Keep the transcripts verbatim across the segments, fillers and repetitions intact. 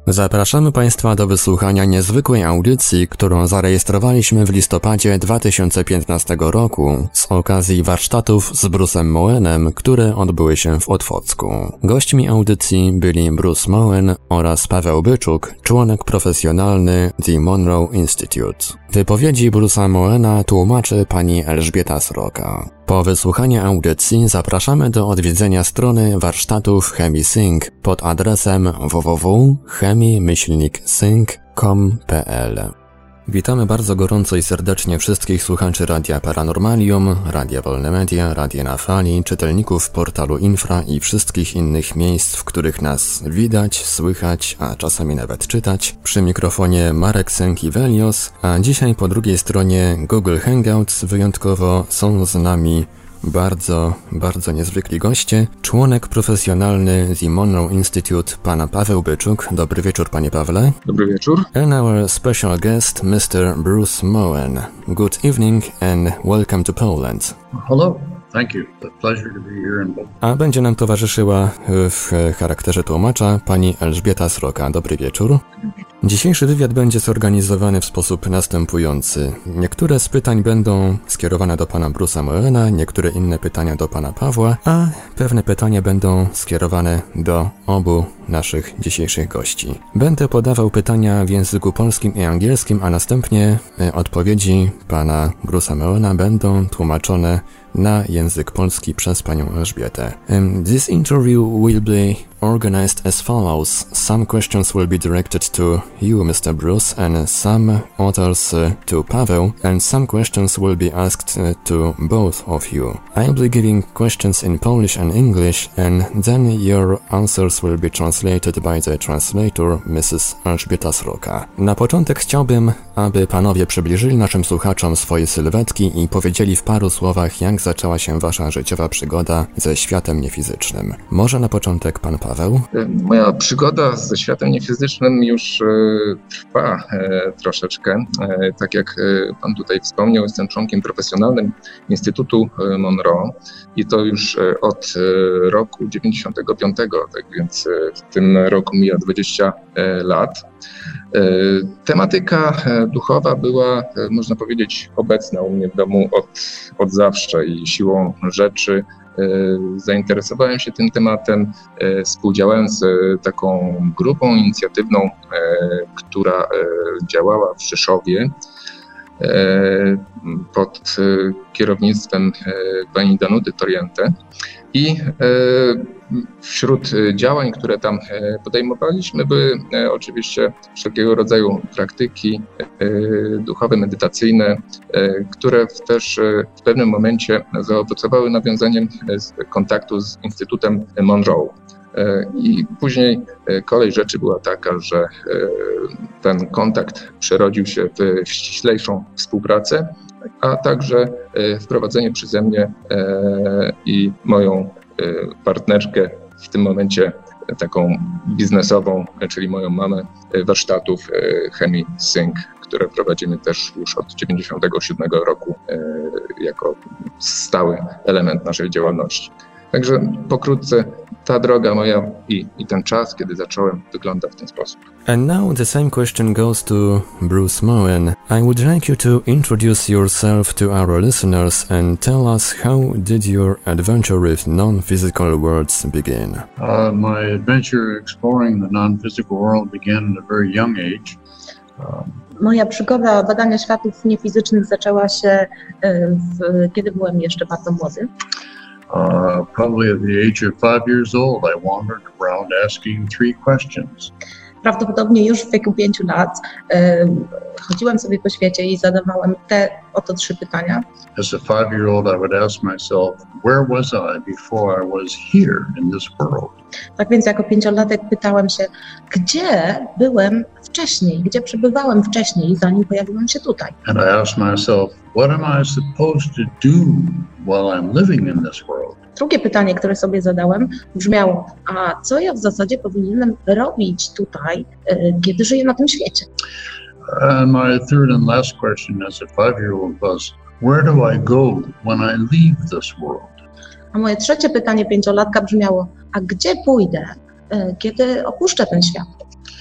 Zapraszamy Państwa do wysłuchania niezwykłej audycji, którą zarejestrowaliśmy w listopadzie dwa tysiące piętnastego roku z okazji warsztatów z Bruce'em Moenem, które odbyły się w Otwocku. Gośćmi audycji byli Bruce Moen oraz Paweł Byczuk, członek profesjonalny The Monroe Institute. Wypowiedzi Bruce'a Moena tłumaczy pani Elżbieta Sroka. Po wysłuchaniu audycji zapraszamy do odwiedzenia strony warsztatów ChemiSync pod adresem w w w kropka chemi myślnik sync kropka com kropka p l. Witamy bardzo gorąco i serdecznie wszystkich słuchaczy Radia Paranormalium, Radia Wolne Media, Radia na Fali, czytelników portalu Infra i wszystkich innych miejsc, w których nas widać, słychać, a czasami nawet czytać. Przy mikrofonie Marek Sękiewelios, a dzisiaj po drugiej stronie Google Hangouts wyjątkowo są z nami bardzo, bardzo niezwykli goście. Członek profesjonalny The Monroe Institute, pana Paweł Byczuk. Dobry wieczór, panie Pawle. Dobry wieczór. And our special guest, mister Bruce Moen. Good evening and welcome to Poland. Hello. Thank you. It's a pleasure to be here in Poland. A będzie nam towarzyszyła w charakterze tłumacza pani Elżbieta Sroka. Dobry wieczór. Dzisiejszy wywiad będzie zorganizowany w sposób następujący. Niektóre z pytań będą skierowane do pana Bruce'a Moena, niektóre inne pytania do pana Pawła, a pewne pytania będą skierowane do obu naszych dzisiejszych gości. Będę podawał pytania w języku polskim i angielskim, a następnie odpowiedzi pana Bruce'a Moena będą tłumaczone na język polski przez panią Elżbietę. Um, this interview will be organized as follows. Some questions will be directed to you, mister Bruce, and some others uh, to Paweł, and some questions will be asked uh, to both of you. I'll be giving questions in Polish and English, and then your answers will be translated by the translator, missus Elżbieta Sroka. Na początek chciałbym, aby panowie przybliżyli naszym słuchaczom swoje sylwetki i powiedzieli w paru słowach, jak zaczęła się wasza życiowa przygoda ze światem niefizycznym. Może na początek pan Paweł? Moja przygoda ze światem niefizycznym już e, trwa e, troszeczkę. E, tak jak e, pan tutaj wspomniał, jestem członkiem profesjonalnym Instytutu Monroe i to już e, od e, roku dziewięćdziesiątego piątego, tak więc e, w tym roku mija dwadzieścia e, lat. E, tematyka e, duchowa była, e, można powiedzieć, obecna u mnie w domu od, od zawsze i siłą rzeczy zainteresowałem się tym tematem, współdziałałem z taką grupą inicjatywną, która działała w Rzeszowie pod kierownictwem pani Danuty Toriente i wśród działań, które tam podejmowaliśmy, były oczywiście wszelkiego rodzaju praktyki duchowe, medytacyjne, które też w pewnym momencie zaowocowały nawiązaniem kontaktu z Instytutem Monroe. I później kolej rzeczy była taka, że ten kontakt przerodził się w ściślejszą współpracę, a także wprowadzenie przeze mnie i moją partnerkę w tym momencie taką biznesową, czyli moją mamę, warsztatów ChemiSync, które prowadzimy też już od dziewięćdziesiątego siódmego roku jako stały element naszej działalności. Także pokrótce ta droga moja i, i ten czas, kiedy zacząłem, wygląda w ten sposób. And now the same question goes to Bruce Moen. I would like you to introduce yourself to our listeners and tell us how did your adventure with non-physical worlds begin? Uh, my adventure exploring the non-physical world began at a very young age. Um, Moja przygoda badania światów niefizycznych zaczęła się, w, kiedy byłem jeszcze bardzo młody. Uh, probably at the age of five years old, I wandered around asking three questions. Prawdopodobnie już w wieku pięciu lat e, chodziłem sobie po świecie i zadawałem te oto trzy pytania. As a five-year-old, I would ask myself, where was I before I was here in this world? Tak więc jako pięciolatek pytałem się, gdzie byłem wcześniej, gdzie przebywałem wcześniej, zanim pojawiłem się tutaj. And I asked myself, what am I supposed to do while I'm living in this world? Drugie pytanie, które sobie zadałem, brzmiało, a co ja w zasadzie powinienem robić tutaj, kiedy żyję na tym świecie? And my third and last question as a five-year-old was, where do I go when I leave this world? A moje trzecie pytanie pięciolatka brzmiało, a gdzie pójdę, kiedy opuszczę ten świat?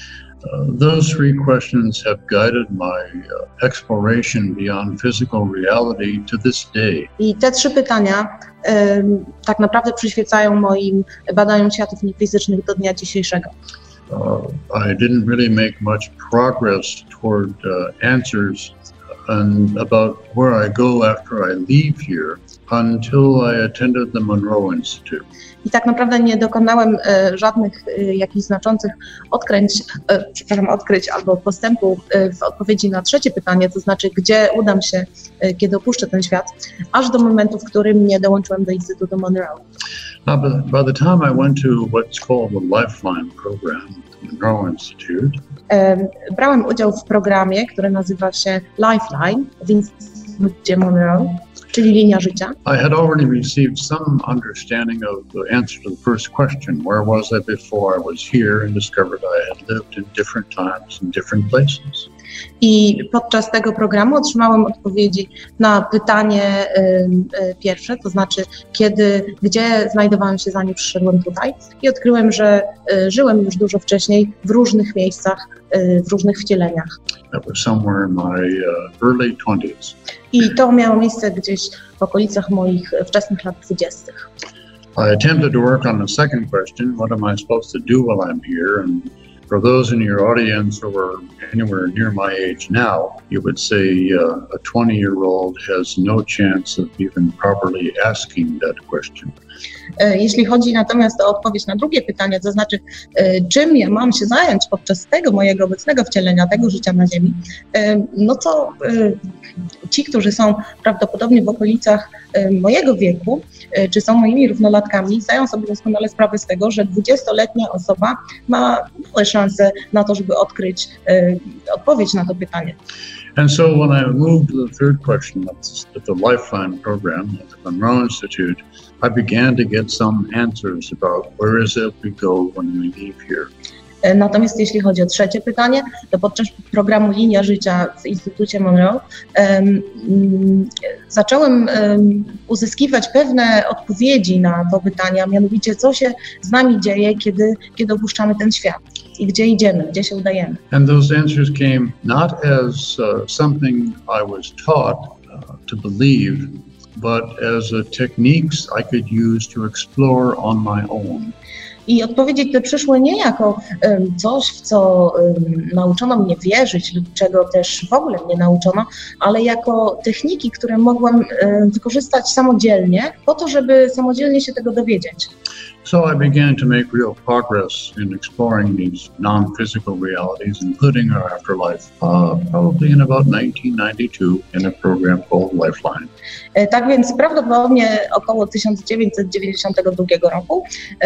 Uh, those three questions have guided my uh, exploration beyond physical reality to this day. I te trzy pytania um, tak naprawdę przyświecają moim badaniom światów niefizycznych do dnia dzisiejszego. Uh, I didn't really make much progress toward uh, answers and about where I go after I leave here until I attended the Monroe Institute. I tak naprawdę nie dokonałem e, żadnych e, jakichś znaczących odkryć, e, przepraszam, odkryć albo postępu e, w odpowiedzi na trzecie pytanie, to znaczy gdzie udam się, e, kiedy opuszczę ten świat, aż do momentu, w którym nie dołączyłem do Instytutu Monroe. Now, by, by the time I went to what's called the Lifeline program at the Monroe Institute, e, brałem udział w programie, który nazywa się Lifeline w Instytucie Monroe, czyli linia życia. I had already received some understanding of the answer to the first question, where was I before I was here, and discovered I had lived in different times in different places. I podczas tego programu otrzymałem odpowiedzi na pytanie y, y, pierwsze, to znaczy kiedy, gdzie znajdowałem się zanim przyszedłem tutaj i odkryłem, że y, żyłem już dużo wcześniej w różnych miejscach, y, w różnych wcieleniach. That was somewhere in my uh, early twenties. I to miało miejsce gdzieś w okolicach moich wczesnych lat dwudziestych. I attempted to work on the second question, what am I supposed to do while I'm here? And for those in your audience who are anywhere near my age now, you would say uh, a twenty-year-old has no chance of even properly asking that question. Jeśli chodzi natomiast o odpowiedź na drugie pytanie, to znaczy czym ja mam się zająć podczas tego mojego obecnego wcielenia, tego życia na Ziemi, no to ci, którzy są prawdopodobnie w okolicach mojego wieku, czy są moimi równolatkami, zdają sobie doskonale sprawę z tego, że dwudziestoletnia osoba ma małe szanse na to, żeby odkryć odpowiedź na to pytanie. And so when I moved to the third question at the Lifeline program at the Monroe Institute, I began to get some answers about where is it we go when we leave here. Natomiast jeśli chodzi o trzecie pytanie, to podczas programu Linia Życia w Instytucie Monroe um, um, zacząłem um, uzyskiwać pewne odpowiedzi na to pytanie, a mianowicie co się z nami dzieje, kiedy, kiedy opuszczamy ten świat i gdzie idziemy, gdzie się udajemy. And those answers came not as uh, something I was taught uh, to believe, but as a techniques I could use to explore on my own. I odpowiedzi te przyszły nie jako um, coś, w co um, nauczono mnie wierzyć lub czego też w ogóle mnie nauczono, ale jako techniki, które mogłam um, wykorzystać samodzielnie po to, żeby samodzielnie się tego dowiedzieć. So I began to make real progress in exploring these non-physical realities, including our afterlife, uh, probably in about nineteen ninety-two in a program called Lifeline. Tak więc prawdopodobnie około tysiąc dziewięćset dziewięćdziesiątego drugiego roku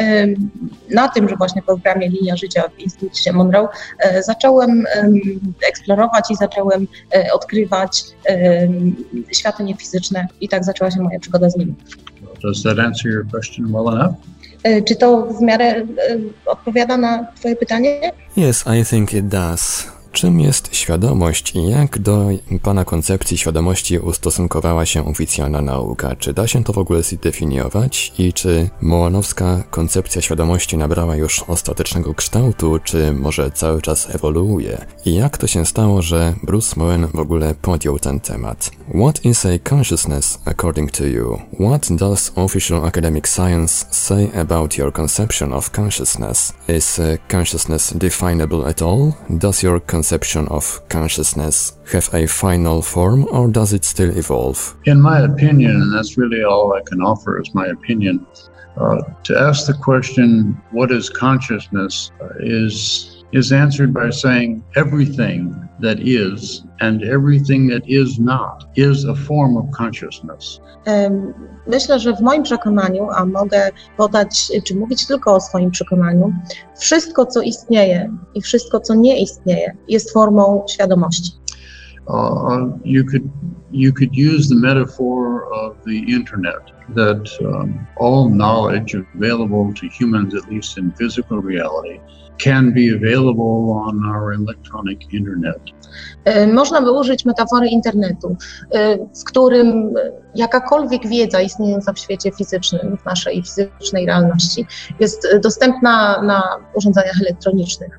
na tymże właśnie programie Linia Życia w Instytucie Monroe zacząłem eksplorować i zacząłem odkrywać światy niefizyczne i tak zaczęła się moja przygoda z nimi. Does that answer your question well enough? Czy to w miarę odpowiada na Twoje pytanie? Yes, I think it does. Czym jest świadomość i jak do Pana koncepcji świadomości ustosunkowała się oficjalna nauka? Czy da się to w ogóle zdefiniować? I czy mołanowska koncepcja świadomości nabrała już ostatecznego kształtu, czy może cały czas ewoluuje? I jak to się stało, że Bruce Moen w ogóle podjął ten temat? What is a consciousness according to you? What does official academic science say about your conception of consciousness? Is consciousness definable at all? Does your conception of consciousness have a final form, or does it still evolve? In my opinion, and that's really all I can offer is my opinion, uh, to ask the question, what is consciousness, uh, is is answered by saying everything that is and everything that is not is a form of consciousness. Myślę, że w moim przekonaniu, a mogę podać, czy mówić tylko o swoim przekonaniu, wszystko, co istnieje i wszystko, co nie istnieje, jest formą świadomości. Uh, you could you could use the metaphor of the internet, that um, all knowledge available to humans, at least in physical reality, can be available on our electronic internet. Można by użyć metafory internetu, w którym jakakolwiek wiedza istniejąca w świecie fizycznym, w naszej fizycznej realności, jest dostępna na urządzeniach elektronicznych.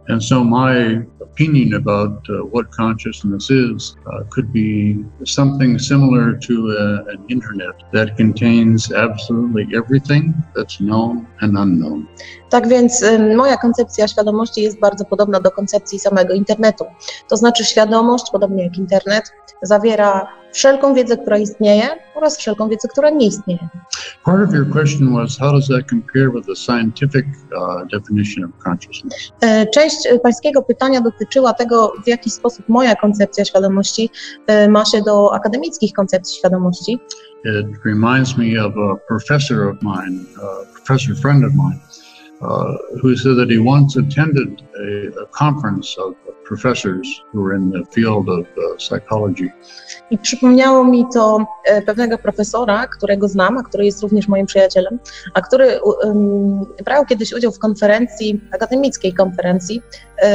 And so my opinion about uh, what consciousness is uh, could be something similar to a, an internet that contains absolutely everything that's known and unknown. Tak więc y, moja koncepcja świadomości jest bardzo podobna do koncepcji samego internetu. To znaczy świadomość, podobnie jak internet, zawiera wszelką wiedzę, która istnieje oraz wszelką wiedzę, która nie istnieje. Part of your question was how does that compare with the scientific uh, definition of consciousness? Y, Część pańskiego pytania dotyczyła tego, w jaki sposób moja koncepcja świadomości y, ma się do akademickich koncepcji świadomości. It reminds me of a professor of mine, a professor friend of mine, uh, who said that he once attended a, a conference of professors who were in the field of uh, psychology. I przypomniało mi to e, pewnego profesora, którego znam, a który jest również moim przyjacielem, a który um, brał kiedyś udział w konferencji, akademickiej konferencji e,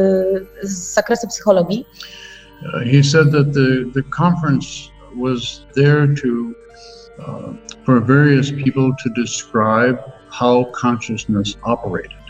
z zakresu psychologii. Uh, he said that the, the conference was there to uh, for various people to describe how consciousness operated.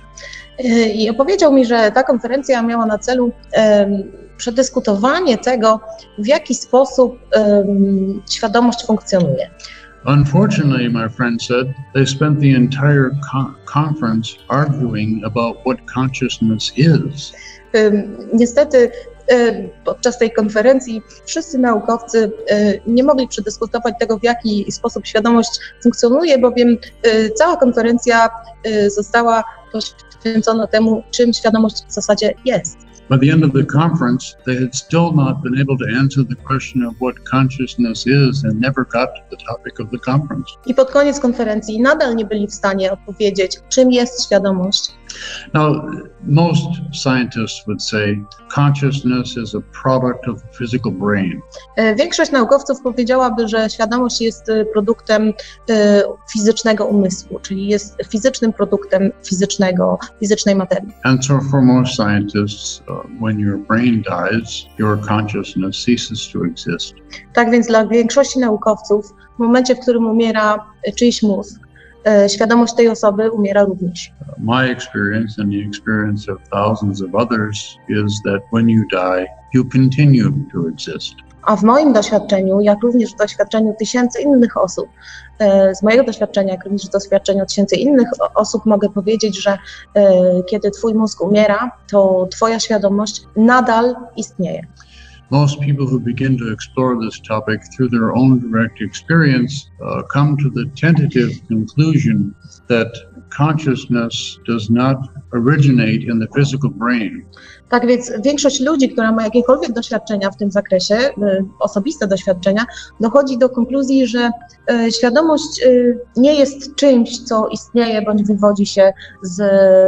I opowiedział mi, że ta konferencja miała na celu um, przedyskutowanie tego, w jaki sposób um, świadomość funkcjonuje. Unfortunately, my friend said, they spent the entire con- conference arguing about what consciousness is. Um, niestety podczas tej konferencji wszyscy naukowcy nie mogli przedyskutować tego, w jaki sposób świadomość funkcjonuje, bowiem cała konferencja została poświęcona temu, czym świadomość w zasadzie jest. By the end of the conference, they had still not been able to answer the question of what consciousness is and never got to the topic of the conference. I pod koniec konferencji nadal nie byli w stanie odpowiedzieć, czym jest świadomość. Now, most scientists would say consciousness is a product of the physical brain. Większość naukowców powiedziałaby, że świadomość jest produktem fizycznego umysłu, czyli jest fizycznym produktem fizycznego, fizycznej materii. And so for most scientists, uh, when your brain dies, your consciousness ceases to exist. Tak więc dla większości naukowców w momencie, w którym umiera czyjś mózg, świadomość tej osoby umiera również. My experience and the experience of thousands of others is that when you die, you continue to exist. A w moim doświadczeniu, jak również w doświadczeniu tysięcy innych osób, z mojego doświadczenia, jak również z doświadczenia tysięcy innych osób mogę powiedzieć, że kiedy twój mózg umiera, to twoja świadomość nadal istnieje. Most people who begin to explore this topic through their own direct experience uh, come to the tentative conclusion that consciousness does not originate in the physical brain. Tak więc większość ludzi, która ma jakiekolwiek doświadczenia w tym zakresie, y, osobiste doświadczenia, dochodzi do konkluzji, że y, świadomość y, nie jest czymś, co istnieje bądź wywodzi się z,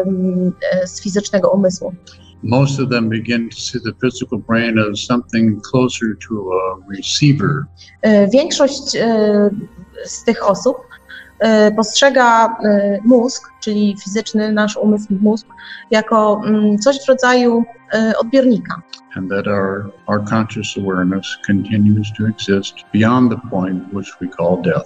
y, z fizycznego umysłu. Most of them begin to see the physical brain as something closer to a receiver. Większość z tych osób postrzega mózg, czyli fizyczny nasz umysł, mózg, jako coś w rodzaju odbiornika. And that our, our conscious awareness continues to exist beyond the point which we call death.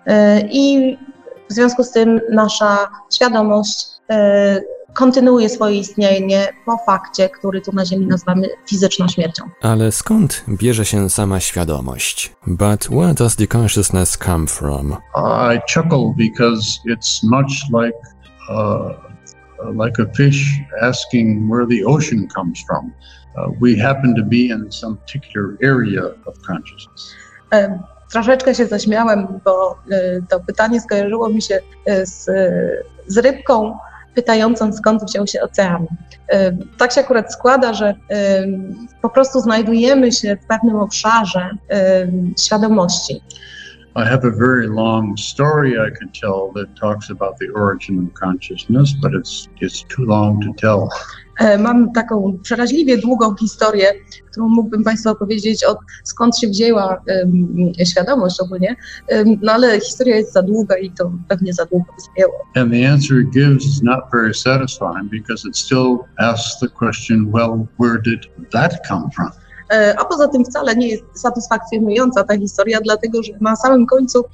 I w związku z tym nasza świadomość kontynuuje swoje istnienie po fakcie, który tu na Ziemi nazywamy fizyczną śmiercią. Ale skąd bierze się sama świadomość? But where does the consciousness come from? I chuckle because it's much like uh, like a fish asking where the ocean comes from. Uh, we happen to be in some particular area of consciousness. Um. Troszeczkę się zaśmiałem, bo y, to pytanie skojarzyło mi się y, z, z rybką pytającą, skąd wziął się ocean. Y, tak się akurat składa, że y, po prostu znajdujemy się w pewnym obszarze y, świadomości. I have a very long story I could tell that talks about the origin of consciousness, but it's it's too long to tell. Mam taką przeraźliwie długą historię, którą mógłbym Państwu opowiedzieć, od skąd się wzięła um, świadomość ogólnie, um, no ale historia jest za długa i to pewnie za długo by zajęło. And the answer it gives is not very satisfying because it still asks the question, well, where did that come from? A poza tym wcale nie jest satysfakcjonująca ta historia, dlatego że na samym końcu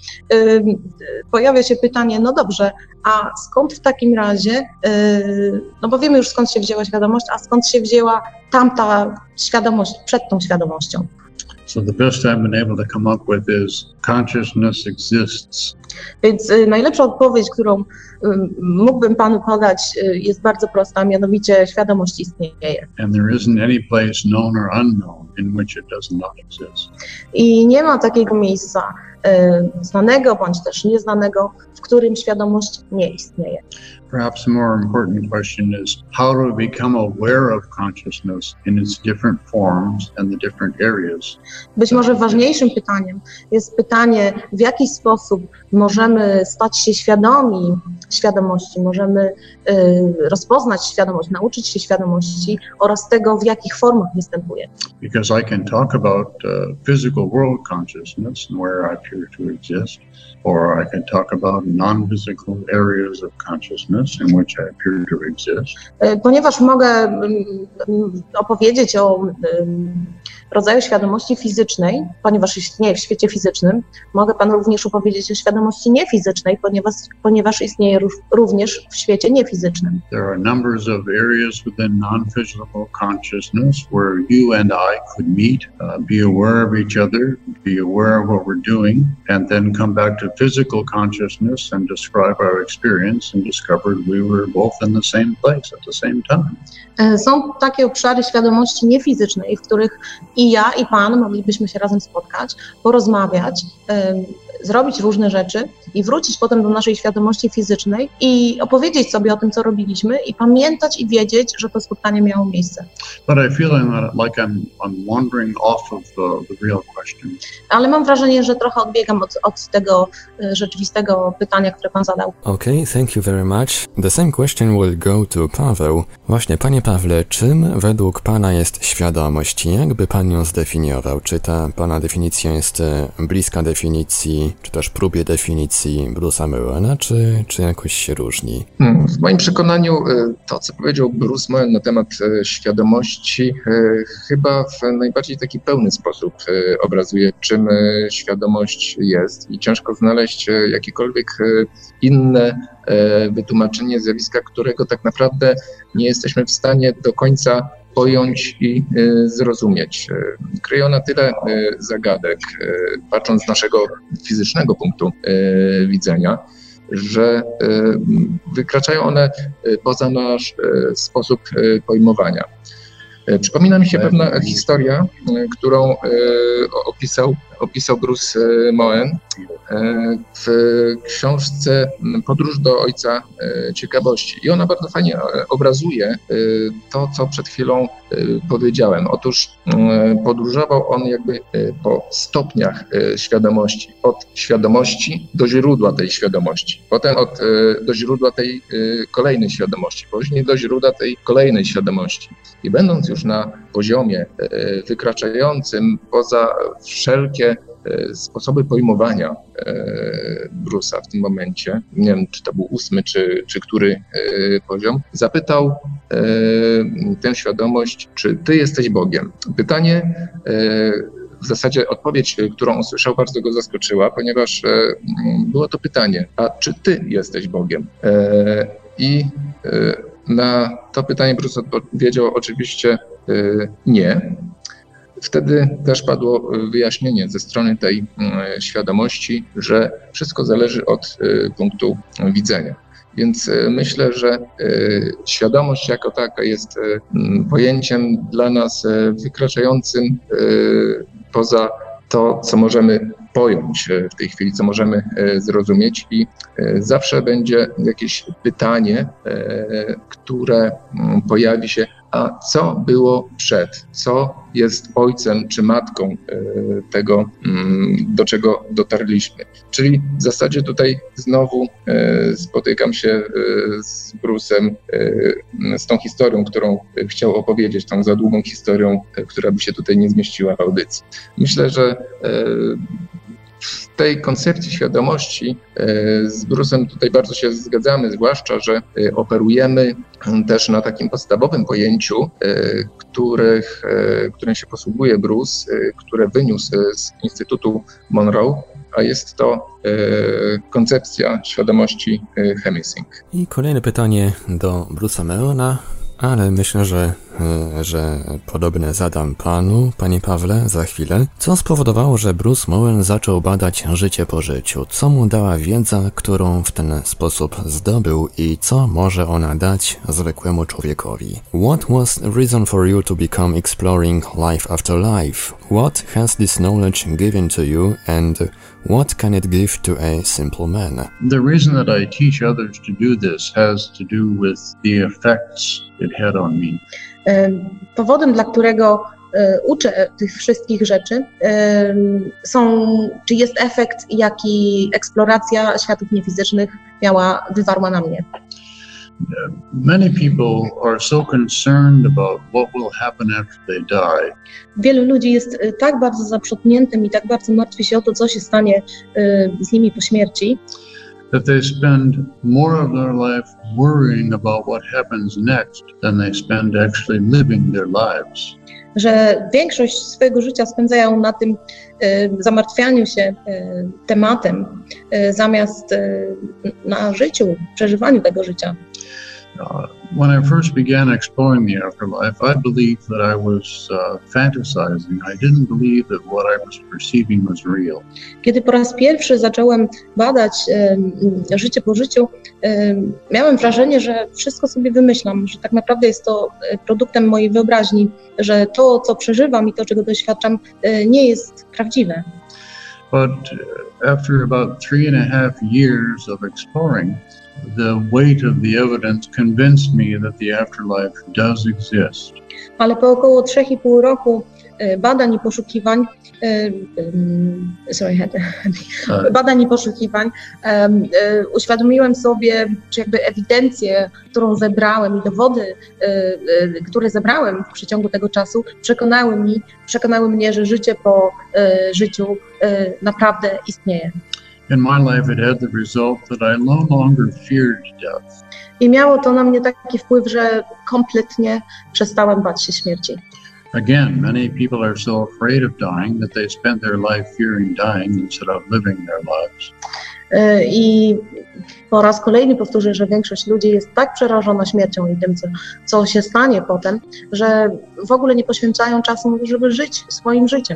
pojawia się pytanie, no dobrze, a skąd w takim razie, no bo wiemy już skąd się wzięła świadomość, a skąd się wzięła tamta świadomość przed tą świadomością? So the best I've been able to come up with is consciousness exists. Więc y, najlepsza odpowiedź, którą y, mógłbym panu podać, y, jest bardzo prosta, mianowicie świadomość istnieje. And there isn't any place known or unknown in which it does not exist. I nie ma takiego miejsca y, znanego bądź też nieznanego, w którym świadomość nie istnieje. Perhaps a more important question is, how do we become aware of consciousness in its different forms and the different areas? Być może ważniejszym pytaniem jest pytanie, w jaki sposób możemy stać się świadomi świadomości, możemy y, rozpoznać świadomość, nauczyć się świadomości oraz tego, w jakich formach występuje. Because I can talk about uh, physical world consciousness and where I appear to exist, or I can talk about non-physical areas of consciousness in which I appear to exist. Y, ponieważ mogę y, opowiedzieć o y, rodzaju świadomości fizycznej, ponieważ istnieje w świecie fizycznym, mogę panu również opowiedzieć o świadomości niefizycznej, ponieważ, ponieważ istnieje również w świecie niefizycznym. There are numbers of areas within non-physical consciousness where you and I could meet, uh, be aware of each other, be aware of what we're doing, and then come back to physical consciousness and describe our experience and discovered we were both in the same place at the same time. Są takie obszary świadomości niefizycznej, w których i ja, i pan moglibyśmy się razem spotkać, porozmawiać, y, zrobić różne rzeczy i wrócić potem do naszej świadomości fizycznej i opowiedzieć sobie o tym, co robiliśmy i pamiętać i wiedzieć, że to spotkanie miało miejsce. But I feel like I'm, I'm wandering off of the, the real question. Ale mam wrażenie, że trochę odbiegam od, od tego y, rzeczywistego pytania, które pan zadał. Okay, thank you very much. The same question will go to Paweł. Właśnie, panie Pawle, czym według pana jest świadomość? Jak by pan ją zdefiniował? Czy ta pana definicja jest bliska definicji, czy też próbie definicji Bruce'a Moena, czy, czy jakoś się różni? W moim przekonaniu to, co powiedział Bruce Moen na temat świadomości, chyba w najbardziej taki pełny sposób obrazuje, czym świadomość jest i ciężko znaleźć jakiekolwiek inne wytłumaczenie zjawiska, którego tak naprawdę nie jesteśmy w stanie do końca pojąć i y, zrozumieć. Kryje ona tyle y, zagadek, y, patrząc z naszego fizycznego punktu y, widzenia, że y, wykraczają one y, poza nasz y, sposób y, pojmowania. Y, przypomina mi się pewna historia, y, którą y, opisał, opisał Bruce Moen w książce Podróż do Ojca Ciekawości. I ona bardzo fajnie obrazuje to, co przed chwilą powiedziałem. Otóż podróżował on jakby po stopniach świadomości. Od świadomości do źródła tej świadomości. Potem od, do źródła tej kolejnej świadomości. Później do źródła tej kolejnej świadomości. I będąc już na poziomie wykraczającym poza wszelkie sposoby pojmowania Bruce'a w tym momencie, nie wiem, czy to był ósmy, czy, czy który poziom, zapytał tę świadomość, czy ty jesteś Bogiem. Pytanie, w zasadzie odpowiedź, którą usłyszał, bardzo go zaskoczyła, ponieważ było to pytanie, a czy ty jesteś Bogiem? I na to pytanie Bruce odpowiedział oczywiście nie. Wtedy też padło wyjaśnienie ze strony tej świadomości, że wszystko zależy od punktu widzenia. Więc myślę, że świadomość jako taka jest pojęciem dla nas wykraczającym poza to, co możemy pojąć w tej chwili, co możemy zrozumieć i zawsze będzie jakieś pytanie, które pojawi się, a co było przed, co jest ojcem czy matką tego, do czego dotarliśmy. Czyli w zasadzie tutaj znowu spotykam się z Bruce'em, z tą historią, którą chciał opowiedzieć, tą za długą historią, która by się tutaj nie zmieściła w audycji. Myślę, że w tej koncepcji świadomości z Bruce'em tutaj bardzo się zgadzamy, zwłaszcza, że operujemy też na takim podstawowym pojęciu, których, którym się posługuje Bruce, które wyniósł z Instytutu Monroe, a jest to koncepcja świadomości Hemisync. I kolejne pytanie do Bruce'a Meona, ale myślę, że, że podobne zadam panu, panie Pawle, za chwilę. Co spowodowało, że Bruce Moen zaczął badać życie po życiu? Co mu dała wiedza, którą w ten sposób zdobył i co może ona dać zwykłemu człowiekowi? What was the reason for you to become exploring life after life? What has this knowledge given to you and what can it give to a simple man? The reason that I teach others to do this has to do with the effects it had on me. Powodem, dla którego uczę tych wszystkich rzeczy, są, czy jest efekt, jaki eksploracja światów niefizycznych miała, wywarła na mnie. Many people are so concerned about what will happen after they die. Wielu ludzi jest tak bardzo zaprzątniętym i tak bardzo martwi się o to, co się stanie z nimi po śmierci, that they spend more of their life worrying about what happens next than they spend actually living their lives. Że większość swojego życia spędzają na tym y, zamartwianiu się y, tematem, y, zamiast y, na życiu, przeżywaniu tego życia. Uh, when I first began exploring the afterlife, I believed that I was uh, fantasizing. I didn't believe that what I was perceiving was real. Kiedy po raz pierwszy zacząłem badać y, życie po życiu, y, miałem wrażenie, że wszystko sobie wymyślam, że tak naprawdę jest to produktem mojej wyobraźni, że to, co przeżywam i to, czego doświadczam, y, nie jest prawdziwe. But after about three and a half years of exploring, the weight of the evidence convinced me that the afterlife does exist. Ale po około trzech i pół roku badań i poszukiwań, sorry, badań i poszukiwań, uświadomiłem sobie, czy jakby ewidencję, którą zebrałem i dowody, które zebrałem w przeciągu tego czasu, przekonały mi, przekonały mnie, że życie po życiu naprawdę istnieje. In my life, it had the result that I no longer feared death. I miało to na mnie taki wpływ, że kompletnie przestałem bać się śmierci. Again, many people are so afraid of dying that they spend their life fearing dying instead of living their lives. I po raz kolejny powtórzę, że większość ludzi jest tak przerażona śmiercią i tym, co, co się stanie potem, że w ogóle nie poświęcają czasu, żeby żyć swoim życiem.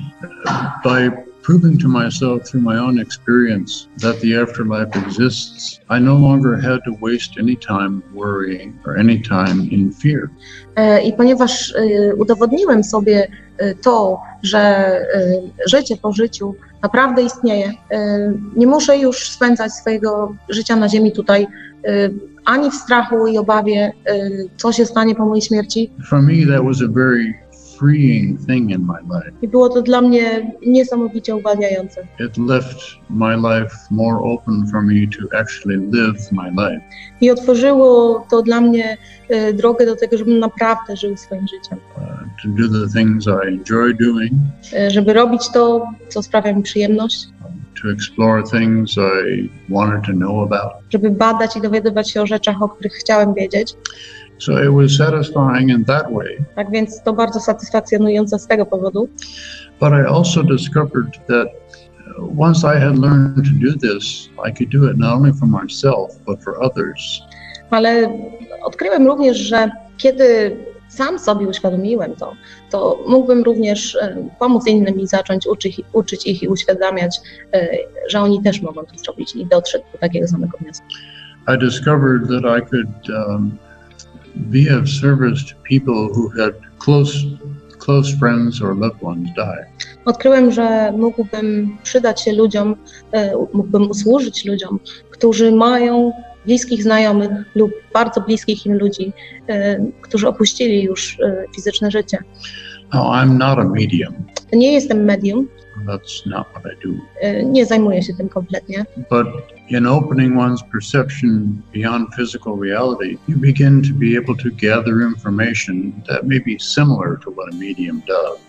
By proving to myself through my own experience that the afterlife exists, I no longer had to waste any time worrying or any time in fear. I ponieważ udowodniłem sobie to, że życie po życiu naprawdę istnieje, nie muszę już spędzać swojego życia na ziemi tutaj ani w strachu i obawie, co się stanie po mojej śmierci. For me, that was a very freeing thing in my life. I było to dla mnie niesamowicie uwalniające. It left my life more open for me to actually live my life. I otworzyło to dla mnie y, drogę do tego, żebym naprawdę żył swoim życiem. Uh, to do the things I enjoy doing. Y, żeby robić to, co sprawia mi przyjemność. To explore things I wanted to know about. Żeby badać i dowiadywać się o rzeczach, o których chciałem wiedzieć. So it was satisfying in that way. Tak więc to bardzo satysfakcjonujące z tego powodu. But I also discovered that once I had learned to do this, I could do it not only for myself, but for others. Ale odkryłem również, że kiedy sam sobie uświadomiłem to, to mógłbym również pomóc innym i zacząć uczyć, uczyć ich i uświadamiać, że oni też mogą to zrobić i dotrzeć do takiego samego wniosku. I discovered that I could um, be of service to people who had close, close friends or loved ones die. Odkryłem, że mógłbym przydać się ludziom, mógłbym usłużyć ludziom, którzy mają bliskich znajomych lub bardzo bliskich im ludzi, którzy opuścili już fizyczne życie. No, I'm not a medium. Nie jestem medium. That's not what I do. Nie zajmuję się tym kompletnie. But in opening one's perception beyond physical reality, you begin to be able to gather information that may be similar to what a medium does.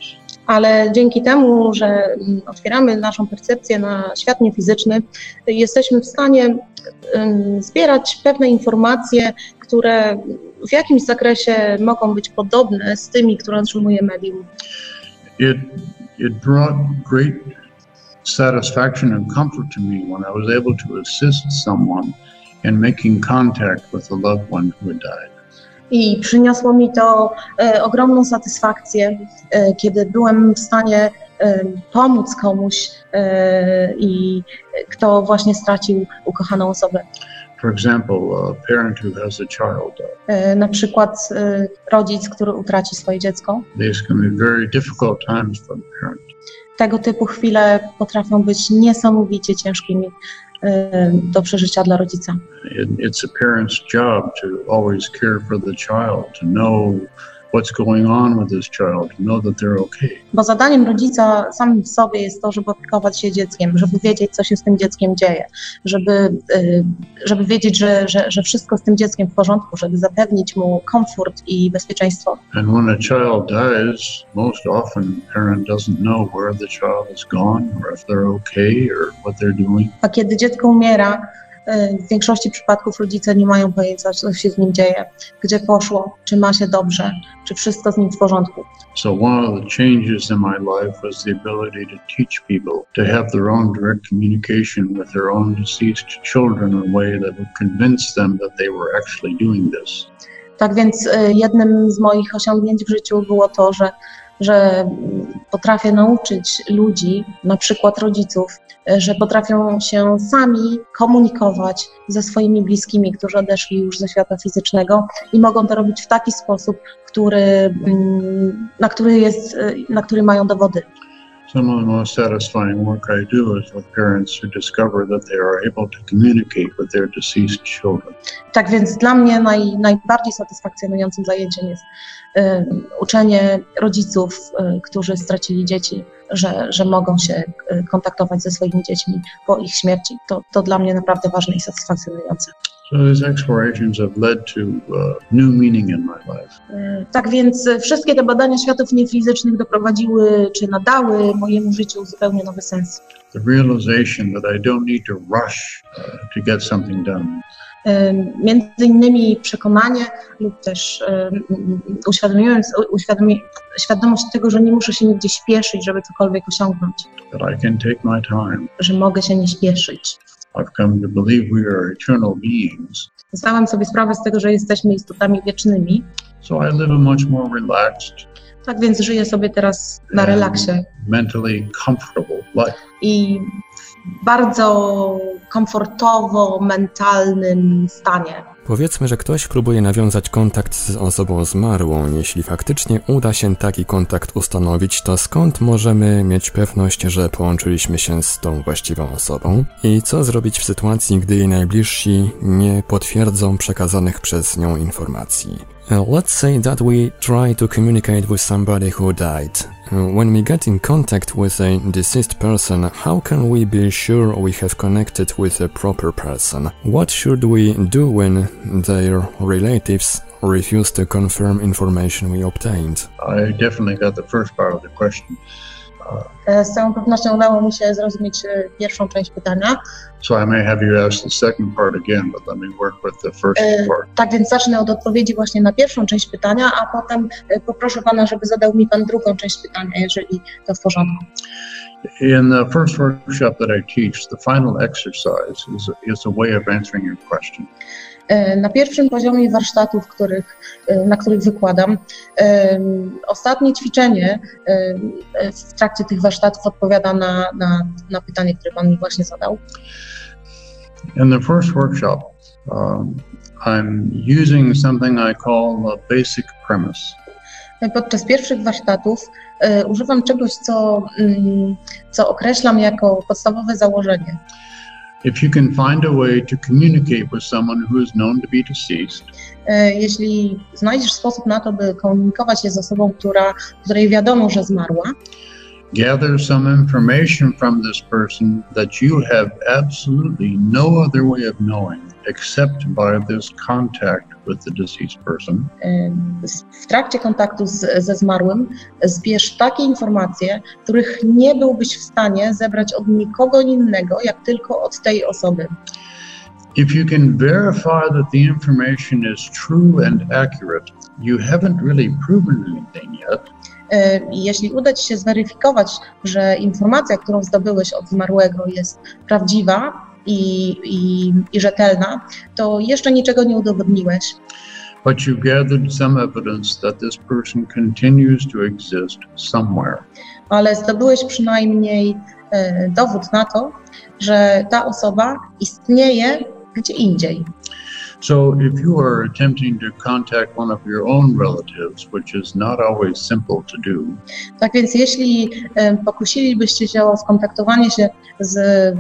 ale dzięki temu, że otwieramy naszą percepcję na świat niefizyczny, jesteśmy w stanie zbierać pewne informacje, które w jakimś zakresie mogą być podobne z tymi, które otrzymuje medium. It, it brought great satisfaction and comfort to me when I was able to assist someone in making contact with a loved one who had died. I przyniosło mi to e, ogromną satysfakcję, e, kiedy byłem w stanie e, pomóc komuś e, i kto właśnie stracił ukochaną osobę. For example, a parent who has a child. E, na przykład e, rodzic, który utraci swoje dziecko. These can be very difficult times for the parent. Tego typu chwile potrafią być niesamowicie ciężkimi do przeżycia dla rodzica. It's a parent's job to always care for the child, to know what's going on with this child, to know that they're okay. Bo zadaniem rodzica samym w sobie jest to, żeby opiekować się dzieckiem, żeby wiedzieć, co się z tym dzieckiem dzieje, żeby, żeby wiedzieć, że, że, że wszystko z tym dzieckiem w porządku, żeby zapewnić mu komfort i bezpieczeństwo. And when a child dies, most often the parent doesn't know where the child has gone, or if they're okay, or what they're doing. A kiedy dziecko umiera, w większości przypadków rodzice nie mają pojęcia, co się z nim dzieje, gdzie poszło, czy ma się dobrze, czy wszystko z nim w porządku. So one of the changes in my life was the ability to teach people to have their own direct communication with their own deceased children in a way that would convince them that they were actually doing this. Tak więc jednym z moich osiągnięć w życiu było to, że że potrafię nauczyć ludzi, na przykład rodziców, że potrafią się sami komunikować ze swoimi bliskimi, którzy odeszli już ze świata fizycznego i mogą to robić w taki sposób, który, na który jest, na który mają dowody. Some of the most satisfying work I do is with parents who discover that they are able to communicate with their deceased children. Tak więc dla mnie naj, najbardziej satysfakcjonującym zajęciem jest y, uczenie rodziców, y, którzy stracili dzieci, że, że mogą się y, kontaktować ze swoimi dziećmi po ich śmierci. To, to dla mnie naprawdę ważne i satysfakcjonujące. So these explorations have led to uh, new meaning in my life. Y, tak więc wszystkie te badania światów niefizycznych doprowadziły, czy nadały mojemu życiu zupełnie nowy sens. The realization that I don't need to rush uh, to get something done. Między innymi przekonanie lub też um, uświadomiając, uświadomi, świadomość tego, że nie muszę się nigdzie śpieszyć, żeby cokolwiek osiągnąć. That I can take my time. Że mogę się nie śpieszyć. I've come to believe we are eternal beings. Zdałem sobie sprawę z tego, że jesteśmy istotami wiecznymi. So I live a much more relaxed. Tak więc żyję sobie teraz na relaksie. Mentally comfortable life. I w bardzo komfortowo mentalnym stanie. Powiedzmy, że ktoś próbuje nawiązać kontakt z osobą zmarłą. Jeśli faktycznie uda się taki kontakt ustanowić, to skąd możemy mieć pewność, że połączyliśmy się z tą właściwą osobą? I co zrobić w sytuacji, gdy jej najbliżsi nie potwierdzą przekazanych przez nią informacji? Uh, let's say that we try to communicate with somebody who died. Uh, when we get in contact with a deceased person, how can we be sure we have connected with a proper person? What should we do when their relatives refuse to confirm information we obtained? I definitely got the first part of the question. Z całą pewnością udało mi się zrozumieć pierwszą część pytania. So I may have you ask the second part again, but let me work with the first e, part. Tak więc zacznę od odpowiedzi właśnie na pierwszą część pytania, a potem poproszę Pana, żeby zadał mi Pan drugą część pytania, jeżeli to w porządku. In the first workshop that I teach, the final exercise is, is a way of answering your question. Na pierwszym poziomie warsztatów, których, na których wykładam, ostatnie ćwiczenie w trakcie tych warsztatów odpowiada na, na, na pytanie, które Pan mi właśnie zadał. In the first workshop, um, I'm using something I call a basic premise. Podczas pierwszych warsztatów e, używam czegoś, co, mm, co określam jako podstawowe założenie. If you can find a way to communicate with someone who is known to be deceased, e, jeśli znajdziesz sposób na to, by komunikować się z osobą, która, której wiadomo, że zmarła, gather some information from this person that you have absolutely no other way of knowing except by this contact with the deceased person. W trakcie kontaktu z, ze zmarłym zbierz takie informacje, których nie byłbyś w stanie zebrać od nikogo innego, jak tylko od tej osoby. If you can verify that the information is true and accurate, you haven't really proven anything yet. Jeśli uda Ci się zweryfikować, że informacja, którą zdobyłeś od zmarłego, jest prawdziwa i, i, i rzetelna, to jeszcze niczego nie udowodniłeś. But you gathered some evidence that this person continues to exist somewhere. Ale zdobyłeś przynajmniej e, dowód na to, że ta osoba istnieje gdzie indziej. So if you are attempting to contact one of your own relatives, which is not always simple to do. Tak więc jeśli e, pokusilibyście się o skontaktowanie się z,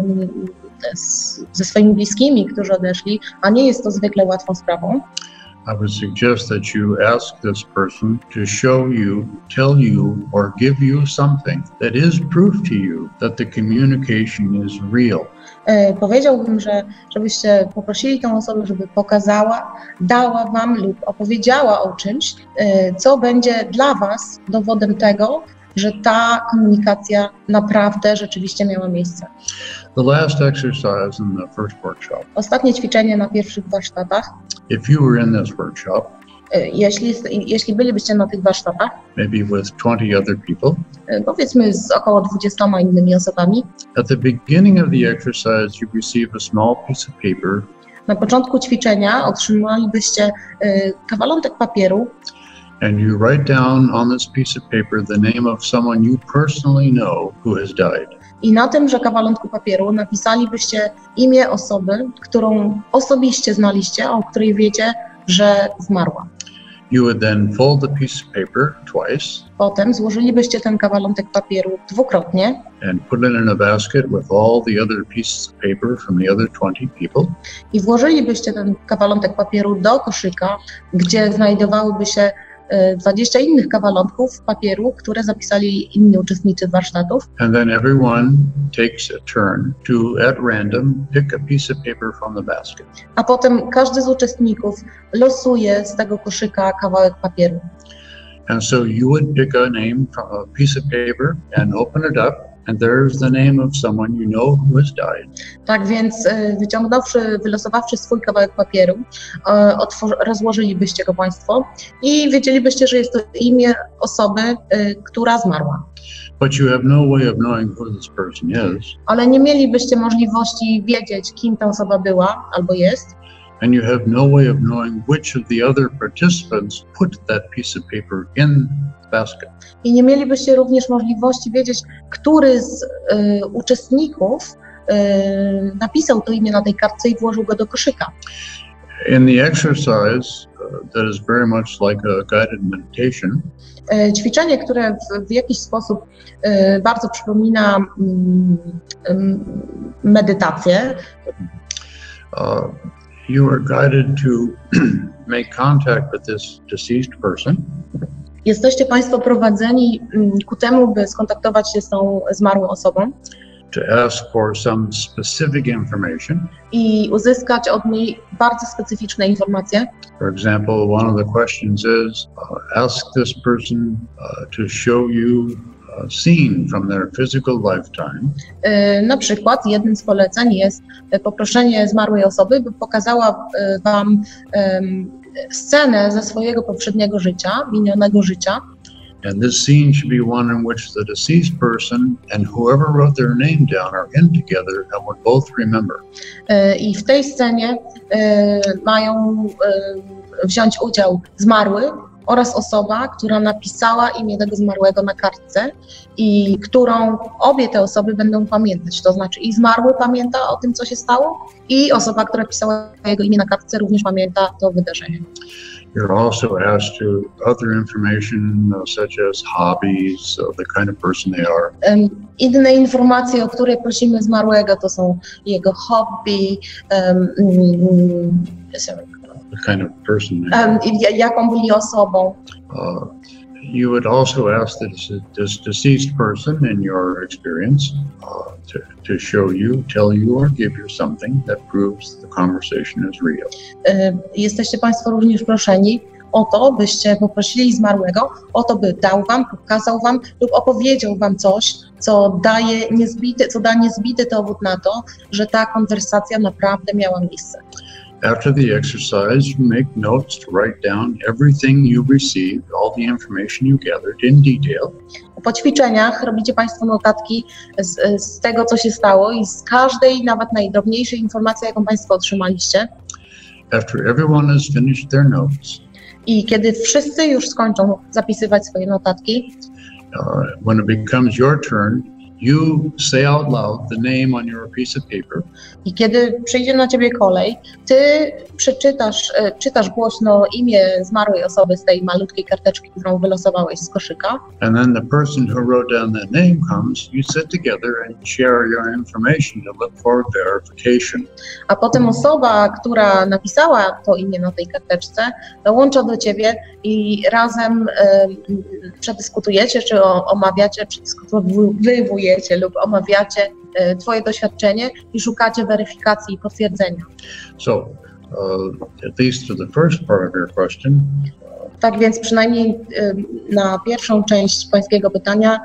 z, ze swoimi bliskimi, którzy odeszli, a nie jest to zwykle łatwą sprawą, I would suggest that you ask this person to show you, tell you, or give you something that is proof to you that the communication is real. E, powiedziałbym, że żebyście poprosili tę osobę, żeby pokazała, dała wam lub opowiedziała o czymś, e, co będzie dla was dowodem tego, że ta komunikacja naprawdę rzeczywiście miała miejsce. The last exercise in the first workshop. Ostatnie ćwiczenie na pierwszych warsztatach. If you were in this workshop, jeśli, jeśli bylibyście na tych warsztatach, maybe with twenty other people, powiedzmy z około dwudziestoma innymi osobami, at the beginning of the exercise you receive a small piece of paper. Na początku ćwiczenia otrzymalibyście y, kawałek papieru. And you write down on this piece of paper the name of someone you personally know who has died. I na tymże kawałku papieru napisalibyście imię osoby, którą osobiście znaliście, a o której wiecie, że zmarła. You would then fold the piece of paper twice. Potem złożylibyście ten kawałek papieru dwukrotnie. And put it in a basket with all the other pieces of paper from the other twenty people. I włożylibyście ten kawałek papieru do koszyka, gdzie znajdowałyby się dwadzieścia innych kawałków papieru, które zapisali inni uczestnicy warsztatów. And then everyone takes a turn to, at random, pick a piece of paper from the basket. A potem każdy z uczestników losuje z tego koszyka kawałek papieru. And so you would pick a name from a piece of paper and open it up. And there's the name of someone you know who has died. Tak więc wyciągnąwszy, wylosowawszy swój kawałek papieru, otworzy, rozłożylibyście go Państwo i wiedzielibyście, że jest to imię osoby, która zmarła. But you have no way of knowing who this person is. Ale nie mielibyście możliwości wiedzieć, kim ta osoba była albo jest. And you have no way of knowing which of the other participants put that piece of paper in the basket. I nie mielibyście również możliwości wiedzieć, który z y, uczestników y, napisał to imię na tej kartce i włożył go do koszyka. In the exercise uh, that is very much like a guided meditation. Y, ćwiczenie, które w, w jakiś sposób y, bardzo przypomina y, y, medytację. Uh, you are guided to make contact with this deceased person. Jesteście Państwo prowadzeni ku temu, by skontaktować się z tą zmarłą osobą. To ask for some specific information. I uzyskać od niej bardzo specyficzne informacje. For example, one of the questions is, uh, ask this person uh, to show you a scene from their physical lifetime. Yy, na przykład jednym z poleceń jest poproszenie zmarłej osoby, by pokazała yy, Wam yy, scenę ze swojego poprzedniego życia, minionego życia. And this scene should be one in which the deceased person and whoever wrote their name down are in together and would both remember. I w tej scenie mają wziąć udział zmarły oraz osoba, która napisała imię tego zmarłego na kartce i którą obie te osoby będą pamiętać. To znaczy i zmarły pamięta o tym, co się stało, i osoba, która pisała jego imię na kartce, również pamięta to wydarzenie. You're also asked to other information uh, such as hobbies, uh, the kind of person they are. Um, inne informacje, o które prosimy zmarłego, to są jego hobby, um, the kind of person they are. Um, jaką byli osobą. Uh, You would also ask this, this deceased person in your experience uh, to, to show you, tell you, or give you something that proves the conversation is real. Jesteście Państwo również proszeni o to, byście poprosili zmarłego o to, by dał wam, pokazał wam lub opowiedział wam coś, co daje niezbity, co da niezbity dowód na to, że ta konwersacja naprawdę miała miejsce. After the exercise, you make notes to write down everything you received, all the information you gathered in detail. Po ćwiczeniach robicie Państwo notatki z, z tego, co się stało i z każdej, nawet najdrobniejszej informacji, jaką Państwo otrzymaliście. After everyone has finished their notes, i kiedy wszyscy już skończą zapisywać swoje notatki, uh, when it becomes your turn, you say out loud the name on your piece of paper. I kiedy przyjdzie na ciebie kolej, ty przeczytasz, czytasz głośno imię zmarłej osoby z tej malutkiej karteczki, którą wylosowałeś z koszyka. And then the person who wrote down that name comes, you sit together and share your information to look for verification. A potem osoba, która napisała to imię na tej karteczce, dołącza do ciebie i razem y, przedyskutujecie, czy o, omawiacie, przedyskutujecie lub omawiacie e, twoje doświadczenie i szukacie weryfikacji i potwierdzenia. So, uh, at least to the first part of your question. Tak więc przynajmniej e, na pierwszą część pańskiego pytania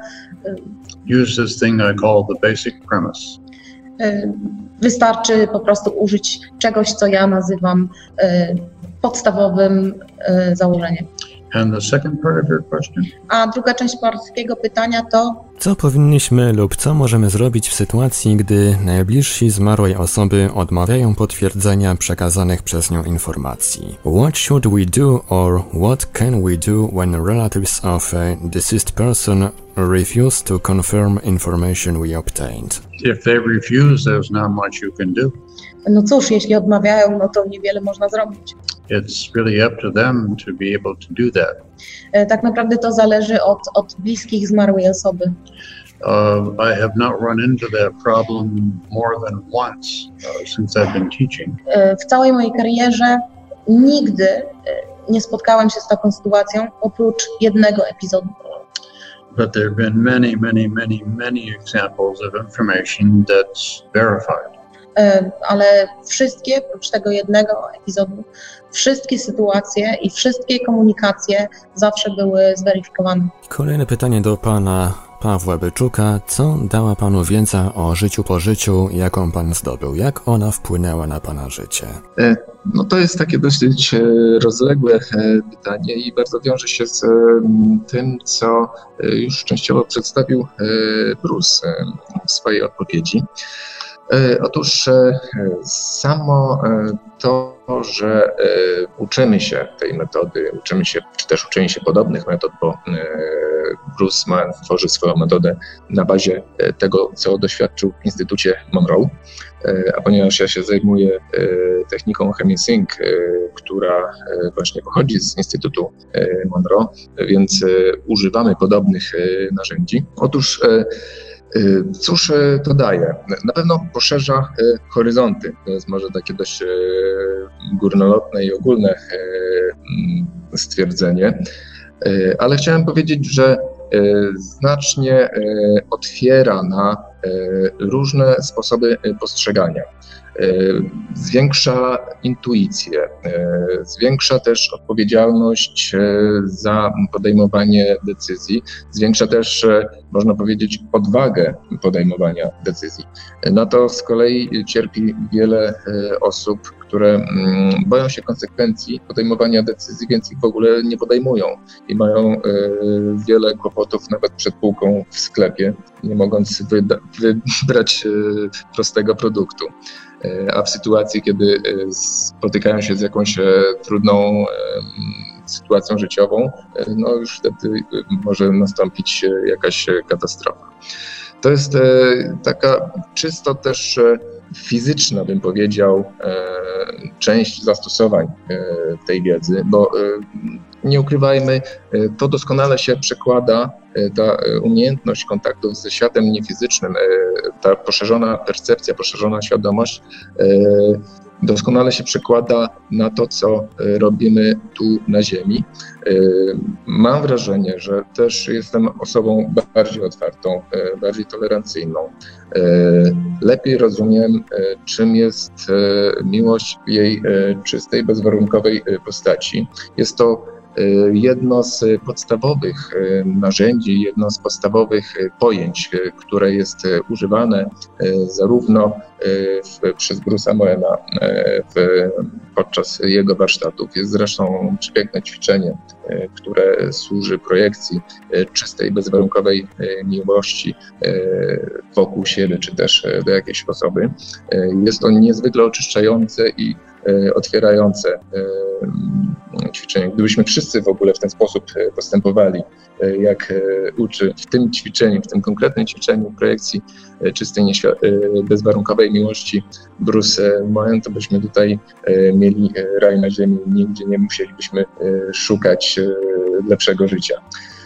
e, use this thing I call the basic premise. E, wystarczy po prostu użyć czegoś, co ja nazywam e, podstawowym e, założeniem. And the second part of your question? A druga część pańskiego pytania to: co powinniśmy lub co możemy zrobić w sytuacji, gdy najbliżsi zmarłej osoby odmawiają potwierdzenia przekazanych przez nią informacji? What should we do or what can we do when relatives of a deceased person refuse to confirm information we obtained? If they refuse, there's not much you can do. No cóż, jeśli odmawiają, no to niewiele można zrobić. It's really up to them to be able to do that. Tak naprawdę to zależy od, od bliskich zmarłej osoby. Uh, I have not run into that problem more than once uh, since I've been teaching. W całej mojej karierze nigdy nie spotkałem się z taką sytuacją oprócz jednego epizodu. But there have been many, many, many, many examples of information that's verified. Ale wszystkie, oprócz tego jednego epizodu, wszystkie sytuacje i wszystkie komunikacje zawsze były zweryfikowane. Kolejne pytanie do pana Pawła Byczuka. Co dała panu wiedza o życiu po życiu, jaką pan zdobył? Jak ona wpłynęła na pana życie? No to jest takie dosyć rozległe pytanie i bardzo wiąże się z tym, co już częściowo przedstawił Bruce w swojej odpowiedzi. Otóż samo to, że uczymy się tej metody, uczymy się, czy też uczymy się podobnych metod, bo Bruce ma, tworzy swoją metodę na bazie tego, co doświadczył w Instytucie Monroe, a ponieważ ja się zajmuję techniką Chemisync, która właśnie pochodzi z Instytutu Monroe, więc używamy podobnych narzędzi. Otóż cóż to daje? Na pewno poszerza horyzonty. To jest może takie dość górnolotne i ogólne stwierdzenie, ale chciałem powiedzieć, że znacznie otwiera na różne sposoby postrzegania. Zwiększa intuicję, zwiększa też odpowiedzialność za podejmowanie decyzji, zwiększa też, można powiedzieć, odwagę podejmowania decyzji. Na to z kolei cierpi wiele osób, które boją się konsekwencji podejmowania decyzji, więc ich w ogóle nie podejmują i mają wiele kłopotów nawet przed półką w sklepie, nie mogąc wyda- wybrać prostego produktu. A w sytuacji, kiedy spotykają się z jakąś trudną sytuacją życiową, no już wtedy może nastąpić jakaś katastrofa. To jest taka czysto też fizyczna, bym powiedział, część zastosowań tej wiedzy, bo nie ukrywajmy, to doskonale się przekłada, ta umiejętność kontaktów ze światem niefizycznym, ta poszerzona percepcja, poszerzona świadomość doskonale się przekłada na to, co robimy tu na Ziemi. Mam wrażenie, że też jestem osobą bardziej otwartą, bardziej tolerancyjną. Lepiej rozumiem, czym jest miłość w jej czystej, bezwarunkowej postaci. Jest to jedno z podstawowych narzędzi, jedno z podstawowych pojęć, które jest używane zarówno w, przez Bruce'a Moena w, podczas jego warsztatów. Jest zresztą przepiękne ćwiczenie, które służy projekcji czystej, bezwarunkowej miłości wokół siebie, czy też do jakiejś osoby. Jest to niezwykle oczyszczające i otwierające ćwiczenie. Gdybyśmy wszyscy w ogóle w ten sposób postępowali, jak uczy w tym ćwiczeniu, w tym konkretnym ćwiczeniu projekcji czystej, bezwarunkowej miłości Bruce Moen, to byśmy tutaj mieli raj na ziemi, nigdzie nie musielibyśmy szukać lepszego życia.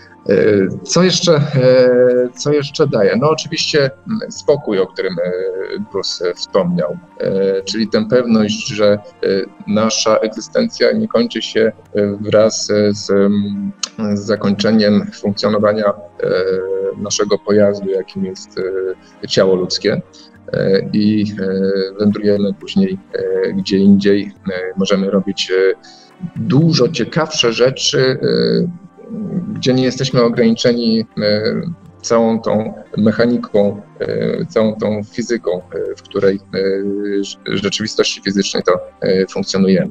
Co jeszcze, co jeszcze daje? No oczywiście spokój, o którym Bruce wspomniał, czyli tę pewność, że nasza egzystencja nie kończy się wraz z, z zakończeniem funkcjonowania naszego pojazdu, jakim jest ciało ludzkie, i wędrujemy później gdzie indziej. Możemy robić dużo ciekawsze rzeczy, gdzie nie jesteśmy ograniczeni całą tą mechaniką, całą tą fizyką, w której rzeczywistości fizycznej to funkcjonujemy.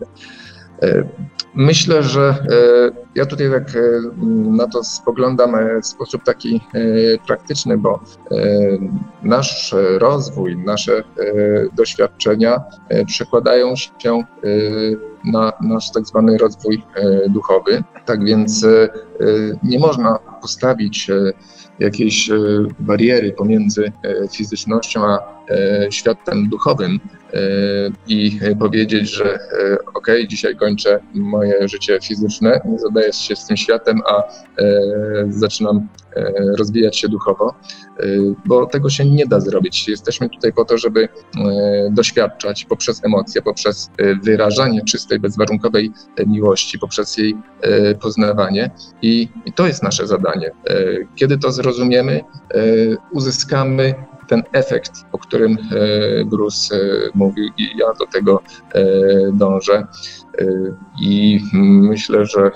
Myślę, że ja tutaj tak na to spoglądam w sposób taki praktyczny, bo nasz rozwój, nasze doświadczenia przekładają się na nasz tak zwany rozwój duchowy. Tak więc nie można postawić jakiejś bariery pomiędzy fizycznością a światem duchowym i powiedzieć, że ok, dzisiaj kończę moje życie fizyczne, nie zadaję się z tym światem, a zaczynam rozwijać się duchowo, bo tego się nie da zrobić. Jesteśmy tutaj po to, żeby doświadczać poprzez emocje, poprzez wyrażanie czystej, bezwarunkowej miłości, poprzez jej poznawanie i, i to jest nasze zadanie. Kiedy to zrozumiemy, uzyskamy ten efekt, o którym Bruce mówił, i ja do tego dążę. I myślę, że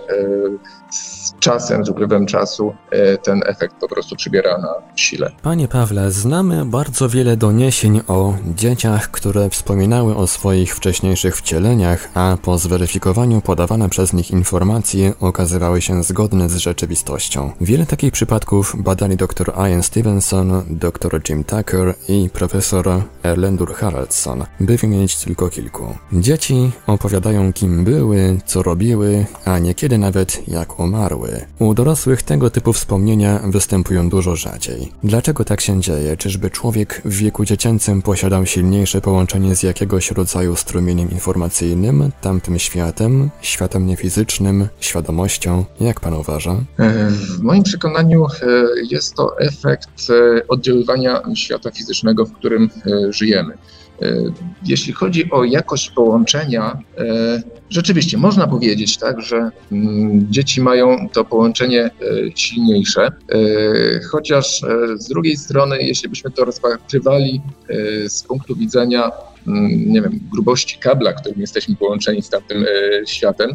z czasem, z upływem czasu ten efekt po prostu przybiera na sile. Panie Pawle, znamy bardzo wiele doniesień o dzieciach, które wspominały o swoich wcześniejszych wcieleniach, a po zweryfikowaniu podawane przez nich informacje okazywały się zgodne z rzeczywistością. Wiele takich przypadków badali dr Ian Stevenson, dr Jim Tucker i profesor Erlendur Haraldsson, by wymienić tylko kilku. Dzieci opowiadają, kim były, co robiły, a niekiedy nawet jak umarły. U dorosłych tego typu wspomnienia występują dużo rzadziej. Dlaczego tak się dzieje? Czyżby człowiek w wieku dziecięcym posiadał silniejsze połączenie z jakiegoś rodzaju strumieniem informacyjnym, tamtym światem, światem niefizycznym, świadomością? Jak pan uważa? W moim przekonaniu jest to efekt oddziaływania świata fizycznego, w którym żyjemy. Jeśli chodzi o jakość połączenia, rzeczywiście można powiedzieć, tak, że dzieci mają to połączenie silniejsze, chociaż z drugiej strony, jeśli byśmy to rozpatrywali z punktu widzenia, nie wiem, grubości kabla, którym jesteśmy połączeni z tamtym światem,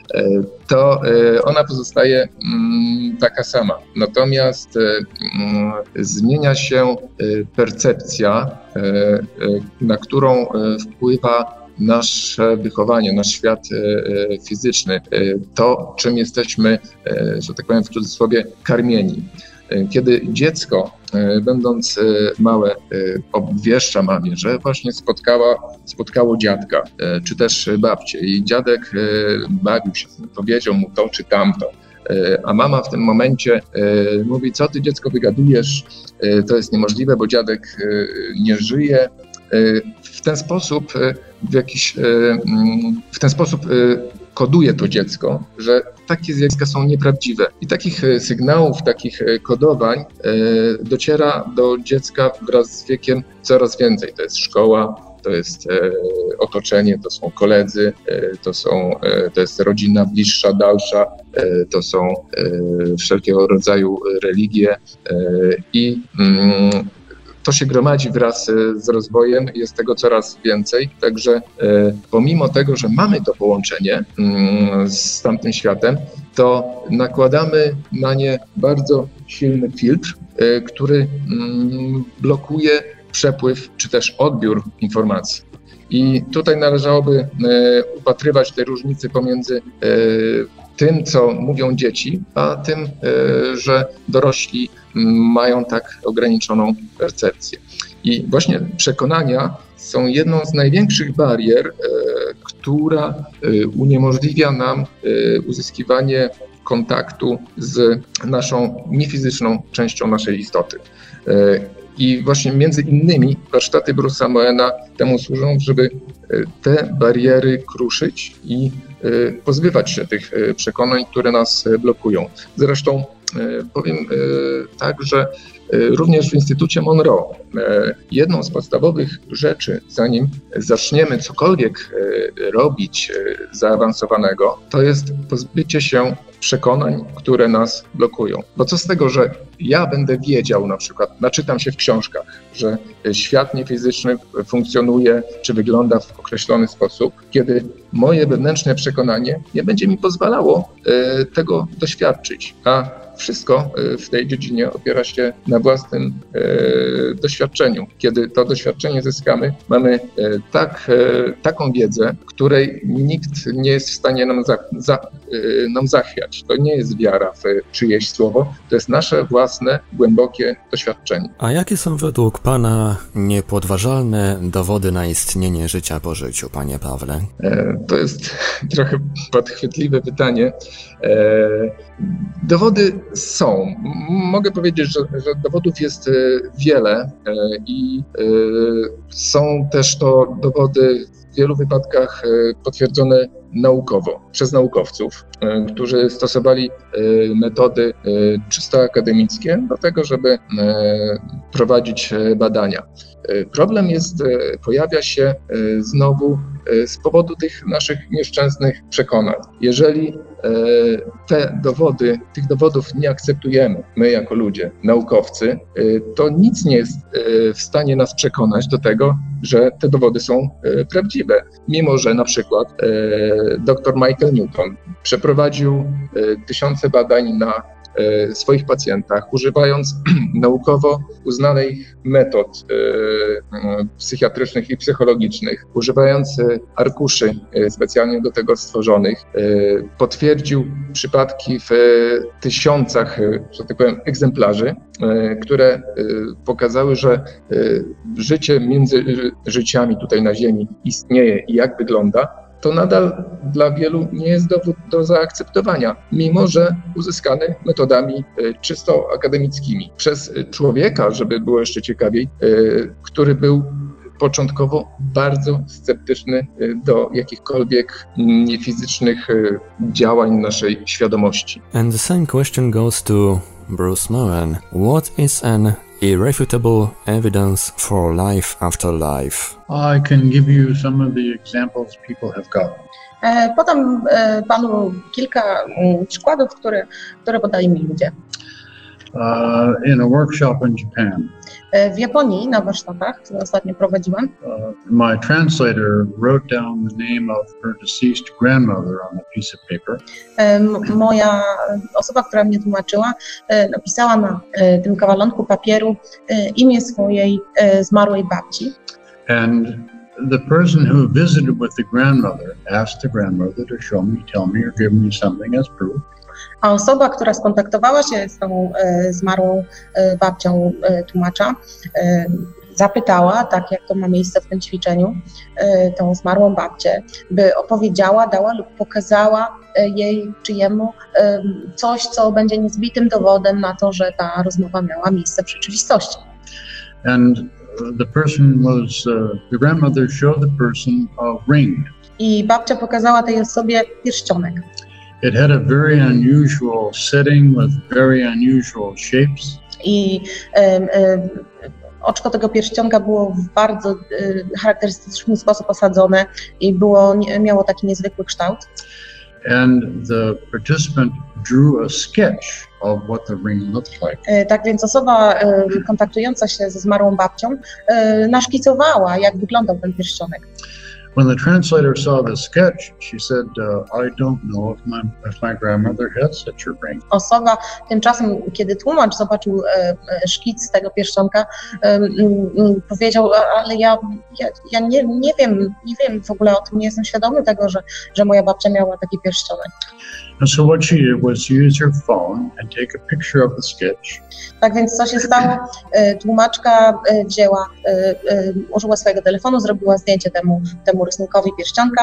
to ona pozostaje taka sama. Natomiast zmienia się percepcja, na którą wpływa nasze wychowanie, nasz świat fizyczny, to, czym jesteśmy, że tak powiem w cudzysłowie, karmieni. Kiedy dziecko, będąc małe, obwieszcza mamie, że właśnie spotkała, spotkało dziadka, czy też babcię i dziadek bawił się, powiedział mu to czy tamto, a mama w tym momencie mówi, co ty dziecko wygadujesz, to jest niemożliwe, bo dziadek nie żyje. W ten sposób, w jakiś, w ten sposób koduje to dziecko, że takie zjawiska są nieprawdziwe. I takich sygnałów, takich kodowań dociera do dziecka wraz z wiekiem coraz więcej. To jest szkoła, to jest otoczenie, to są koledzy, to, są, to jest rodzina bliższa, dalsza, to są wszelkiego rodzaju religie i to się gromadzi wraz z rozwojem, jest tego coraz więcej, także pomimo tego, że mamy to połączenie z tamtym światem, to nakładamy na nie bardzo silny filtr, który blokuje przepływ czy też odbiór informacji. I tutaj należałoby upatrywać te różnice pomiędzy tym, co mówią dzieci, a tym, że dorośli mają tak ograniczoną percepcję. I właśnie przekonania są jedną z największych barier, która uniemożliwia nam uzyskiwanie kontaktu z naszą niefizyczną częścią naszej istoty. I właśnie między innymi warsztaty Bruce'a Moena temu służą, żeby te bariery kruszyć i pozbywać się tych przekonań, które nas blokują. Zresztą powiem tak, że również w Instytucie Monroe jedną z podstawowych rzeczy, zanim zaczniemy cokolwiek robić zaawansowanego, to jest pozbycie się przekonań, które nas blokują. Bo co z tego, że ja będę wiedział, na przykład naczytam się w książkach, że świat niefizyczny funkcjonuje czy wygląda w określony sposób, kiedy moje wewnętrzne przekonanie nie będzie mi pozwalało tego doświadczyć, a wszystko w tej dziedzinie opiera się na własnym e, doświadczeniu. Kiedy to doświadczenie zyskamy, mamy e, tak, e, taką wiedzę, której nikt nie jest w stanie nam, za, za, e, nam zachwiać. To nie jest wiara w czyjeś słowo, to jest nasze własne, głębokie doświadczenie. A jakie są według Pana niepodważalne dowody na istnienie życia po życiu, Panie Pawle? E, to jest trochę podchwytliwe pytanie. E, dowody są. Mogę powiedzieć, że, że dowodów jest wiele i są też to dowody w wielu wypadkach potwierdzone naukowo przez naukowców, którzy stosowali metody czysto akademickie do tego, żeby prowadzić badania. Problem jest, pojawia się znowu z powodu tych naszych nieszczęsnych przekonań. Jeżeli te dowody, tych dowodów nie akceptujemy, my jako ludzie, naukowcy, to nic nie jest w stanie nas przekonać do tego, że te dowody są prawdziwe. Mimo że na przykład dr Michael Newton przeprowadził tysiące badań na swoich pacjentach, używając naukowo uznanych metod psychiatrycznych i psychologicznych, używając arkuszy specjalnie do tego stworzonych, potwierdził przypadki w tysiącach, że tak powiem, egzemplarzy, które pokazały, że życie między życiami tutaj na Ziemi istnieje i jak wygląda, to nadal dla wielu nie jest dowód do zaakceptowania, mimo że uzyskany metodami czysto akademickimi. Przez człowieka, żeby było jeszcze ciekawiej, który był początkowo bardzo sceptyczny do jakichkolwiek niefizycznych działań naszej świadomości. And the same question goes to Bruce Moen. What is an irrefutable evidence for life after life? I can give you some of the examples people have got. Podam panu kilka przykładów, które, które podali mi ludzie. Uh, in a workshop in Japan. W Japonii na warsztatach, które ostatnio prowadziłem. Uh, my translator wrote down the name of her deceased grandmother on a piece of paper. Um, moja osoba, która mnie tłumaczyła, napisała na tym kawalonku papieru imię swojej zmarłej babci. And the person who visited with the grandmother asked the grandmother to show me, tell me, or give me something as proof. A osoba, która skontaktowała się z tą e, zmarłą e, babcią e, tłumacza, e, zapytała, tak jak to ma miejsce w tym ćwiczeniu, e, tą zmarłą babcię, by opowiedziała, dała lub pokazała e, jej czy jemu e, coś, co będzie niezbitym dowodem na to, że ta rozmowa miała miejsce w rzeczywistości. And the person was, uh, the grandmother showed the person a ring. I babcia pokazała tej osobie pierścionek. It had a very unusual setting with very unusual shapes. I e, e, Oczko tego pierścionka było w bardzo y, charakterystyczny sposób osadzone i było, nie, miało taki niezwykły kształt. And the participant drew a sketch of what the ring looked like. Y, tak więc osoba y, kontaktująca się ze zmarłą babcią y, naszkicowała, jak wyglądał ten pierścionek. When the translator saw the sketch, she said, uh, I don't know if my, if my grandmother had such a ring. Osoba tymczasem, kiedy tłumacz zobaczył e, e, szkic tego pierścionka, e, m, m, powiedział, ale ja, ja, ja nie, nie wiem, nie wiem w ogóle o tym, nie jestem świadomy tego, że, że moja babcia miała taki pierścionek. And so what she did was use her phone and take a picture of the sketch. Tak więc co się stało? E, tłumaczka e, wzięła, e, e, użyła swojego telefonu, zrobiła zdjęcie temu, temu rysunkowi pierścionka.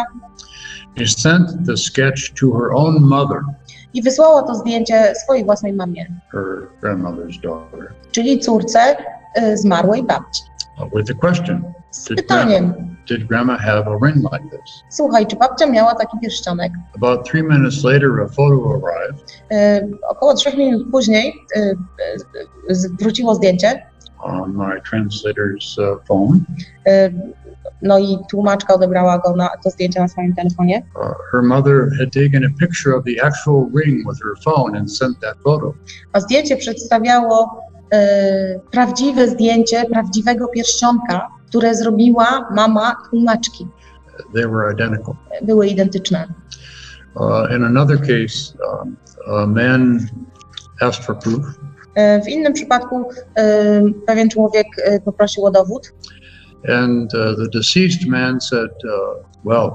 She sent the sketch to her own mother, I wysłała to zdjęcie swojej własnej mamie, her grandmother's daughter, czyli córce e, zmarłej babci. uh, with the question, Z did grandma, pytaniem, did grandma have a ring like this? słuchaj, czy babcia miała taki pierścionek? About three minutes later, a photo arrived. E, około trzech minut później e, e, wróciło zdjęcie, On my translator's uh, phone. e, no i tłumaczka odebrała go na to zdjęcie na swoim telefonie. Uh, her mother had taken a picture of the actual ring with her phone and sent that photo. A zdjęcie przedstawiało e, prawdziwe zdjęcie prawdziwego pierścionka, które zrobiła mama tłumaczki. They were identical. Były identyczne. Uh, in another case, um, a man asked for proof. E, w innym przypadku e, pewien człowiek e, poprosił o dowód. And uh, the deceased man said, uh, well,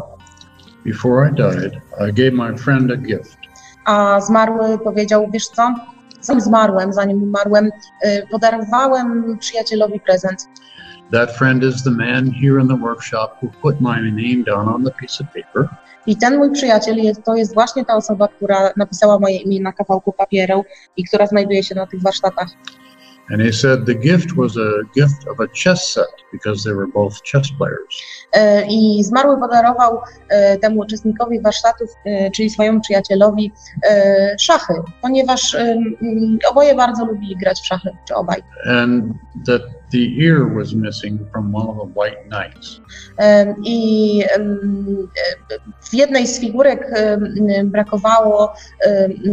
before I died, I gave my friend a gift. A zmarły powiedział, wiesz co, zanim zmarłem, zanim umarłem, e, podarowałem przyjacielowi prezent. That friend is the man here in the workshop who put my name down on the piece of paper. I ten mój przyjaciel jest, to jest właśnie ta osoba, która napisała moje imię na kawałku papieru i która znajduje się na tych warsztatach. And he said the gift was a gift of a chess set because they were both chess players. E, I zmarły podarował e, temu uczestnikowi warsztatów, e, czyli swojemu przyjacielowi, e, szachy, ponieważ e, m, oboje bardzo lubili grać w szachy, czy obaj. And that the ear was missing from one of the white knights. E, I em, e, w jednej z figurek e, m, brakowało e,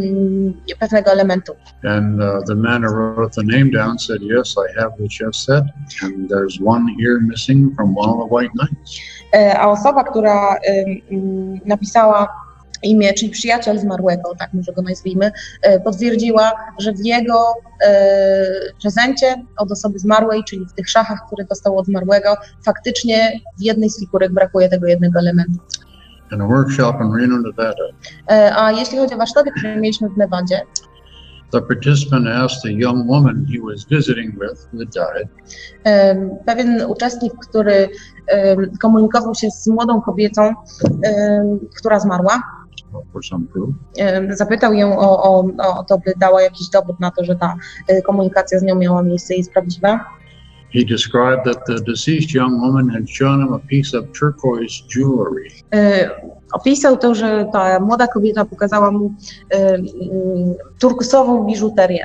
m, pewnego elementu. And uh, the man who wrote the name down said, yes, I have the chess set, and there's one ear missing from one of the white knights. E, A osoba, która em, napisała imię, czyli przyjaciel zmarłego, tak może go nazwijmy, e, potwierdziła, że w jego e, prezencie od osoby zmarłej, czyli w tych szachach, które dostał od zmarłego, faktycznie w jednej z figurek brakuje tego jednego elementu. In a workshop in Reno, Nevada, E, A jeśli chodzi o warsztaty, które mieliśmy w Nevadzie, the participant asked a young woman he was visiting with who had died, e, pewien uczestnik, który e, komunikował się z młodą kobietą, e, która zmarła, for some proof. e, zapytał ją o, o, o to, by dała jakiś dowód na to, że ta e, komunikacja z nią miała miejsce i jest prawdziwa. He described that the deceased young woman had shown him a piece of turquoise jewelry. E, Opisał to, że ta młoda kobieta pokazała mu e, e, turkusową biżuterię.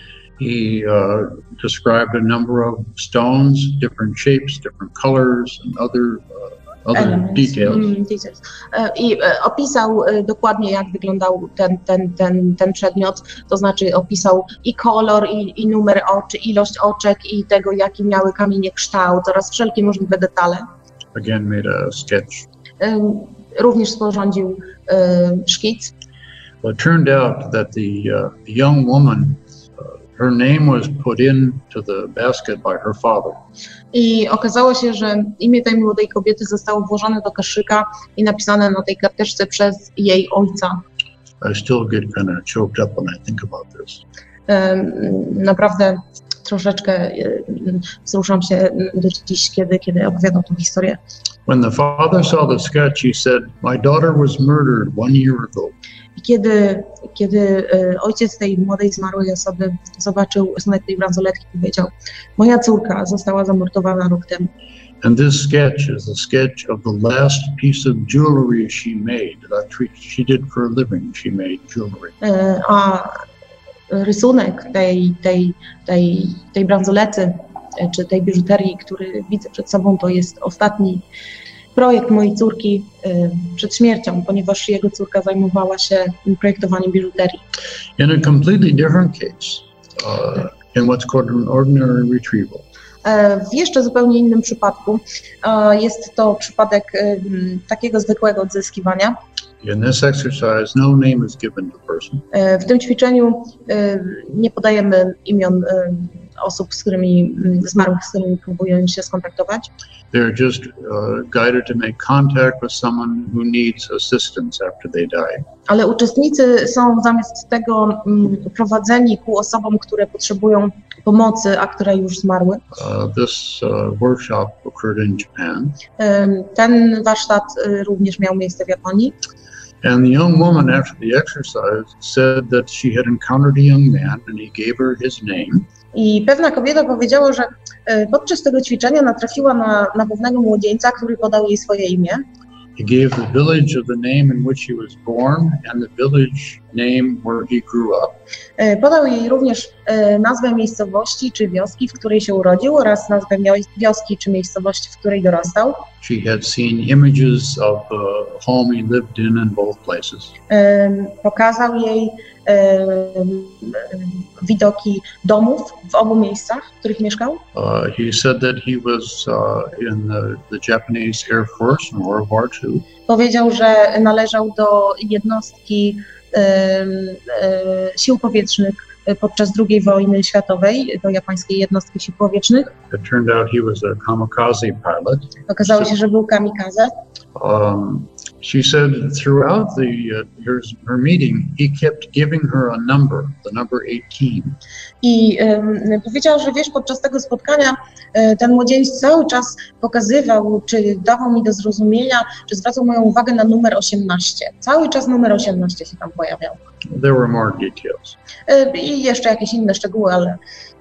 He uh, described a number of stones, different shapes, different colors, and other uh, other Elements. details. Mm, details. E, I e, opisał e, dokładnie, jak wyglądał ten, ten, ten, ten przedmiot, to znaczy opisał i kolor, i, i numer oczy, ilość oczek i tego, jaki miały kamienie kształt oraz wszelkie możliwe detale. Again, made a sketch. E, Również sporządził e, szkic. Well, it turned out that the, uh, the young woman, uh, her name was put into the basket by her father. I okazało się, że imię tej młodej kobiety zostało włożone do koszyka i napisane na tej karteczce przez jej ojca. I still get kind of choked up when I think about this. E, Naprawdę troszeczkę e, wzruszam się do dziś, kiedy, kiedy opowiadam tę historię. When the father saw the sketch, he said, my daughter was murdered one year ago. I kiedy, kiedy e, ojciec tej młodej zmarłej osoby zobaczył rysunek tej bransoletki, powiedział, moja córka została zamordowana rok temu. And this sketch is a sketch of the last piece of jewelry she made. That's what she did for a living. She made jewelry. E, A rysunek tej, tej, tej, tej bransolety czy tej biżuterii, który widzę przed sobą, to jest ostatni projekt mojej córki przed śmiercią, ponieważ jego córka zajmowała się projektowaniem biżuterii. In a completely different case, uh, in what's called an ordinary retrieval. W jeszcze zupełnie innym przypadku jest to przypadek takiego zwykłego odzyskiwania. In this exercise, no name is given to the person. W tym ćwiczeniu nie podajemy imion osób, z którymi zmarłych, z którymi próbują się skontaktować. They're just uh, guided to make contact with someone who needs assistance after they die. Ale uczestnicy są zamiast tego prowadzeni ku osobom, które potrzebują pomocy, a które już zmarły. Uh, this uh, workshop occurred in Japan. Ten warsztat również miał miejsce w Japonii. And the young woman after the exercise said that she had encountered a young man and he gave her his name. I pewna kobieta powiedziała, że podczas tego ćwiczenia natrafiła na, na pewnego młodzieńca, który podał jej swoje imię. He gave the village of the name in which he was born and the village name where he grew up. Podał jej również nazwę miejscowości czy wioski, w której się urodził, oraz nazwę wioski czy miejscowości, w której dorastał. She had seen images of the home he lived in in both places. Pokazał jej widoki domów w obu miejscach, w których mieszkał. Uh, he said that he was uh, in the, the Japanese Air Force in World War Two. Powiedział, że należał do jednostki sił powietrznych podczas drugiej wojny światowej, do japońskiej jednostki sił powietrznych. It turned out he was a kamikaze pilot. Okazało się, że był kamikaze. Um, she said throughout the uh, her, her meeting, he kept giving her a number, the number eighteen. I um, powiedział, że wiesz, podczas tego spotkania e, ten młodzieniec cały czas pokazywał, czy dawał mi do zrozumienia, czy zwracał moją uwagę na numer osiemnaście. Cały czas numer osiemnaście się tam pojawiał. There were more details. E, I jeszcze jakieś inne szczegóły, ale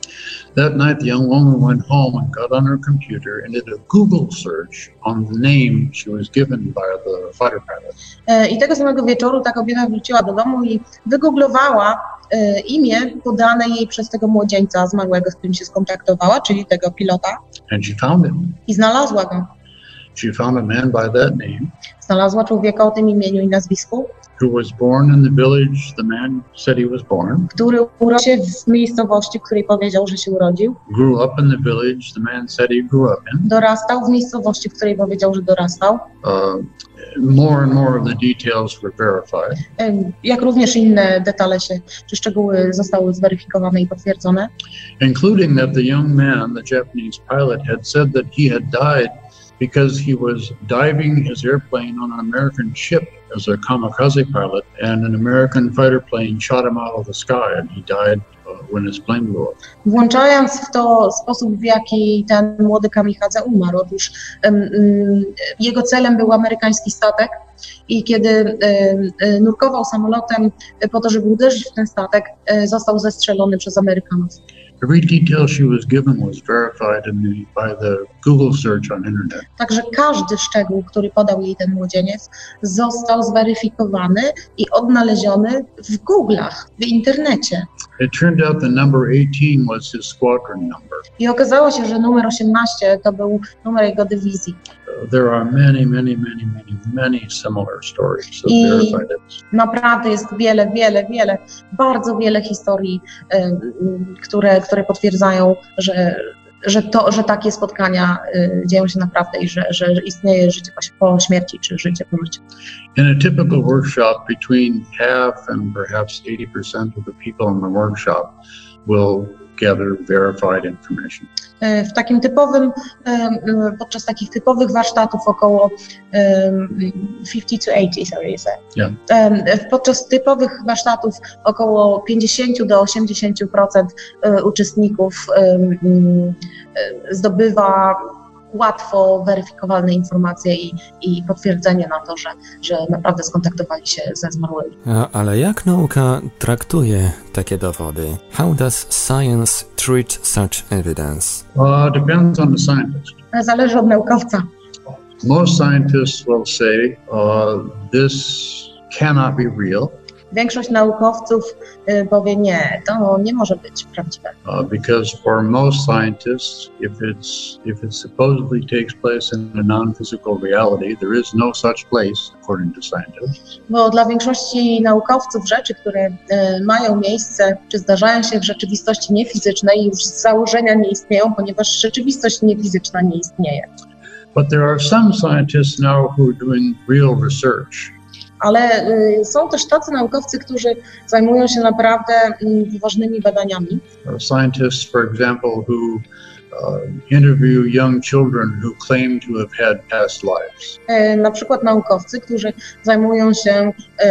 that night, the young woman went home and got on her computer and did a Google search on the name she was given by the fighter pilot. I tego samego wieczoru ta kobieta wróciła do domu i wygooglowała e, imię podane jej przez tego młodzieńca zmarłego, z którym się skontaktowała, czyli tego pilota. And she found him. I znalazła go. She found a man by that name. Znalazła człowieka o tym imieniu i nazwisku. Who was born in the village the man said he was born. Który urodził się w miejscowości, w której powiedział, że się urodził. Grew up in the village the man said he grew up in. Dorastał w miejscowości, w której powiedział, że dorastał. Uh, more and more of the details were verified. Jak również inne detale się, czy szczegóły zostały zweryfikowane i potwierdzone. Including that the young man, the Japanese pilot, had said that he had died because he was diving his airplane on an American ship as a kamikaze pilot, and an American fighter plane shot him out of the sky, and he died uh, when his plane blew up. Włączając w to sposób, w jaki ten młody kamikadze umarł. Otóż um, um, jego celem był amerykański statek i kiedy um, nurkował samolotem po to, żeby uderzyć w ten statek, um, został zestrzelony przez Amerykanów. Every detail she was given was verified in the, by the Google search on internet. Także każdy szczegół, który podał jej ten młodzieniec, został zweryfikowany i odnaleziony w Google'ach, w internecie. It turned out the number eighteen was his squadron number. I okazało się, że numer osiemnaście to był numer jego dywizji. There are many, many, many, many, many similar stories of I verified evidence. Naprawdę jest wiele, wiele, wiele, bardzo wiele historii, um, które, które potwierdzają, że, że, to, że takie spotkania um, dzieją się naprawdę i że, że istnieje życie po śmierci czy życie po życiu. In a typical workshop, between half and perhaps eighty percent of the people in the workshop will gather verified information. W takim typowym, podczas takich typowych warsztatów około fifty to eighty, sorry, yeah. Podczas typowych warsztatów około pięćdziesiąt do osiemdziesięciu procent uczestników zdobywa łatwo weryfikowalne informacje i, i potwierdzenie na to, że, że naprawdę skontaktowali się ze zmarłymi. A, ale jak nauka traktuje takie dowody? How does science treat such evidence? Uh, depends on the scientist. Zależy od naukowca. Most scientists will say uh, this cannot be real. większość naukowców y, powie nie, to nie może być prawdziwe. Uh, because for most scientists, if it's if it supposedly takes place in a non-physical reality, there is no such place, according to scientists. Bo dla większości naukowców rzeczy, które y, mają miejsce, czy zdarzają się w rzeczywistości niefizycznej, już z założenia nie istnieją, ponieważ rzeczywistość niefizyczna nie istnieje. But there are some scientists now who are doing real research. Ale y, są też tacy naukowcy, którzy zajmują się naprawdę y, poważnymi badaniami. Uh, scientists, for example, who uh, interview young children who claim to have had past lives. Y, na przykład naukowcy, którzy zajmują się y,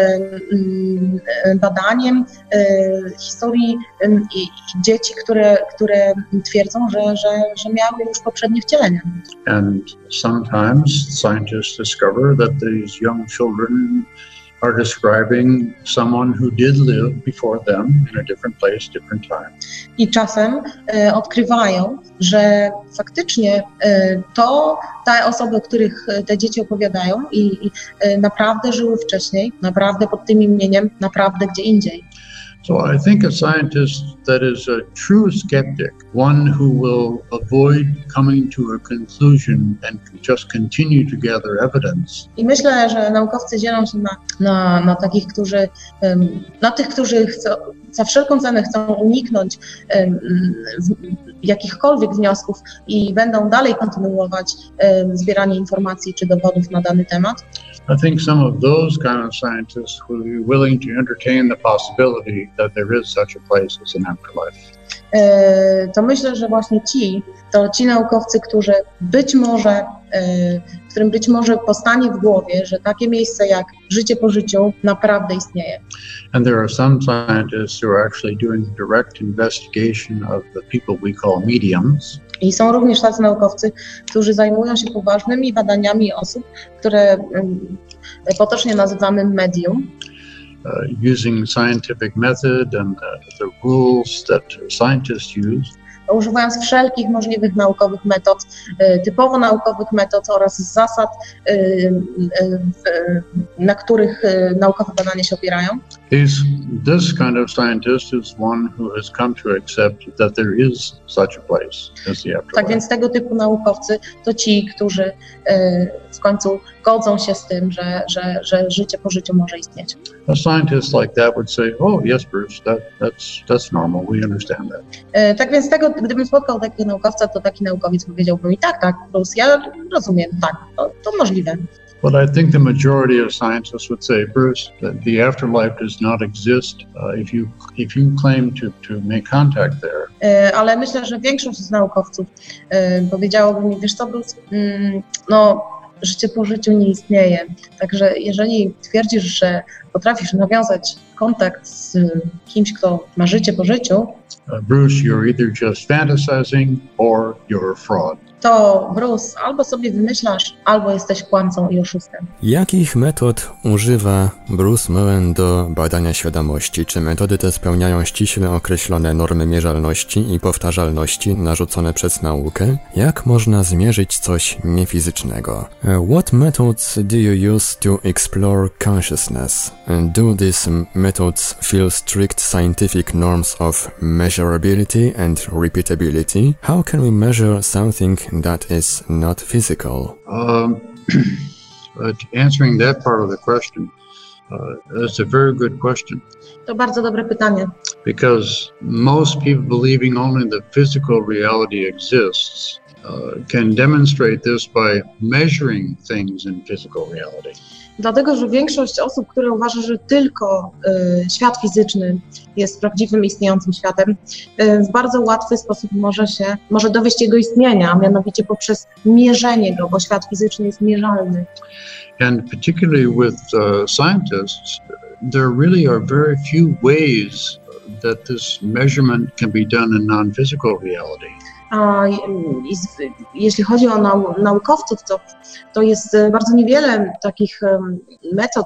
y, badaniem y, historii y, i dzieci, które, które twierdzą, że, że, że miały już poprzednie wcielenia. And sometimes scientists discover that these young children are describing someone who did live before them in a different place, different time. I czasem e, odkrywają, że faktycznie e, to te osoby, o których te dzieci opowiadają i, i e, naprawdę żyły wcześniej, naprawdę pod tym imieniem, naprawdę gdzie indziej. So I think a scientist that is a true skeptic, one who will avoid coming to a conclusion and just continue to gather evidence. I myślę, że naukowcy dzielą się na, na, na takich, którzy, na tych, którzy chcą, za wszelką cenę chcą uniknąć um, jakichkolwiek wniosków i będą dalej kontynuować um, zbieranie informacji czy dowodów na dany temat. I think some of those kind of scientists will be willing to entertain the possibility that there is such a place as an afterlife. To myślę, że właśnie ci, to ci naukowcy, którzy być może, którym być może powstanie w głowie, że takie miejsce jak życie po życiu naprawdę istnieje. And there are some scientists who are actually doing direct investigation of the people we call mediums. I są również tacy naukowcy, którzy zajmują się poważnymi badaniami osób, które potocznie nazywamy medium. Uh, using scientific method and uh, the rules that scientists use. Używając wszelkich możliwych naukowych metod, typowo naukowych metod oraz zasad, na których naukowe badania się opierają. This, this kind of scientist is one who has come to accept that there is such a place as the afterlife. Tak więc tego typu naukowcy to ci, którzy w końcu godzą się z tym, że, że, że życie po życiu może istnieć. A scientist like that would say, "Oh, yes, Bruce, that, that's that's normal. We understand that." Tak więc tego, gdybym spotkał takiego naukowca, to taki naukowiec powiedziałby mi, tak, tak, Bruce, ja rozumiem, tak, to, to możliwe. But I think the majority of scientists would say, Bruce, that the afterlife does not exist uh, if you if you claim to to make contact there. Ale myślę, że większość z naukowców powiedziałoby mi, wiesz co, Bruce, no życie po życiu nie istnieje. Także jeżeli twierdzisz, że potrafisz nawiązać kontakt z kimś, kto ma życie po życiu, uh, Bruce, you're either just fantasizing or you're a fraud. To Bruce, albo sobie wymyślasz, albo jesteś kłamcą i oszustem. Jakich metod używa Bruce Moen do badania świadomości? Czy metody te spełniają ściśle określone normy mierzalności i powtarzalności narzucone przez naukę? Jak można zmierzyć coś niefizycznego? What methods do you use to explore consciousness? Do these methods fill strict scientific norms of measurability and repeatability? How can we measure something that is not physical? Um, but answering that part of the question, uh, that's a very good question. To bardzo dobre pytanie. Because most people believing only the physical reality exists uh, can demonstrate this by measuring things in physical reality. Dlatego, że większość osób, które uważa, że tylko y, świat fizyczny jest prawdziwym, istniejącym światem, y, w bardzo łatwy sposób może się, może dowieść jego istnienia, a mianowicie poprzez mierzenie go, bo świat fizyczny jest mierzalny. And particularly with uh, scientists, there really are very few ways that this measurement can be done in non-physical reality. A jeśli chodzi o nau naukowców, to, to jest bardzo niewiele takich metod,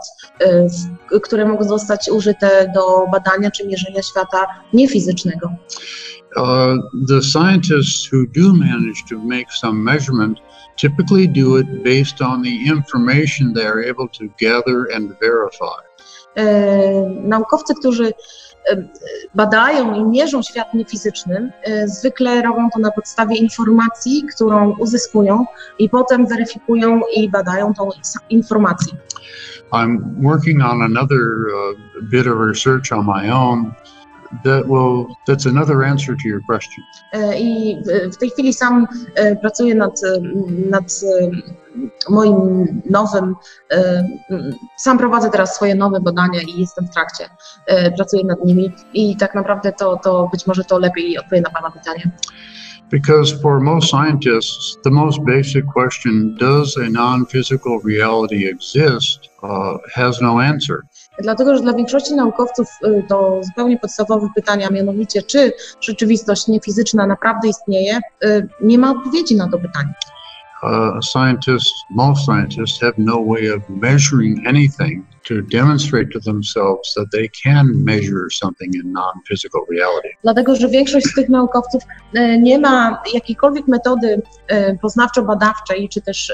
które mogą zostać użyte do badania czy mierzenia świata niefizycznego. Uh, the scientists who do manage to make some measurement typically do it based on the information they are able to gather and verify. Naukowcy, którzy badają i mierzą świat niefizyczny, zwykle robią to na podstawie informacji, którą uzyskują i potem weryfikują i badają tą informację. I'm working on another uh, bit of research on my own that will, that's another answer to your question. I w tej chwili sam pracuję nad, nad moim nowym, sam prowadzę teraz swoje nowe badania i jestem w trakcie, pracuję nad nimi i tak naprawdę to, to być może to lepiej odpowie na Pana pytanie. Because for most scientists, the most basic question, does a non-physical reality exist, uh, has no answer. Dlatego, że dla większości naukowców to zupełnie podstawowe pytania, mianowicie czy rzeczywistość niefizyczna naprawdę istnieje, nie ma odpowiedzi na to pytanie. Uh, scientists, most scientists have no way of measuring anything to demonstrate to themselves that they can measure something in non-physical reality. Dlatego, że większość z tych naukowców nie ma jakiejkolwiek metody poznawczo-badawczej, czy też,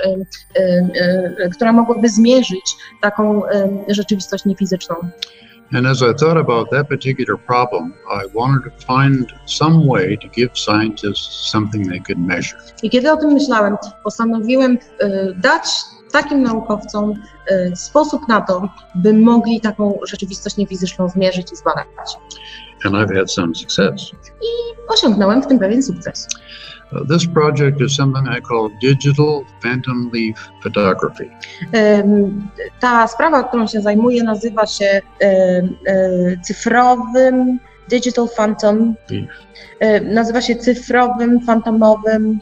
która mogłaby zmierzyć taką rzeczywistość niefizyczną. And as I thought about that particular problem, I wanted to find some way to give scientists something they could measure. I kiedy o tym myślałem, postanowiłem dać takim naukowcom sposób na to, by mogli taką rzeczywistość niefizyczną zmierzyć i zbadać. And I've had some success. I osiągnąłem w tym pewien sukces. Uh, this project is something I call digital phantom leaf photography. Um, ta sprawa, którą się zajmuję, nazywa się um, um, cyfrowym digital phantom. Leaf. Um, nazywa się cyfrowym fantomowym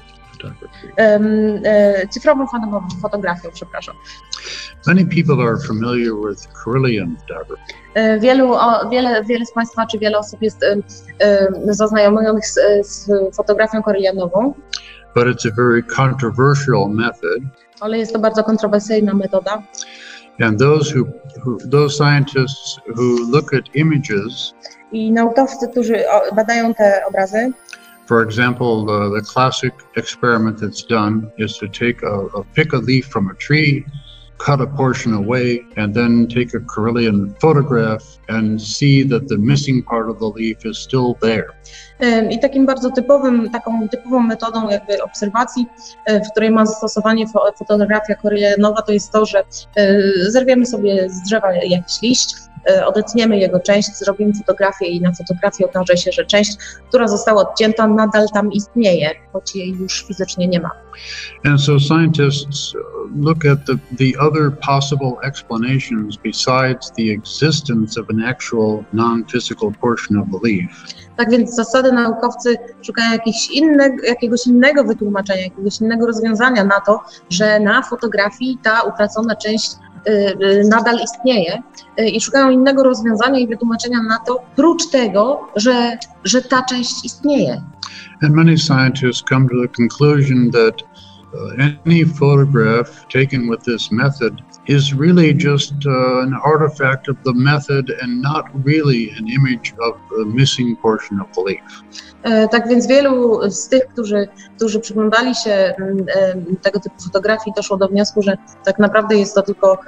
um, um, cyfrową fantomową fotografią, przepraszam. Many people are familiar with Kirlian photography. Wielu, o, wiele, wiele z Państwa, czy wiele osób jest um, um, zaznajomionych z, z fotografią kirlianową. But it's a very controversial method. Ale jest to bardzo kontrowersyjna metoda. And those who, who those scientists who look at images. I naukowcy, którzy badają te obrazy. For example, the, the classic experiment that's done is to take a, a pick a leaf from a tree, cut a portion away, and then take a Kirlian photograph and see that the missing part of the leaf is still there. I takim bardzo typowym, taką typową metodą jakby obserwacji, w której ma zastosowanie fotografia kirlianowa, to jest to, że zerwiemy sobie z drzewa jakiś liść, odetniemy jego część, zrobimy fotografię i na fotografii okaże się, że część, która została odcięta, nadal tam istnieje, choć jej już fizycznie nie ma. And so scientists look at the, the other possible explanations besides the existence of an actual non-physical portion of the leaf. Tak więc zasady naukowcy szukają jakiegoś innego, jakiegoś innego wytłumaczenia, jakiegoś innego rozwiązania na to, że na fotografii ta utracona część nadal istnieje i szukają innego rozwiązania i wytłumaczenia na to, prócz tego, że, że ta część istnieje. And many scientists come to the conclusion that uh, any photograph taken with this method is really just uh, an artifact of the method and not really an image of the missing portion of the leaf. Tak więc wielu z tych, którzy, którzy przyglądali się tego typu fotografii, doszło do wniosku, że tak naprawdę jest to tylko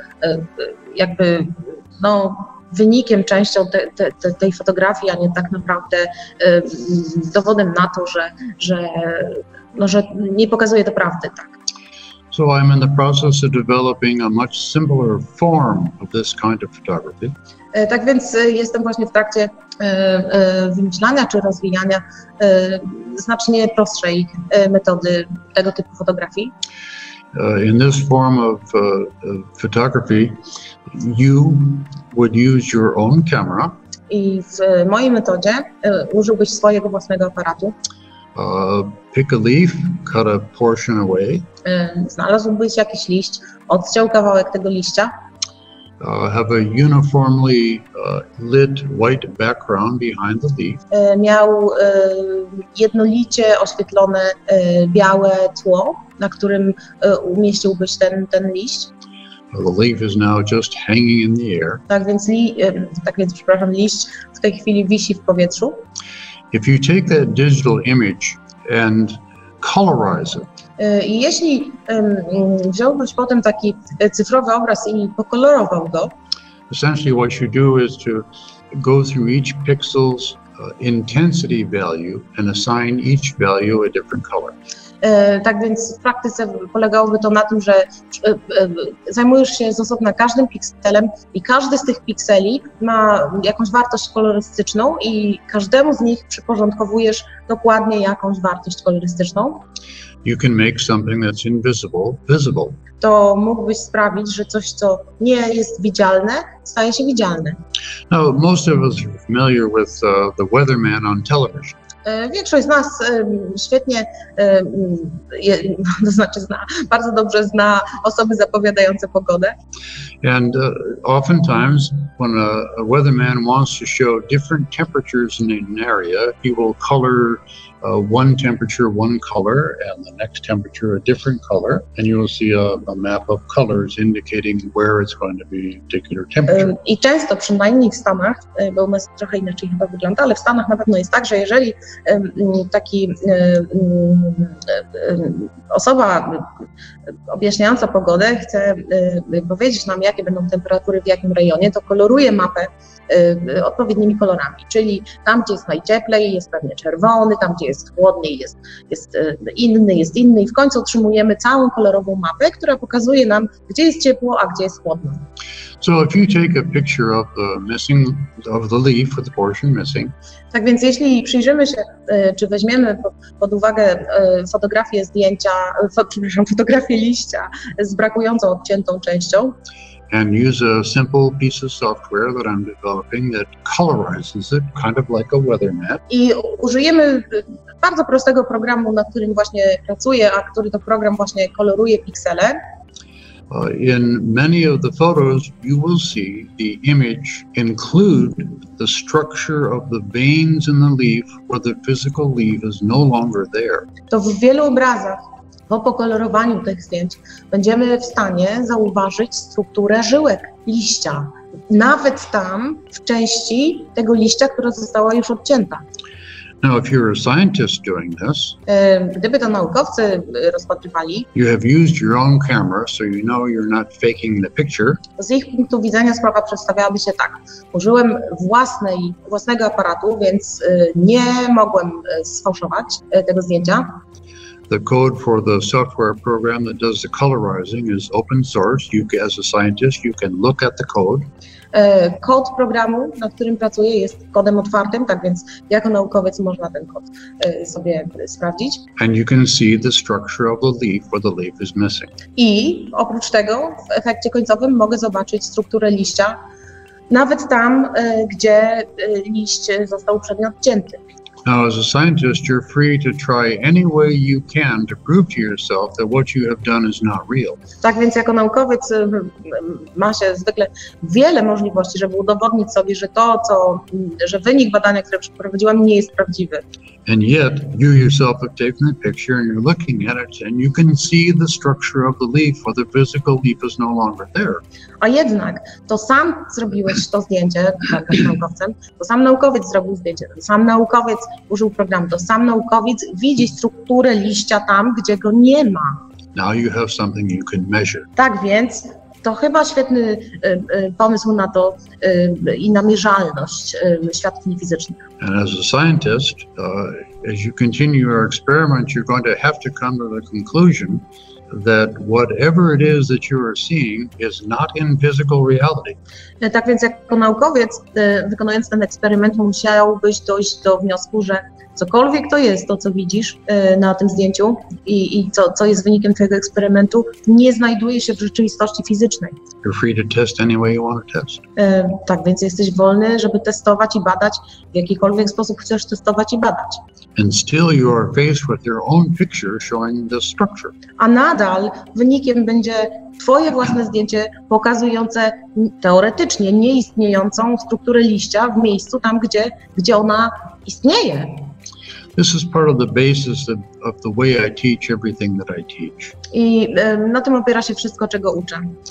jakby no, wynikiem, częścią te, te, te, tej fotografii, a nie tak naprawdę dowodem na to, że, że, no, że nie pokazuje to prawdy. Tak. So I'm in the process of developing a much simpler form of this kind of photography. Tak więc jestem właśnie w trakcie wymyślania czy rozwijania znacznie prostszej metody tego typu fotografii. Uh, in this form of uh, photography, you would use your own camera. I w mojej metodzie użyłbyś swojego własnego aparatu. Uh, pick a leaf, cut a portion away. Znalazłbyś jakiś liść, odciął kawałek tego liścia. Uh, have a uniformly uh, lit white background behind the leaf. Miał jednolicie oświetlone białe tło, na którym umieściłbyś ten, ten liść. The leaf is now just hanging in the air. Tak więc, li, tak więc, przepraszam, liść w tej chwili wisi w powietrzu. If you take that digital image and colorize it. I jeśli um, wziąłbyś potem taki cyfrowy obraz i pokolorował go, essentially what you do is to go through each pixel's uh, intensity value and assign each value a different color. Tak więc w praktyce polegałoby to na tym, że zajmujesz się z osobna każdym pikselem i każdy z tych pikseli ma jakąś wartość kolorystyczną i każdemu z nich przyporządkowujesz dokładnie jakąś wartość kolorystyczną. You can make something that's invisible visible. To mógłbyś sprawić, że coś, co nie jest widzialne, staje się widzialne. Now, most of us are familiar with uh, the weatherman on television. Większość z nas świetnie, to znaczy zna, bardzo dobrze zna osoby zapowiadające pogodę. And uh, oftentimes when a, a weatherman wants to show different temperatures in an area, he will color uh, one temperature one color and the next temperature a different color, and you will see a, a map of colors indicating where it's going to be a particular temperature. I często, przynajmniej w Stanach, bo u nas trochę inaczej chyba wygląda, ale w Stanach na pewno jest tak, że jeżeli taki osoba objaśniająca pogodę chce powiedzieć nam, jakie będą temperatury w jakim rejonie, to koloruje mapę odpowiednimi kolorami, czyli tam, gdzie jest najcieplej, jest pewnie czerwony, tam, gdzie jest chłodniej, jest, jest inny, jest inny i w końcu otrzymujemy całą kolorową mapę, która pokazuje nam, gdzie jest ciepło, a gdzie jest chłodno. So if you take a picture of the missing of the leaf with the portion missing. Tak więc jeśli przyjrzymy się, czy weźmiemy pod uwagę fotografię zdjęcia, przepraszam, fotografię liścia z brakującą, odciętą częścią, and use a simple piece of software that I'm developing that colorizes it, kind of like a weather map. I użyjemy bardzo prostego programu, nad którym właśnie pracuję, a który to program właśnie koloruje piksele. Uh, in many of the photos, you will see the image include the structure of the veins in the leaf where the physical leaf is no longer there. To w wielu obrazach po pokolorowaniu tych zdjęć będziemy w stanie zauważyć strukturę żyłek liścia, nawet tam w części tego liścia, która została już odcięta. Now, if you're a scientist doing this, gdyby to naukowcy rozpatrywali, you have used your own camera, so you know you're not faking the picture. Z ich punktu widzenia sprawa przedstawiałaby się tak. Użyłem własnej, własnego aparatu, więc nie mogłem sfałszować tego zdjęcia. The code for the software program that does the colorizing is open source. You, as a scientist, you can look at the code. Kod programu, nad którym pracuję, jest kodem otwartym, tak więc jako naukowiec można ten kod sobie sprawdzić. And you can see the structure of the leaf where the leaf is missing. I oprócz tego w efekcie końcowym mogę zobaczyć strukturę liścia, nawet tam, gdzie liść został uprzednio odcięty. Now, as a scientist, you're free to try any way you can to prove to yourself that what you have done is not real. Tak więc jako naukowiec ma się zwykle wiele możliwości, żeby udowodnić sobie, że to, co, że wynik badania, które przeprowadziłam, nie jest prawdziwy. And yet, you yourself have taken the picture and you're looking at it and you can see the structure of the leaf where the physical leaf is no longer there. A jednak to sam zrobiłeś to zdjęcie, tak jak naukowcem, to sam naukowiec zrobił zdjęcie, to sam naukowiec użył programu, to sam naukowiec widzi strukturę liścia tam, gdzie go nie ma. Now you have something you can measure. Tak więc to chyba świetny y, y, pomysł na to y, i na mierzalność y, świadków fizycznych. And as a scientist, uh, as you continue your experiment, you're going to have to come to the conclusion that whatever it is that you are seeing is not in physical reality. Tak więc jako naukowiec, y, wykonując ten eksperyment, musiałbyś dojść do wniosku, że cokolwiek to jest, to co widzisz y, na tym zdjęciu i, i co, co jest wynikiem twojego eksperymentu, nie znajduje się w rzeczywistości fizycznej. You're free to test any way you want to test. Y, tak więc jesteś wolny, żeby testować i badać, w jakikolwiek sposób chcesz testować i badać. And still you are faced with your own picture showing the structure. A nadal wynikiem będzie twoje własne zdjęcie pokazujące teoretycznie nieistniejącą strukturę liścia w miejscu tam, gdzie, gdzie ona istnieje. This is part of the basis of, of the way I teach everything that I teach. I y, na tym opiera się wszystko, czego uczę.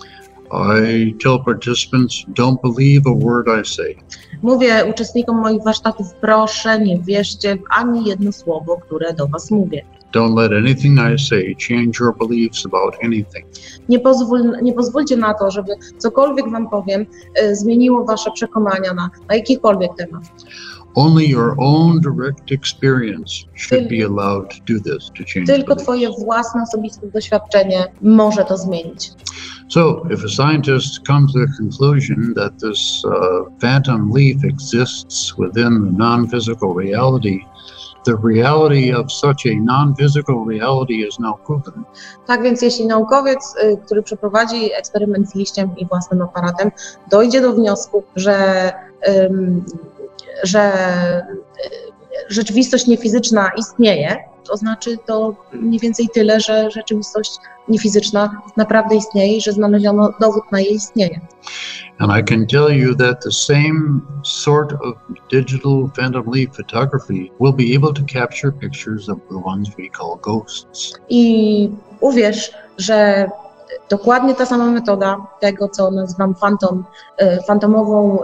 I tell participants, don't believe a word I say. Mówię uczestnikom moich warsztatów, proszę nie wierzcie w ani jedno słowo, które do was mówię. Don't let anything I say change your beliefs about anything. Nie, pozwól, nie pozwólcie na to, żeby cokolwiek wam powiem, y, zmieniło wasze przekonania na, na jakikolwiek temat. Only your own direct experience should be allowed to do this, to change Tylko beliefs. twoje własne osobiste doświadczenie może to zmienić. So, if a scientist comes to the conclusion that this uh, phantom leaf exists within the non-physical reality, the reality of such a non-physical reality is now proven. Tak więc jeśli naukowiec, y, który przeprowadzi eksperyment z liściem i własnym aparatem, dojdzie do wniosku, że, ym, że y, rzeczywistość niefizyczna istnieje, to znaczy to mniej więcej tyle, że rzeczywistość niefizyczna naprawdę istnieje i że znaleziono dowód na jej istnienie. And I can tell you that the same sort of digital phantom leaf photography will be able to capture pictures of the ones we call ghosts. I uwierz, że dokładnie ta sama metoda tego, co nazywam fantom, fantomową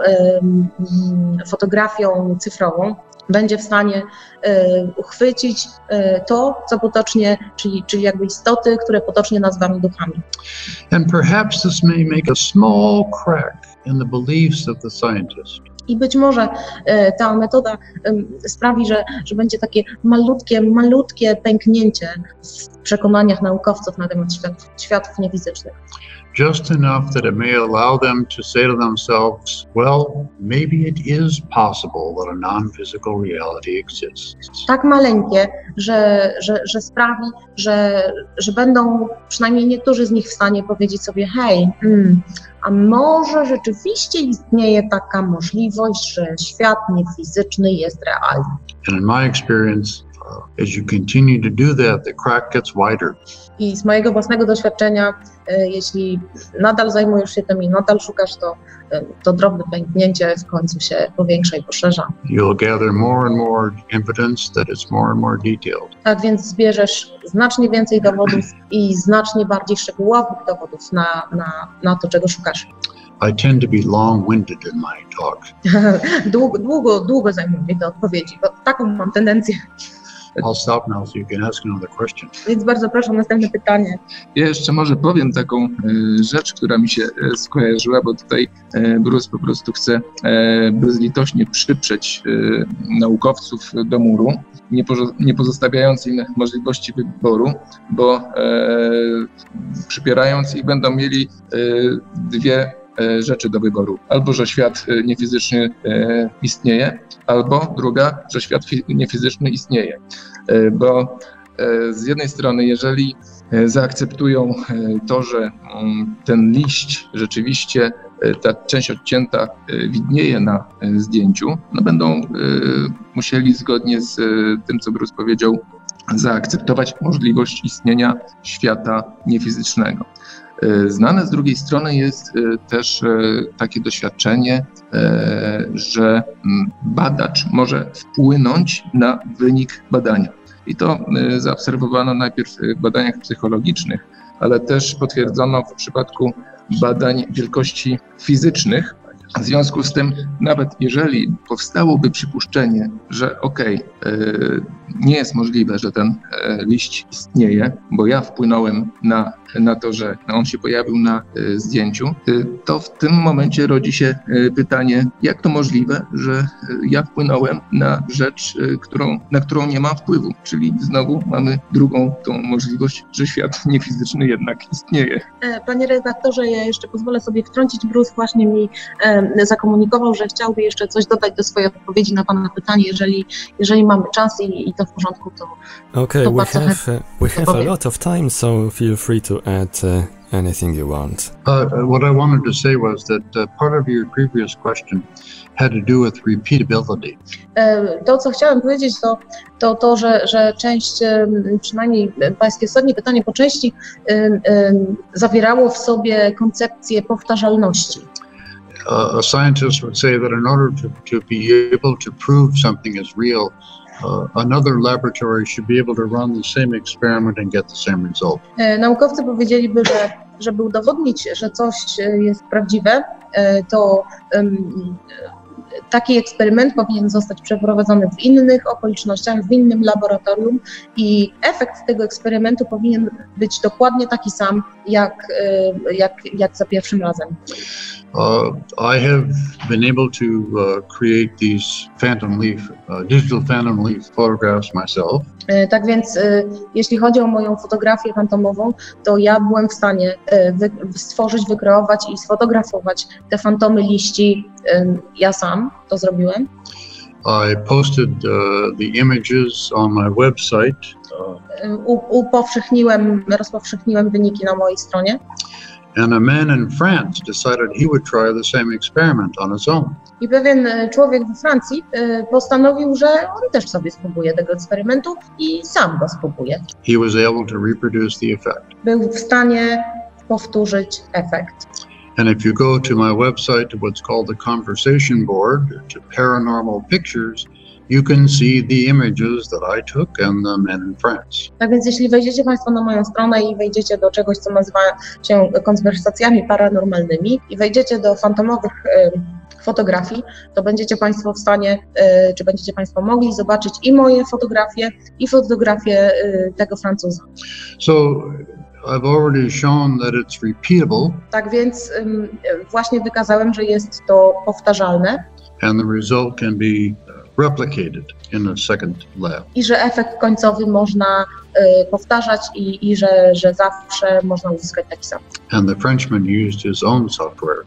fotografią cyfrową, będzie w stanie y, uchwycić y, to, co potocznie, czyli, czyli jakby istoty, które potocznie nazywamy duchami. And perhaps this may make a small crack in the beliefs of the scientist. I być może y, ta metoda y, sprawi, że, że będzie takie malutkie, malutkie pęknięcie w przekonaniach naukowców na temat światów, światów niefizycznych. Just enough that it may allow them to say to themselves, well, maybe it is possible that a non-physical reality exists. Tak maleńkie, że, że, że sprawi, że, że będą przynajmniej niektórzy z nich w stanie powiedzieć sobie, hej, hmm, a może rzeczywiście istnieje taka możliwość, że świat niefizyczny jest realny. And in my experience, uh, as you continue to do that, the crack gets wider. I z mojego własnego doświadczenia, y, jeśli nadal zajmujesz się tym i nadal szukasz, to, y, to drobne pęknięcie w końcu się powiększa i poszerza. You'll gather more and more evidence that it's more and more detailed. Tak więc zbierzesz znacznie więcej dowodów i znacznie bardziej szczegółowych dowodów na, na, na to, czego szukasz. I tend to be long-winded in my talk. długo, długo, długo zajmują mnie te odpowiedzi, bo taką mam tendencję. I'll stop now so you can ask another question. Więc bardzo proszę o następne pytanie. Ja jeszcze może powiem taką e, rzecz, która mi się e, skojarzyła, bo tutaj e, Bruce po prostu chce e, bezlitośnie przyprzeć e, naukowców do muru, nie, pozo- nie pozostawiając im możliwości wyboru, bo e, przypierając ich będą mieli e, dwie rzeczy do wyboru. Albo, że świat niefizyczny e, istnieje, albo druga, że świat fi- niefizyczny istnieje. E, bo e, z jednej strony, jeżeli e, zaakceptują e, to, że m, ten liść rzeczywiście, e, ta część odcięta e, widnieje na e, zdjęciu, no będą e, musieli zgodnie z e, tym, co Bruce powiedział, zaakceptować możliwość istnienia świata niefizycznego. Znane z drugiej strony jest też takie doświadczenie, że badacz może wpłynąć na wynik badania. I to zaobserwowano najpierw w badaniach psychologicznych, ale też potwierdzono w przypadku badań wielkości fizycznych. W związku z tym, nawet jeżeli powstałoby przypuszczenie, że okej, okay, nie jest możliwe, że ten e, liść istnieje, bo ja wpłynąłem na, na to, że on się pojawił na e, zdjęciu, e, to w tym momencie rodzi się e, pytanie, jak to możliwe, że e, ja wpłynąłem na rzecz, e, którą, na którą nie mam wpływu. Czyli znowu mamy drugą tą możliwość, że świat niefizyczny jednak istnieje. Panie redaktorze, ja jeszcze pozwolę sobie wtrącić. Bruce właśnie mi e, zakomunikował, że chciałby jeszcze coś dodać do swojej odpowiedzi na pana pytanie. Jeżeli, jeżeli mamy czas i, i to w porządku, to Okay, to we bardzo have, chętnie uh, we have a powiem. lot of time, so feel free to add uh, anything you want. Uh, what I wanted to say was that uh, part of your previous question had to do with repeatability. E, To, co chciałem powiedzieć, to to, to że, że część, e, przynajmniej pańskie ostatnie pytanie po części e, e, zawierało w sobie koncepcję powtarzalności. Uh, a scientist would say that in order to, to be able to prove something is real, uh, another laboratory should be able to run the same experiment and get the same result. E, Naukowcy powiedzieliby, że żeby udowodnić, że coś jest prawdziwe, to taki eksperyment powinien zostać przeprowadzony w innych okolicznościach, w innym laboratorium i efekt tego eksperymentu powinien być dokładnie taki sam, jak, jak, jak za pierwszym razem. Uh, I have been able to uh, create these phantom leaf, uh, digital phantom leaf photographs myself. Tak więc jeśli chodzi o moją fotografię fantomową, to ja byłem w stanie wy, stworzyć, wykreować i sfotografować te fantomy liści. Ja sam to zrobiłem. I posted uh, the images on my website. Uh, U, upowszechniłem, rozpowszechniłem wyniki na mojej stronie. And a man in France decided he would try the same experiment on his own. I pewien człowiek we Francji postanowił, że on też sobie spróbuje tego eksperymentu i sam go spróbuje. He was able to reproduce the effect. Był w stanie powtórzyć efekt. And if you go to my website, to what's called the conversation board, to paranormal pictures, you can see the images that I took and the men in France. Tak więc jeśli wejdziecie Państwo na moją stronę i wejdziecie do czegoś, co nazywa się konwersacjami paranormalnymi i wejdziecie do fantomowych y, fotografii, to będziecie Państwo w stanie, y, czy będziecie Państwo mogli zobaczyć i moje fotografie, i fotografie y, tego Francuza. So I've already shown that it's repeatable. Tak więc y, właśnie wykazałem, że jest to powtarzalne. And the result can be replicated in a second lab. I że efekt końcowy można y, powtarzać i, i że, że zawsze można uzyskać taki sam. And the Frenchman used his own software.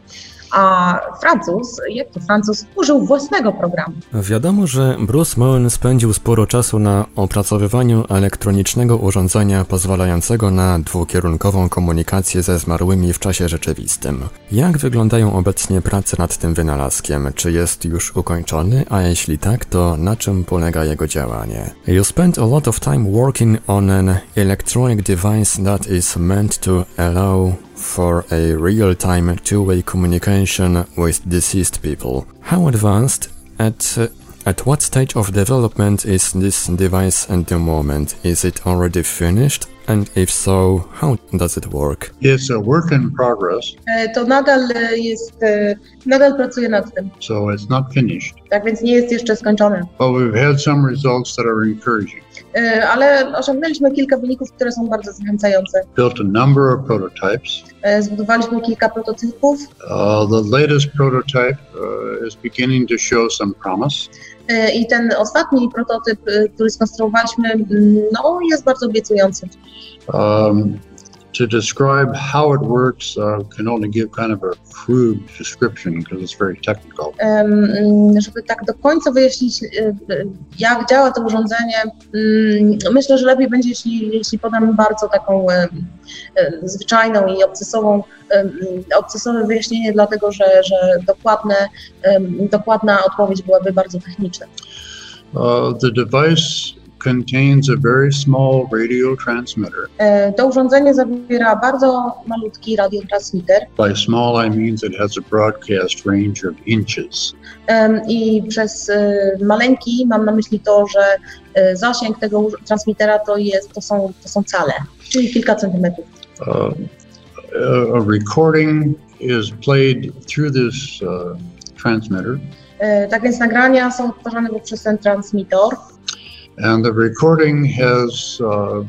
A Francuz, jak to Francuz, użył własnego programu. Wiadomo, że Bruce Moen spędził sporo czasu na opracowywaniu elektronicznego urządzenia pozwalającego na dwukierunkową komunikację ze zmarłymi w czasie rzeczywistym. Jak wyglądają obecnie prace nad tym wynalazkiem? Czy jest już ukończony? A jeśli tak, to na czym polega jego działanie? You spent a lot of time working on an electronic device that is meant to allow for a real-time two-way communication with deceased people. How advanced, at uh, at what stage of development is this device at the moment? Is it already finished? And if so, how does it work? It's a work in progress. To nadal jest, nadal pracuję nad tym. So it's not finished. Tak więc nie jest jeszcze skończone. But we've had some results that are encouraging. Ale osiągnęliśmy kilka wyników, które są bardzo zachęcające. Built a number of prototypes. Zbudowaliśmy kilka prototypów. Uh, the latest prototype uh, is beginning to show some promise. I ten ostatni prototyp, który skonstruowaliśmy, no, jest bardzo obiecujący. Um, to describe how it works, uh, can only give kind of a crude description because it's very technical. Um, żeby tak do końca wyjaśnić, jak działa to urządzenie, um, myślę, że lepiej będzie, jeśli, jeśli podam bardzo taką um, zwyczajną i obcesową, um, obcesowe wyjaśnienie, dlatego że, że dokładne, um, dokładna odpowiedź byłaby bardzo techniczna. Uh, the device contains a very small radio transmitter. To urządzenie zawiera bardzo malutki radiotransmitter. By small I mean it has a broadcast range of inches. I przez maleńki mam na myśli to, że zasięg tego transmitera to jest, to są, to są cale, czyli kilka centymetrów. Uh, a recording is played through this uh, transmitter. Tak więc nagrania są odtwarzane poprzez ten transmitter. And the recording has uh,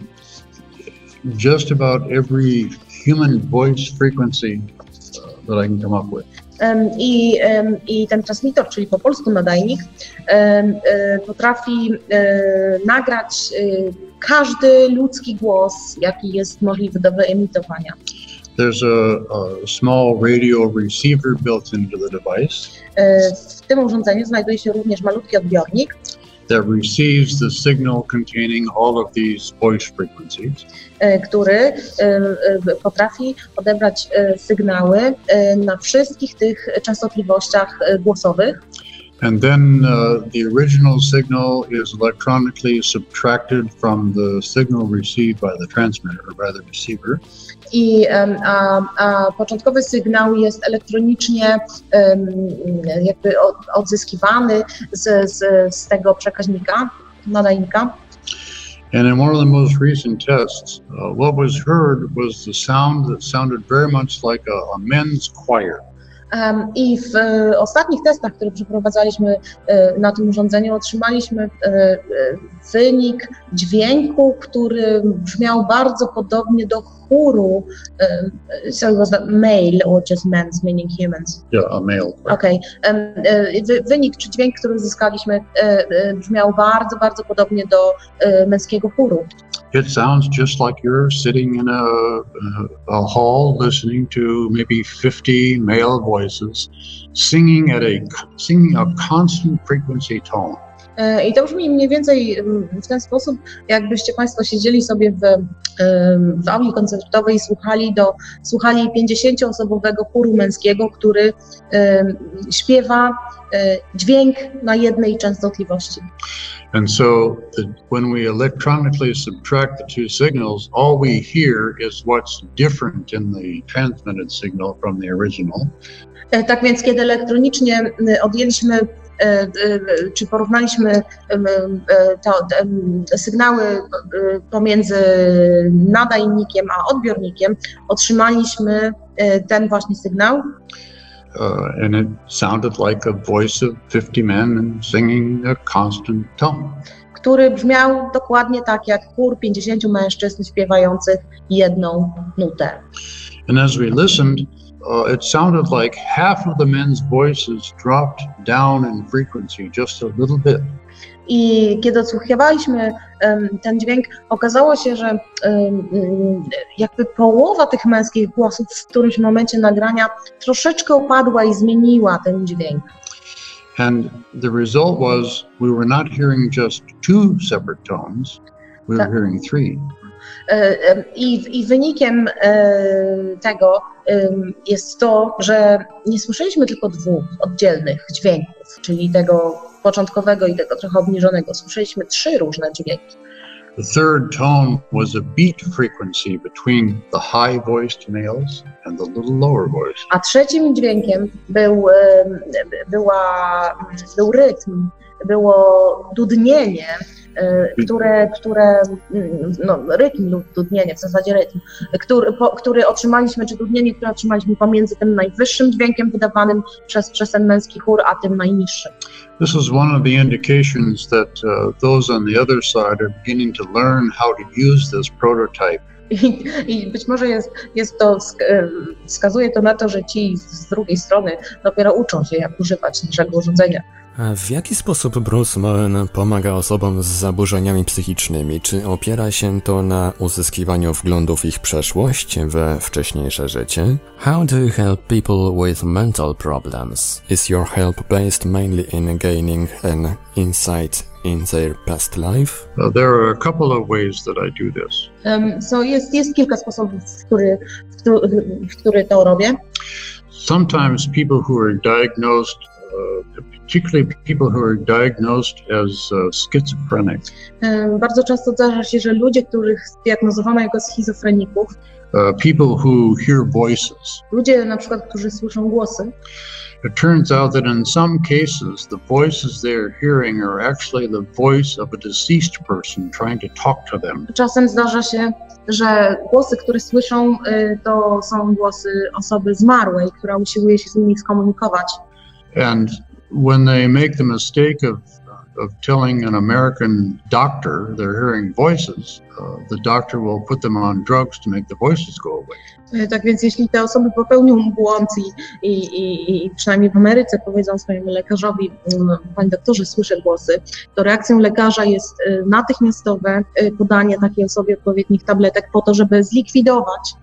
just about every human voice frequency uh, that I can come up with. Um, i, um, I ten transmitter, czyli po polsku nadajnik, um, um, potrafi um, nagrać um, każdy ludzki głos, jaki jest możliwy do wyemitowania. There's a, a small radio receiver built into the device. W tym urządzeniu znajduje się również malutki odbiornik, that receives the signal containing all of these voice frequencies. Który potrafi odebrać sygnały na wszystkich tych częstotliwościach głosowych. And then uh, the original signal is electronically subtracted from the signal received by the transmitter or by the receiver. I a, a początkowy sygnał jest elektronicznie um, jakby odzyskiwany z, z, z tego przekaźnika, nadajnika. And in one of the most recent tests, uh, what was heard was the sound that sounded very much like a, a men's choir. Um, I w e, ostatnich testach, które przeprowadzaliśmy e, na tym urządzeniu, otrzymaliśmy e, e, wynik dźwięku, który brzmiał bardzo podobnie do chóru. E, so it was that male or just men's, meaning humans? Yeah, a male. Okej. Okay. E, wy, wynik czy dźwięk, który uzyskaliśmy, e, e, brzmiał bardzo, bardzo podobnie do e, męskiego chóru. It sounds just like you're sitting in a, a hall listening to maybe fifty male voices singing at a singing a constant frequency tone. I to brzmi mniej więcej w ten sposób, jakbyście Państwo siedzieli sobie w, w auli koncertowej i słuchali, do, słuchali pięćdziesięcioosobowego chóru męskiego, który śpiewa dźwięk na jednej częstotliwości. And so the, when we electronically subtract the two signals, all we hear is what's different in the transmitted signal from the original. Tak więc kiedy elektronicznie odjęliśmy czy porównaliśmy to, sygnały pomiędzy nadajnikiem a odbiornikiem, otrzymaliśmy ten właśnie sygnał. Uh, and it sounded like a voice of fifty men singing a constant tone. Który brzmiał dokładnie tak jak chór pięćdziesięciu mężczyzn śpiewających jedną nutę. And as we listened, uh, it sounded like half of the men's voices dropped down in frequency just a little bit. I kiedy odsłuchiwaliśmy um, ten dźwięk, okazało się, że um, jakby połowa tych męskich głosów w którymś momencie nagrania troszeczkę opadła i zmieniła ten dźwięk. And the result was we were not hearing just two separate tones, we were hearing three. I, I wynikiem tego jest to, że nie słyszeliśmy tylko dwóch oddzielnych dźwięków, czyli tego początkowego i tego trochę obniżonego. Słyszeliśmy trzy różne dźwięki. The third tone was a beat frequency between the high-voiced males and the little lower voice. A trzecim dźwiękiem był, była, był rytm, było dudnienie, które, które no, rytm lub dudnienie, w zasadzie rytm, który, po, który otrzymaliśmy, czy dudnienie, które otrzymaliśmy pomiędzy tym najwyższym dźwiękiem wydawanym przez, przez ten męski chór, a tym najniższym. This is one of the indications that uh, those on the other side are beginning to learn how to use this prototype. I, I być może jest, jest to, wskazuje to na to, że ci z drugiej strony dopiero uczą się, jak używać naszego urządzenia. A w jaki sposób Bruce Moen pomaga osobom z zaburzeniami psychicznymi? Czy opiera się to na uzyskiwaniu wglądu w ich przeszłość, we wcześniejsze życie? How do you help people with mental problems? Is your help based mainly in gaining an insight in their past life? Uh, there are a couple of ways that I do this. Um, so jest, jest kilka sposobów, w który, w, który, w który to robię. Sometimes people who are diagnosed Uh, particularly people who are diagnosed as uh, schizophrenic. Um, bardzo często zdarza się, że ludzie, których zdiagnozowano jako schizofreników, uh, people who hear voices. Ludzie na przykład, którzy słyszą głosy. It turns out that in some cases the voices they are hearing are actually the voice of a deceased person trying to talk to them. Czasem zdarza się, że głosy, które słyszą, to są głosy osoby zmarłej, która usiłuje się z nimi skomunikować. And when they make the mistake of, of telling an American doctor they're hearing voices, uh, the doctor will put them on drugs to make the voices go away. Tak więc jeśli te osoby popełnią błąd i, i, i, i przynajmniej w Ameryce powiedzą swojemu lekarzowi, panie doktorze, słyszę głosy, to reakcją lekarza jest natychmiastowe podanie takiej osobie odpowiednich tabletek po to, żeby zlikwidować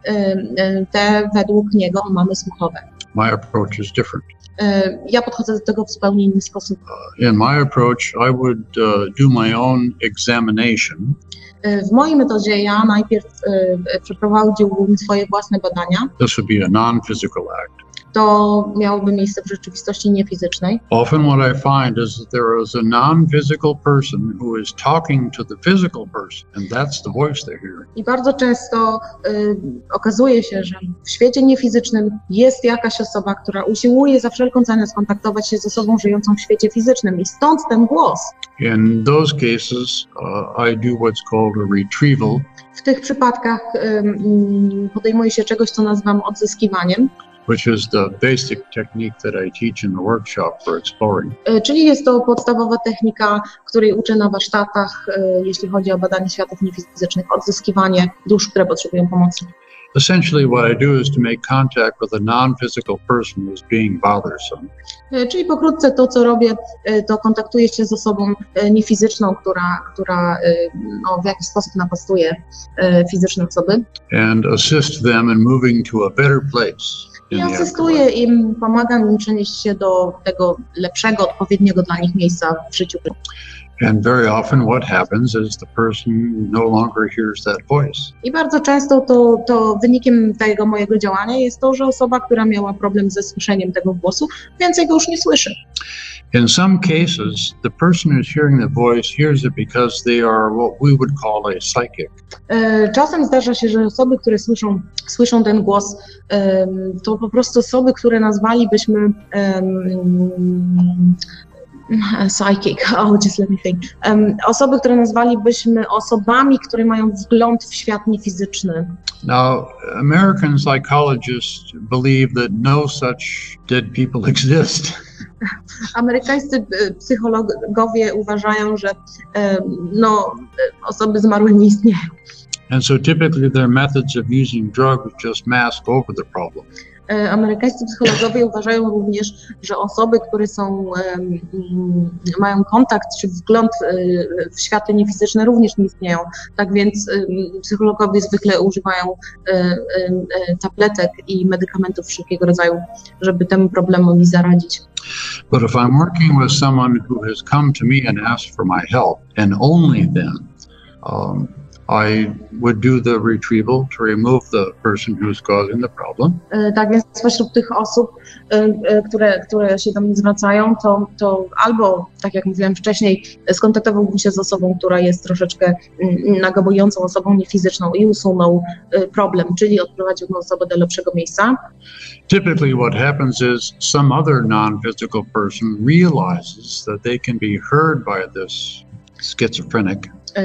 te według niego omamy słuchowe. My approach is different. Ja podchodzę do tego w zupełnie inny sposób. In my approach, I would uh, do my own examination. W mojej metodzie ja najpierw przeprowadziłbym swoje własne badania. This would be a non-physical act. to miałoby miejsce w rzeczywistości niefizycznej. Often what I find is that there is a non-physical person who is talking to the physical person, and that's the voice they're hearing. I bardzo często y, okazuje się, że w świecie niefizycznym jest jakaś osoba, która usiłuje za wszelką cenę skontaktować się z osobą żyjącą w świecie fizycznym i stąd ten głos. In those cases, uh, I do what's called a retrieval. W tych przypadkach y, podejmuje się czegoś, co nazywam odzyskiwaniem, which is the basic technique that I teach in the workshop for exploring. Czyli jest to podstawowa technika, której uczę na warsztatach, jeśli chodzi o badanie światów niefizycznych, odzyskiwanie dusz, które potrzebują pomocy. Essentially what I do is to make contact with a non-physical person who is being bothersome. Czyli pokrótce to, co robię, to kontaktuję się z osobą niefizyczną, która, która no, w jakiś sposób napastuje fizyczne osoby. And assist them in moving to a better place. I asystuję im, pomagam im przenieść się do tego lepszego, odpowiedniego dla nich miejsca w życiu. And very often what happens is the person no longer hears that voice. I bardzo często to, to wynikiem tego mojego działania jest to, że osoba, która miała problem ze słyszeniem tego głosu, więcej go już nie słyszy. In some cases, the person who's hearing the voice hears it because they are what we would call a psychic. Czasem zdarza się, że osoby, które słyszą, słyszą ten głos, to po prostu osoby, które nazwalibyśmy um, psychic, oh, just let me think. Um, osoby, które nazwalibyśmy osobami, które mają wgląd w świat niefizyczny. Now, American psychologists believe that no such dead people exist. Amerykańscy psychologowie uważają, że um, no, osoby zmarłe nie istnieją. And so typically their methods of using drugs just mask over the problem. Amerykańscy psychologowie uważają również, że osoby, które są, um, mają kontakt czy wgląd w światy niefizyczne, również nie istnieją. Tak więc um, psychologowie zwykle używają um, um, tabletek i medykamentów wszelkiego rodzaju, żeby temu problemowi zaradzić. But if I'm working with someone who has come to me and asked for my help, and only then, um, I would do the retrieval to remove the person who's causing the problem. Tak więc spośród tych osób, które, które się do mnie zwracają, to, to albo, tak jak mówiłem wcześniej, skontaktowałbym się z osobą, która jest troszeczkę nagabującą osobą niefizyczną i usunął problem, czyli odprowadził tę osobę do lepszego miejsca. Typically what happens is some other non-physical person realizes that they can be heard by this schizophrenic.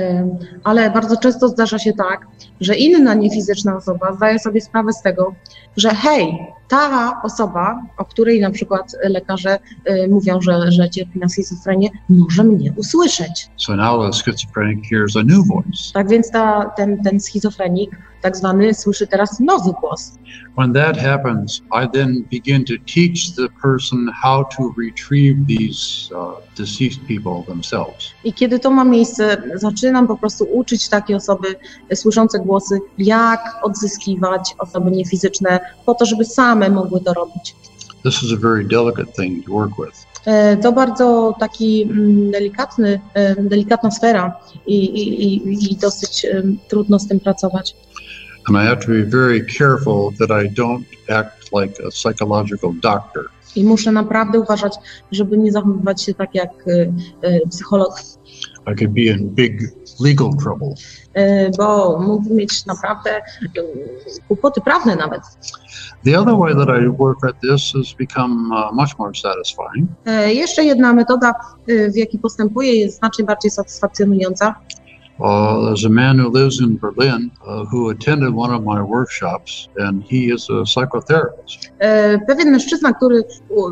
Ale bardzo często zdarza się tak, że inna niefizyczna osoba zdaje sobie sprawę z tego, że hej, ta osoba, o której na przykład lekarze y, mówią, że, że cierpi na schizofrenię, może mnie usłyszeć. So now the schizophrenic hears a new voice. Tak więc ta, ten, ten schizofrenik, tak zwany, słyszy teraz nowy głos. When that happens, I then begin to teach the person how to retrieve these uh, deceased people themselves. I kiedy to ma miejsce, zaczynam po prostu uczyć takie osoby słyszące głosy, jak odzyskiwać osoby niefizyczne, po to, żeby same mogły to robić. This is a very delicate thing to work with. To bardzo taki delikatny, delikatna sfera i, i, i dosyć trudno z tym pracować. And I have to be very careful that I don't act like a psychological doctor. I muszę naprawdę uważać, żeby nie zachowywać się tak jak y, y, psycholog. I could be in big legal trouble. Y, bo mógł mieć naprawdę y, kłopoty prawne nawet. The other way that I work at this has become uh, much more satisfying. Y, jeszcze jedna metoda, y, w jakiej postępuję, jest znacznie bardziej satysfakcjonująca. Uh, there's a man who lives in Berlin uh, who attended one of my workshops, and he is a psychotherapist. Pewien mężczyzna, który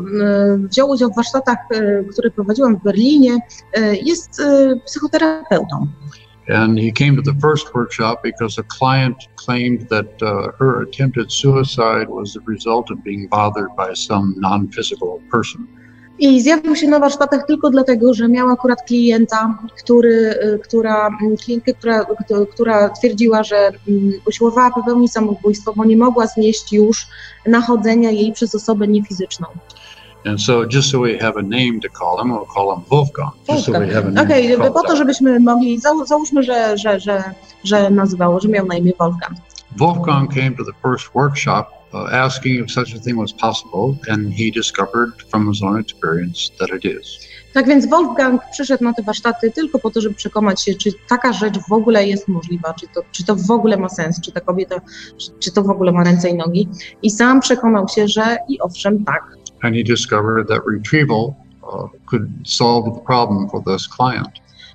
wziął udział w warsztatach, które prowadziłam w Berlinie, jest psychoterapeutą. And he came to the first workshop because a client claimed that uh, her attempted suicide was the result of being bothered by some non-physical person. I zjawił się na warsztatach tylko dlatego, że miał akurat klienta, który, która, klientkę, która, która twierdziła, że usiłowała popełnić samobójstwo, bo nie mogła znieść już nachodzenia jej przez osobę niefizyczną. And so just so we have a name to call him, we'll call him Wolfgang. Just so we have a name Okej, to call po to, żebyśmy mogli, załóżmy, że, że, że, że nazywało, że miał na imię Wolfgang. Wolfgang came to the first workshop uh, asking if such a thing was possible, and he discovered from his own experience that it is. Tak więc Wolfgang przyszedł na te warsztaty tylko po to, żeby przekonać się, czy taka rzecz w ogóle jest możliwa, czy to, czy to w ogóle ma sens, czy ta kobieta, czy, czy to w ogóle ma ręce i nogi. I sam przekonał się, że i owszem, tak. And he discovered that retrieval uh, could solve the problem for this client.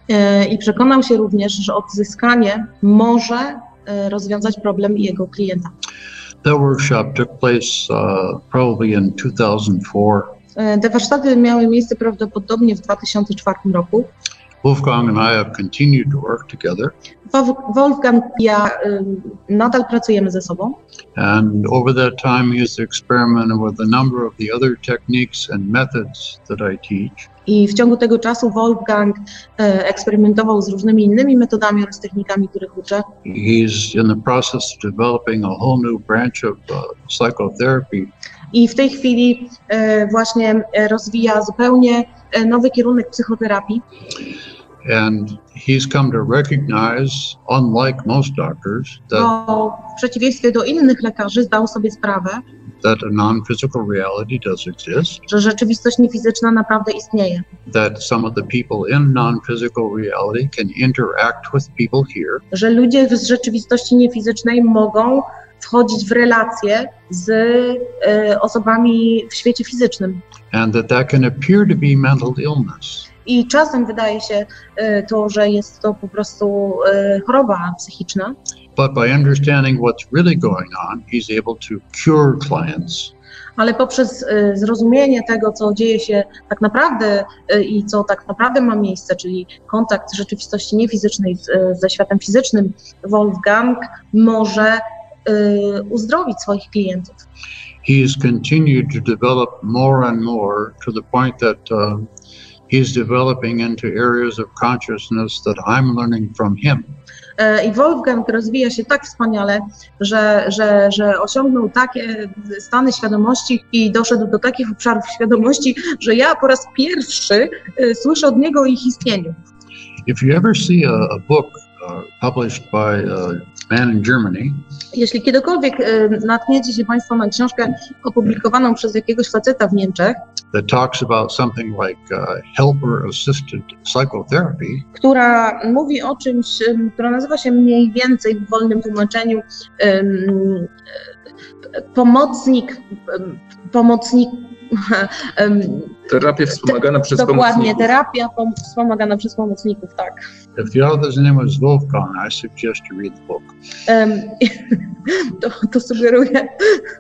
I przekonał się również, że odzyskanie może rozwiązać problem jego klienta. That workshop took place uh, probably in two thousand four. Te warsztaty miały miejsce prawdopodobnie w dwa tysiące czwartym roku. Wolfgang and I have continued to work together. Wolfgang i ja um, nadal pracujemy ze sobą. And over that time he has experimented with a number of the other techniques and methods that I teach. I w ciągu tego czasu Wolfgang e, eksperymentował z różnymi innymi metodami oraz technikami, których uczę. He's in the process of developing a whole new branch of uh, psychotherapy. I w tej chwili e, właśnie rozwija zupełnie nowy kierunek psychoterapii. And he's come to recognize, unlike most doctors, that Bo w przeciwieństwie do innych lekarzy zdał sobie sprawę, that a non-physical reality does exist, że rzeczywistość niefizyczna naprawdę istnieje. that some of the people in non-physical reality can interact with people here, Że ludzie z rzeczywistości niefizycznej mogą wchodzić w relacje z e, osobami w świecie fizycznym. and that that can appear to be mental illness. I czasem wydaje się e, to, że jest to po prostu e, choroba psychiczna, But by understanding what's really going on, he's able to cure clients. ale poprzez e, zrozumienie tego, co dzieje się tak naprawdę e, i co tak naprawdę ma miejsce, czyli kontakt rzeczywistości niefizycznej z, e, ze światem fizycznym, Wolfgang może e, uzdrowić swoich klientów. He's continued to develop more and more to the point that uh, he's developing into areas of consciousness that I'm learning from him. I Wolfgang rozwija się tak wspaniale, że, że, że osiągnął takie stany świadomości i doszedł do takich obszarów świadomości, że ja po raz pierwszy słyszę od niego o ich istnieniu. If you ever see a, a book uh, published by a man in Germany, Jeśli kiedykolwiek natkniecie się Państwo na książkę opublikowaną przez jakiegoś faceta w Niemczech, that talks about something like uh, helper-assisted psychotherapy, która mówi o czymś, która nazywa się mniej więcej w wolnym tłumaczeniu um, pomocnik, um, pomocnik um, Terapia wspomagana przez dokładnie, pomocników. terapia pom- wspomagana przez pomocników, tak. if the author's name is Wolfgang, I suggest you read the book. Um, to, to sugeruję,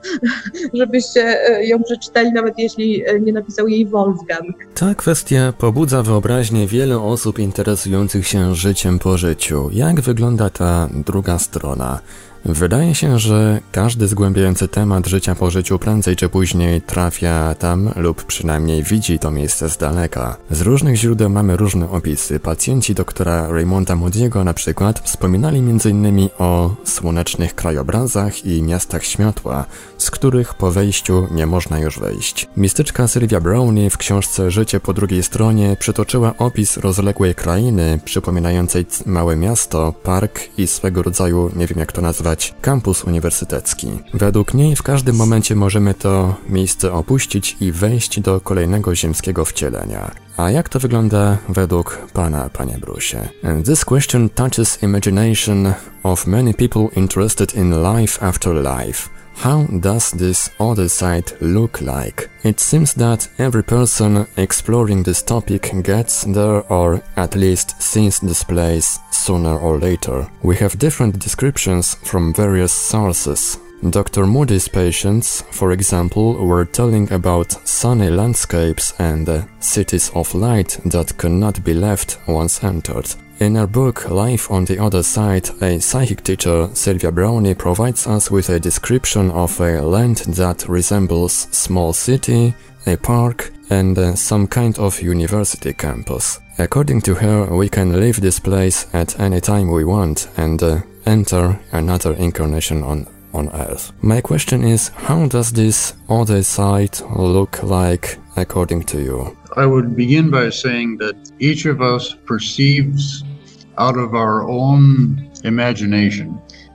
żebyście ją przeczytali, nawet jeśli nie napisał jej Wolfgang. Ta kwestia pobudza wyobraźnię wielu osób interesujących się życiem po życiu. Jak wygląda ta druga strona? Wydaje się, że każdy zgłębiający temat życia po życiu prędzej czy później trafia tam lub przynajmniej widzi to miejsce z daleka. Z różnych źródeł mamy różne opisy. Pacjenci doktora Raymonda Moody'ego na przykład wspominali między innymi o słonecznych krajobrazach i miastach światła, z których po wejściu nie można już wyjść. Mistyczka Sylvia Brownie w książce Życie po drugiej stronie przytoczyła opis rozległej krainy przypominającej małe miasto, park i swego rodzaju, nie wiem jak to nazwać, kampus uniwersytecki. Według niej w każdym momencie możemy to miejsce opuścić i wejść do kolejnego ziemskiego wcielenia. A jak to wygląda według pana, panie Bruce? And this question touches imagination of many people interested in life after life. How does this other side look like? It seems that every person exploring this topic gets there or at least sees this place sooner or later. We have different descriptions from various sources. Doctor Moody's patients, for example, were telling about sunny landscapes and uh, cities of light that could not be left once entered. In her book Life on the Other Side, a psychic teacher, Sylvia Brownie, provides us with a description of a land that resembles small city, a park, and uh, some kind of university campus. According to her, we can leave this place at any time we want and uh, enter another incarnation on on Earth. My question is, how does this other side look like according to you? I would begin by saying that each of us perceives out of our own imagination.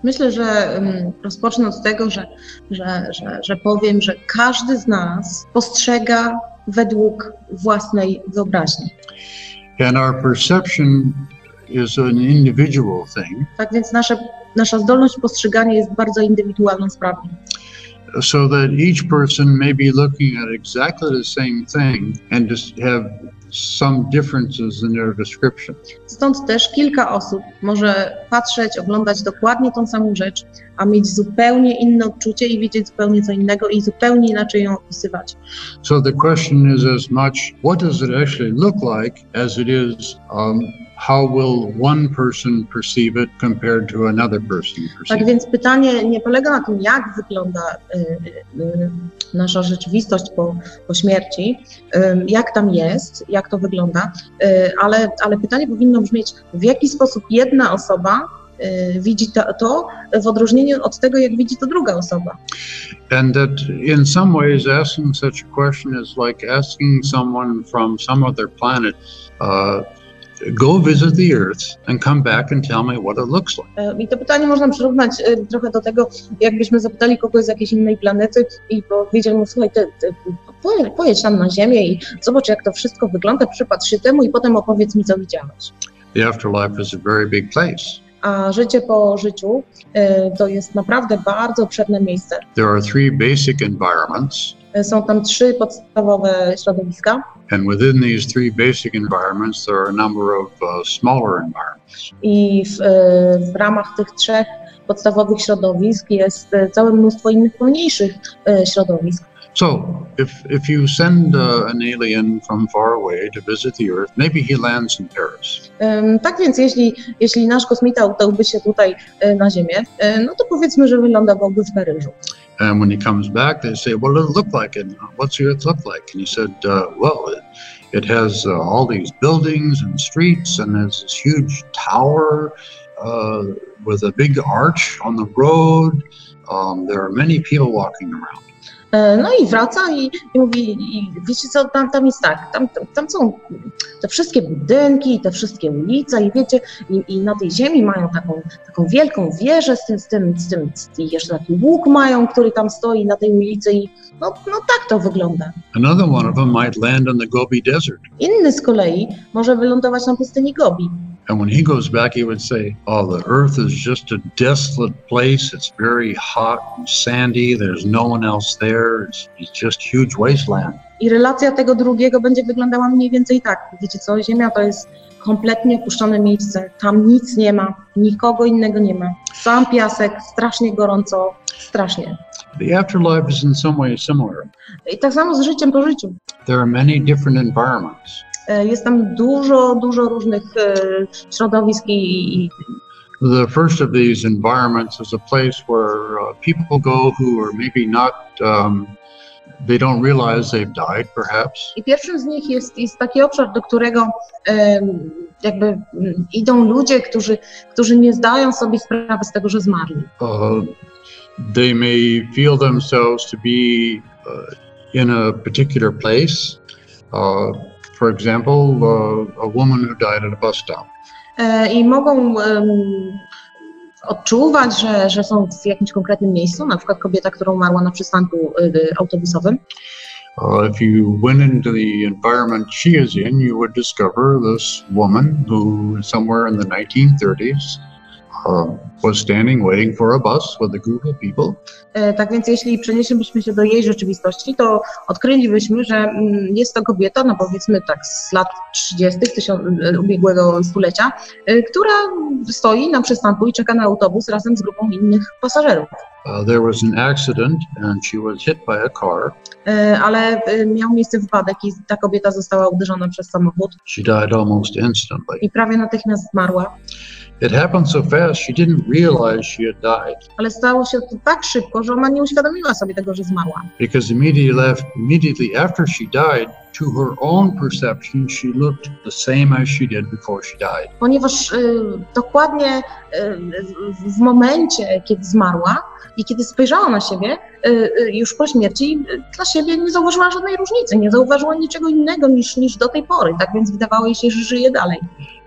Myślę, że um, rozpocznę od tego, że, że, że, że powiem, że każdy z nas postrzega według własnej wyobraźni. And our perception is an individual thing. Tak więc nasze, nasza zdolność postrzegania jest bardzo indywidualną sprawą. So that each person may be looking at exactly the same thing and just have some differences in their description. Stąd też kilka osób może patrzeć, oglądać dokładnie tą samą rzecz, a mieć zupełnie inne odczucie i widzieć zupełnie co innego i zupełnie inaczej ją opisywać. So the question is as much, what does it actually look like, as it is, um, how will one person perceive it compared to another person perceive it? Tak więc pytanie nie polega na tym, jak wygląda y, y, nasza rzeczywistość po, po śmierci, y, jak tam jest, jak to wygląda, y, ale, ale pytanie powinno brzmieć, w jaki sposób jedna osoba y, widzi to, to w odróżnieniu od tego, jak widzi to druga osoba. And that in some ways asking such a question is like asking someone from some other planet, uh, go visit the Earth and come back and tell me what it looks like. I to pytanie można przyrównać trochę do tego, jakbyśmy zapytali kogoś z jakiejś innej planety i powiedzieli mu, słuchaj, ty, ty, pojedź tam na Ziemię i zobacz, jak to wszystko wygląda, przypatrz się temu i potem opowiedz mi, co widziałeś. The afterlife is a very big place. A życie po życiu to jest naprawdę bardzo obszerne miejsce. There are three basic environments. Są tam trzy podstawowe środowiska. And within these three basic environments, there are a number of uh, smaller environments. I w, w ramach tych trzech podstawowych środowisk jest całe mnóstwo innych mniejszych środowisk. So, if if you send uh, an alien from far away to visit the Earth, maybe he lands in Paris. Um, tak więc jeśli, jeśli nasz kosmita udałby się tutaj na Ziemię, no to powiedzmy, że wylądowałby w Paryżu. And when he comes back, they say, what does it look like? And what's the Earth look like? And he said, uh, well, it, it has uh, all these buildings and streets, and there's this huge tower uh, with a big arch on the road. Um, there are many people walking around. No i wraca i, i mówi, i wiecie co, tam, tam jest tak, tam, tam, tam są te wszystkie budynki, te wszystkie ulice i wiecie, i, i na tej ziemi mają taką, taką wielką wieżę z tym, z tym, z tym, i jeszcze taki łuk mają, który tam stoi na tej ulicy i no, no tak to wygląda. Another one of them might land on the Gobi Desert. Inny z kolei może wylądować na pustyni Gobi. And when he goes back, he would say, oh, the earth is just a desolate place. It's very hot and sandy. There's no one else there. It's, it's just huge wasteland. I relacja tego drugiego będzie wyglądała mniej więcej tak. Wiecie co, Ziemia to jest kompletnie opuszczone miejsce. Tam nic nie ma, nikogo innego nie ma. Sam piasek, strasznie gorąco, strasznie. The afterlife is in some way similar. I tak samo z życiem po życiu. There are many different environments. Jest tam dużo, dużo różnych e, środowisk i, i The first of these environments is a place where uh, people go who are maybe not, um, they don't realize they've died, perhaps. I pierwszym z nich jest, jest taki obszar, do którego e, jakby m, idą ludzie, którzy, którzy nie zdają sobie sprawy z tego, że zmarli. Uh, they may feel themselves to be uh, in a particular place. Uh, For example, uh, a woman who died at a bus stop. E, I mogą um, odczuwać, że, że są w jakimś konkretnym miejscu, na przykład kobieta, która umarła na przystanku y, autobusowym. Uh, if you went into the environment she is in, you would discover this woman who, somewhere in the nineteen thirties, uh, was standing waiting for a bus with a group of people. E, tak więc jeśli przenieślibyśmy się do jej rzeczywistości, to odkrylibyśmy, że mm, jest to kobieta, no powiedzmy tak z lat trzydziestych tysiąc, ubiegłego stulecia, y, która stoi na przystanku i czeka na autobus razem z grupą innych pasażerów. Uh, there was an accident and she was hit by a car. E, ale y, miał miejsce wypadek i ta kobieta została uderzona przez samochód. She died almost instantly. I prawie natychmiast zmarła. It happened so fast she didn't realize she had died. Ale stało się to tak szybko, że ona nie uświadomiła sobie tego, że zmarła. Because immediately, left, immediately after she died, to her own perception, she looked the same as she did before she died. Ponieważ y, dokładnie y, w momencie, kiedy zmarła i kiedy spojrzała na siebie, y, y, już po śmierci, y, dla siebie nie zauważyła żadnej różnicy, nie zauważyła niczego innego niż, niż do tej pory, tak więc wydawało jej się, że żyje dalej.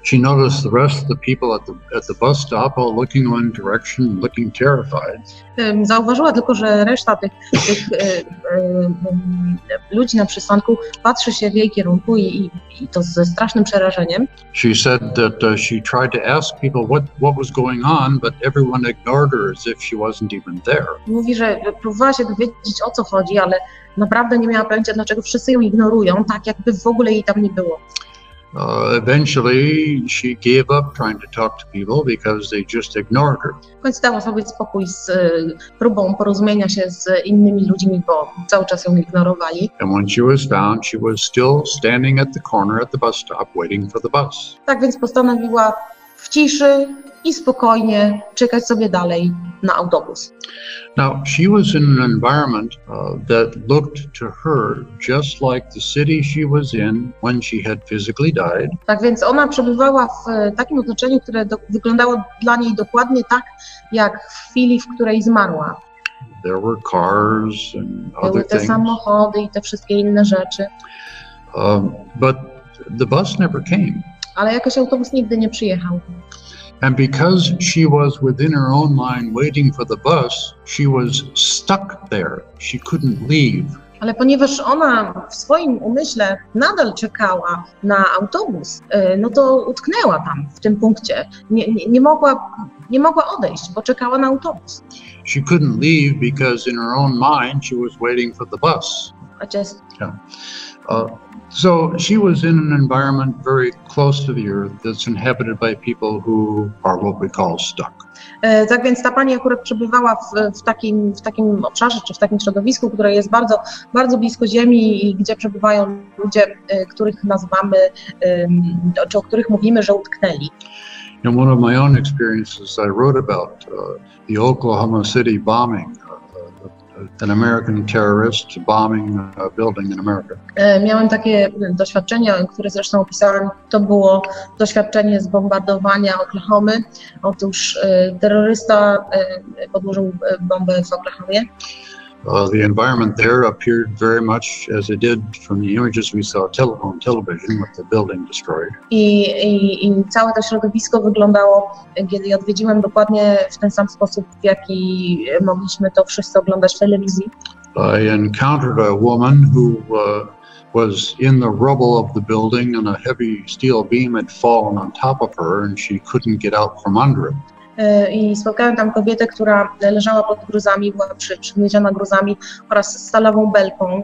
She noticed the rest of the people at the at the bus stop all looking one direction, looking terrified. Zauważyła tylko, że reszta tych, tych e, e, ludzi na przystanku patrzy się w jej kierunku i, i, i to ze strasznym przerażeniem. She said that uh, she tried to ask people what, what was going on, but everyone ignored her as if she wasn't even there. Mówi, że próbowała się dowiedzieć, o co chodzi, ale naprawdę nie miała pojęcia, dlaczego wszyscy ją ignorują, tak jakby w ogóle jej tam nie było. Uh, eventually, she gave up trying to talk to people because they just ignored her. W końcu dała sobie spokój z y, próbą porozumienia się z innymi ludźmi, bo cały czas ją ignorowali. And when she was found, she was still standing at the corner at the bus stop waiting for the bus. Tak więc postanowiła w ciszy i spokojnie czekać sobie dalej na autobus. Now, she was in an environment uh, that looked to her just like the city she was in when she had physically died. Tak więc ona przebywała w takim otoczeniu, które do, wyglądało dla niej dokładnie tak, jak w chwili, w której zmarła. There were cars and Były other te things. samochody i te wszystkie inne rzeczy, Um, but the bus never came. ale jakoś autobus nigdy nie przyjechał. And because she was within her own mind waiting for the bus, she was stuck there. She couldn't leave. Ale ponieważ ona w swoim umyśle nadal czekała na autobus, y, no to utknęła tam, w tym punkcie. Nie, nie, nie, mogła, nie mogła odejść, bo czekała na autobus. She couldn't leave because in her own mind she was waiting for the bus. A just, Uh, so she was in an environment very close to the earth that's inhabited by people who are what we call stuck. y, tak więc ta pani akurat przebywała w, w, takim, w takim obszarze, czy w takim środowisku, które jest bardzo, bardzo blisko Ziemi i gdzie przebywają ludzie, y, których nazywamy, y, czy o których mówimy, że utknęli. In one of my own experiences, I wrote about uh, the Oklahoma City bombing, uh, an American terrorist bombing a building in America. Miałem takie doświadczenie, które zresztą opisałem. To było doświadczenie zbombardowania Oklahomy. Otóż terrorysta podłożył bombę w Oklahomie. Uh, the environment there appeared very much as it did from the images we saw tele- on television with the building destroyed. I, i, I całe to środowisko wyglądało, kiedy je odwiedziłem, dokładnie w ten sam sposób, w jaki mogliśmy to wszyscy oglądać w telewizji. I encountered a woman who uh, was in the rubble of the building and a heavy steel beam had fallen on top of her and she couldn't get out from under it. I spotkałem tam kobietę, która leżała pod gruzami, była przy, przygnieziona gruzami oraz stalową belką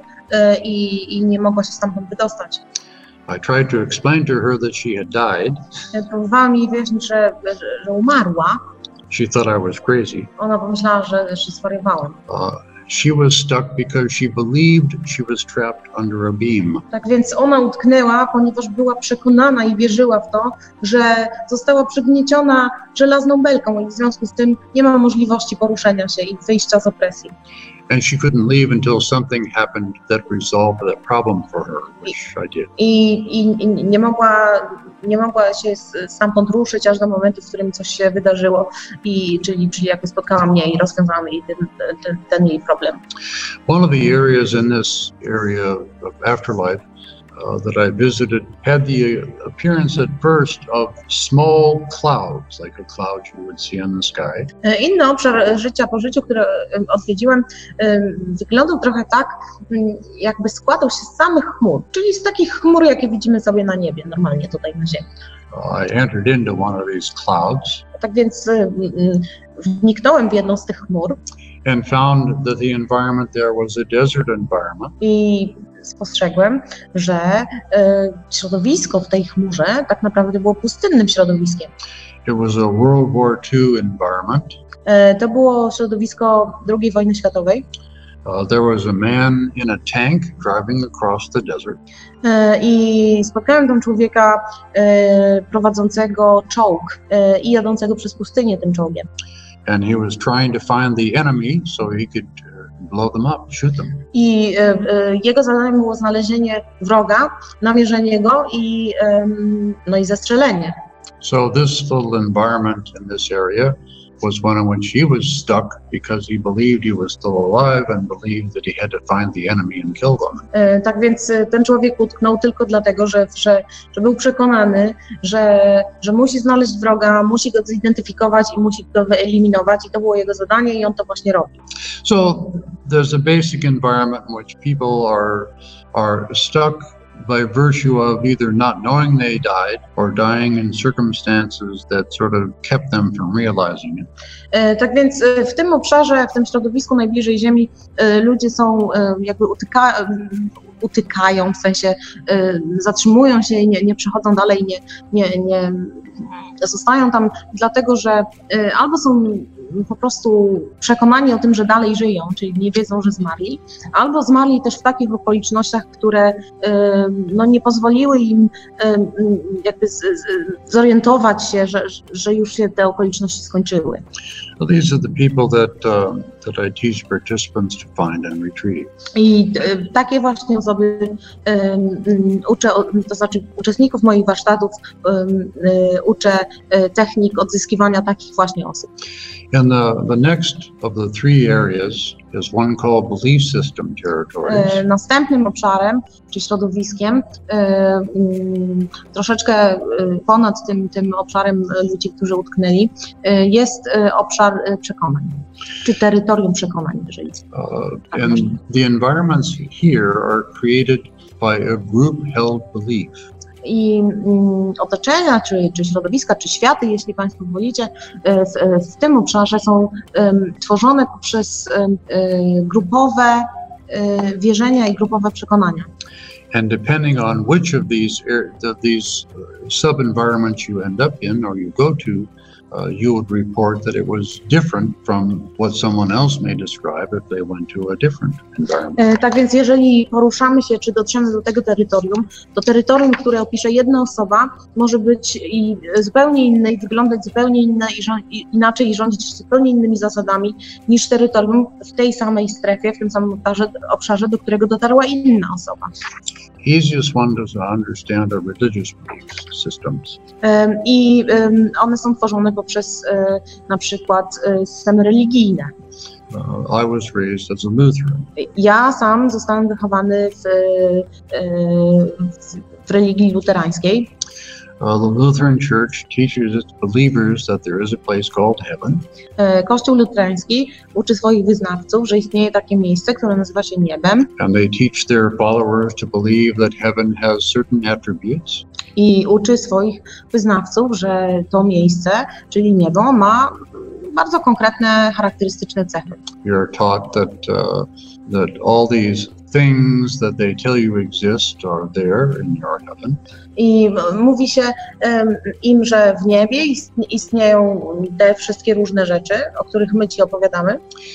i, i nie mogła się stamtąd wydostać. I tried to explain to her that she had died. Próbowałam jej wyjaśnić, że, że, że umarła. She thought I was crazy. Ona pomyślała, że, że zwariowałem. Uh, she was stuck because she believed she was trapped under a beam. Tak więc ona utknęła, ponieważ była przekonana i wierzyła w to, że została przygnieciona żelazną belką i w związku z tym nie ma możliwości poruszenia się i wyjścia z opresji. And she couldn't leave until something happened that resolved that problem for her, which I did. I, i, i nie mogła, nie mogła się stamtąd ruszyć aż do momentu, w którym coś się wydarzyło, i, czyli, czyli jakby spotkała mnie i rozwiązałam jej ten, ten, ten jej problem. One of the areas in this area of afterlife uh, that I visited had the appearance at first of small clouds, like a cloud you would see on the sky. Inny obszar życia po życiu, który odwiedziłem, wyglądał trochę tak, jakby składał się z samych chmur, czyli z takich chmur, jakie widzimy sobie na niebie, normalnie tutaj na ziemi. I entered into one of these clouds. Tak więc wniknąłem w jedną z tych chmur. And found that the environment there was a desert environment. I spostrzegłem, że y, środowisko w tej chmurze tak naprawdę było pustynnym środowiskiem. It was a World War Two environment. Y, to było środowisko drugiej wojny światowej. Uh, there was a man in a tank driving across the desert. Y, I spotkałem tam człowieka y, prowadzącego czołg y, i jadącego przez pustynię tym czołgiem. And he was trying to find the enemy so he could blow them up, shoot them. I y, y, jego zadaniem było znalezienie wroga, namierzenie go i, y, no i zestrzelenie. So this little environment in this area was one in which he was stuck because he believed he was still alive and believed that he had to find the enemy and kill them. E, tak więc ten człowiek utknął tylko dlatego, że, że, że był przekonany, że, że musi znaleźć wroga, musi go zidentyfikować i musi go wyeliminować i to było jego zadanie i on to właśnie robi. So there's a basic environment in which people are are stuck by virtue of either not knowing they died or dying in circumstances that sort of kept them from realizing it. E, tak więc e, w tym obszarze, w tym środowisku najbliżej Ziemi e, ludzie są e, jakby utyka, e, utykają, w sensie e, zatrzymują się i nie, nie przechodzą dalej, nie, nie, nie zostają tam dlatego, że e, albo są po prostu przekonani o tym, że dalej żyją, czyli nie wiedzą, że zmarli, albo zmarli też w takich okolicznościach, które no, nie pozwoliły im jakby z, z, zorientować się, że, że już się te okoliczności skończyły. Well, these are the people that uh, that I teach participants to find and retrieve. I e, takie właśnie osoby e, uczę, to znaczy uczestników moich warsztatów e, uczę e, technik odzyskiwania takich właśnie osób. And the, the next of the three areas is one called belief system territories. E, następnym obszarem, czy środowiskiem, e, m, troszeczkę e, ponad tym, tym obszarem ludzi, którzy utknęli, e, jest e, obszar e, przekonań, czy terytorium przekonań, jeżeli. Uh, and the environments here are created by a group held belief. I mm, otoczenia, czy, czy środowiska, czy światy, jeśli Państwo wolicie, w, w tym obszarze są um, tworzone poprzez um, grupowe um, wierzenia i grupowe przekonania. And depending on which of these of these sub-environments you end up in or you go to, uh, you would report that it was different from what someone else may describe if they went to a different environment. E, tak więc jeżeli poruszamy się, czy dotrzemy do tego terytorium, to terytorium, które opisze jedna osoba, może być i zupełnie inne, i wyglądać zupełnie inne, i rząd, i inaczej, i rządzić zupełnie innymi zasadami niż terytorium w tej samej strefie, w tym samym obszarze, obszarze do którego dotarła inna osoba. Easiest one to understand are religious belief systems. Um, I um, one są tworzone poprzez um, na przykład um, systemy religijne. Uh, I was raised as a Lutheran. Ja sam zostałem wychowany w, w, w religii luterańskiej. Uh, the Lutheran Church teaches its believers that there is a place called heaven. Kościół luterański uczy swoich wyznawców, że istnieje takie miejsce, które nazywa się niebem. And they teach their followers to believe that heaven has certain attributes. I uczy swoich wyznawców, że to miejsce, czyli niebo, ma bardzo konkretne, charakterystyczne cechy. You're taught that uh, that all these things that they tell you exist are there in your heaven. I mówi się um, im, że w niebie istnieją te wszystkie różne rzeczy, o których my ci opowiadamy.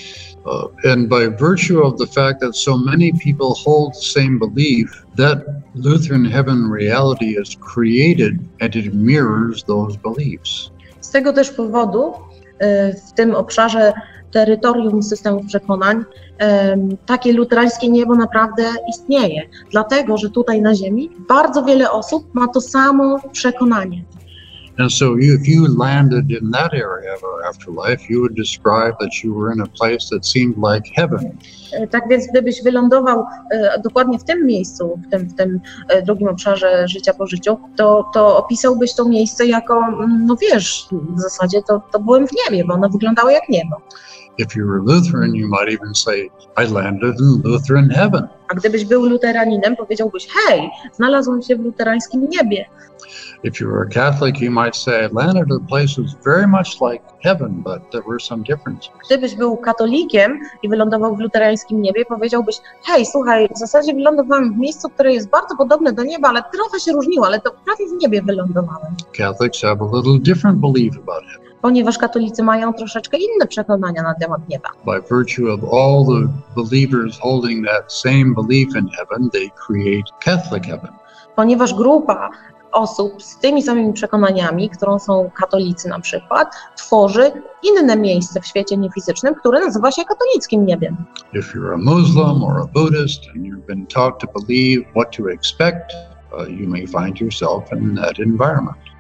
Uh, and by virtue of the fact that so many people hold the same belief, that Lutheran heaven reality is created and it mirrors those beliefs. Z tego też powodu w tym obszarze terytorium systemów przekonań takie luterańskie niebo naprawdę istnieje, dlatego że tutaj na ziemi bardzo wiele osób ma to samo przekonanie. And so you, if you landed in that area of our afterlife, you would describe that you were in a place that seemed like heaven. Tak więc gdybyś wylądował e, dokładnie w tym miejscu, w tym, w tym e, drugim obszarze życia po życiu, to, to opisałbyś to miejsce jako, no wiesz, w zasadzie to, to byłem w niebie, bo ono wyglądało jak niebo. If you were Lutheran, you might even say, I landed in Lutheran heaven. A gdybyś był luteraninem, powiedziałbyś, hej, znalazłem się w luterańskim niebie. If you were a Catholic, you might say, I landed at a place that's very much like heaven, but there were some differences. Gdybyś był katolikiem i wylądował w luterańskim niebie, powiedziałbyś, hej, słuchaj, w zasadzie wylądowałem w miejscu, które jest bardzo podobne do nieba, ale trochę się różniło, ale to prawie w niebie wylądowałem. Catholics have a little different belief about heaven. Ponieważ katolicy mają troszeczkę inne przekonania na temat nieba. By virtue of all the believers holding that same belief in heaven, they create Catholic heaven. Ponieważ grupa osób z tymi samymi przekonaniami, którą są katolicy na przykład, tworzy inne miejsce w świecie niefizycznym, które nazywa się katolickim niebiem. If you're a Muslim or a Buddhist and you've been taught to believe what to expect, uh, you may find yourself in that environment.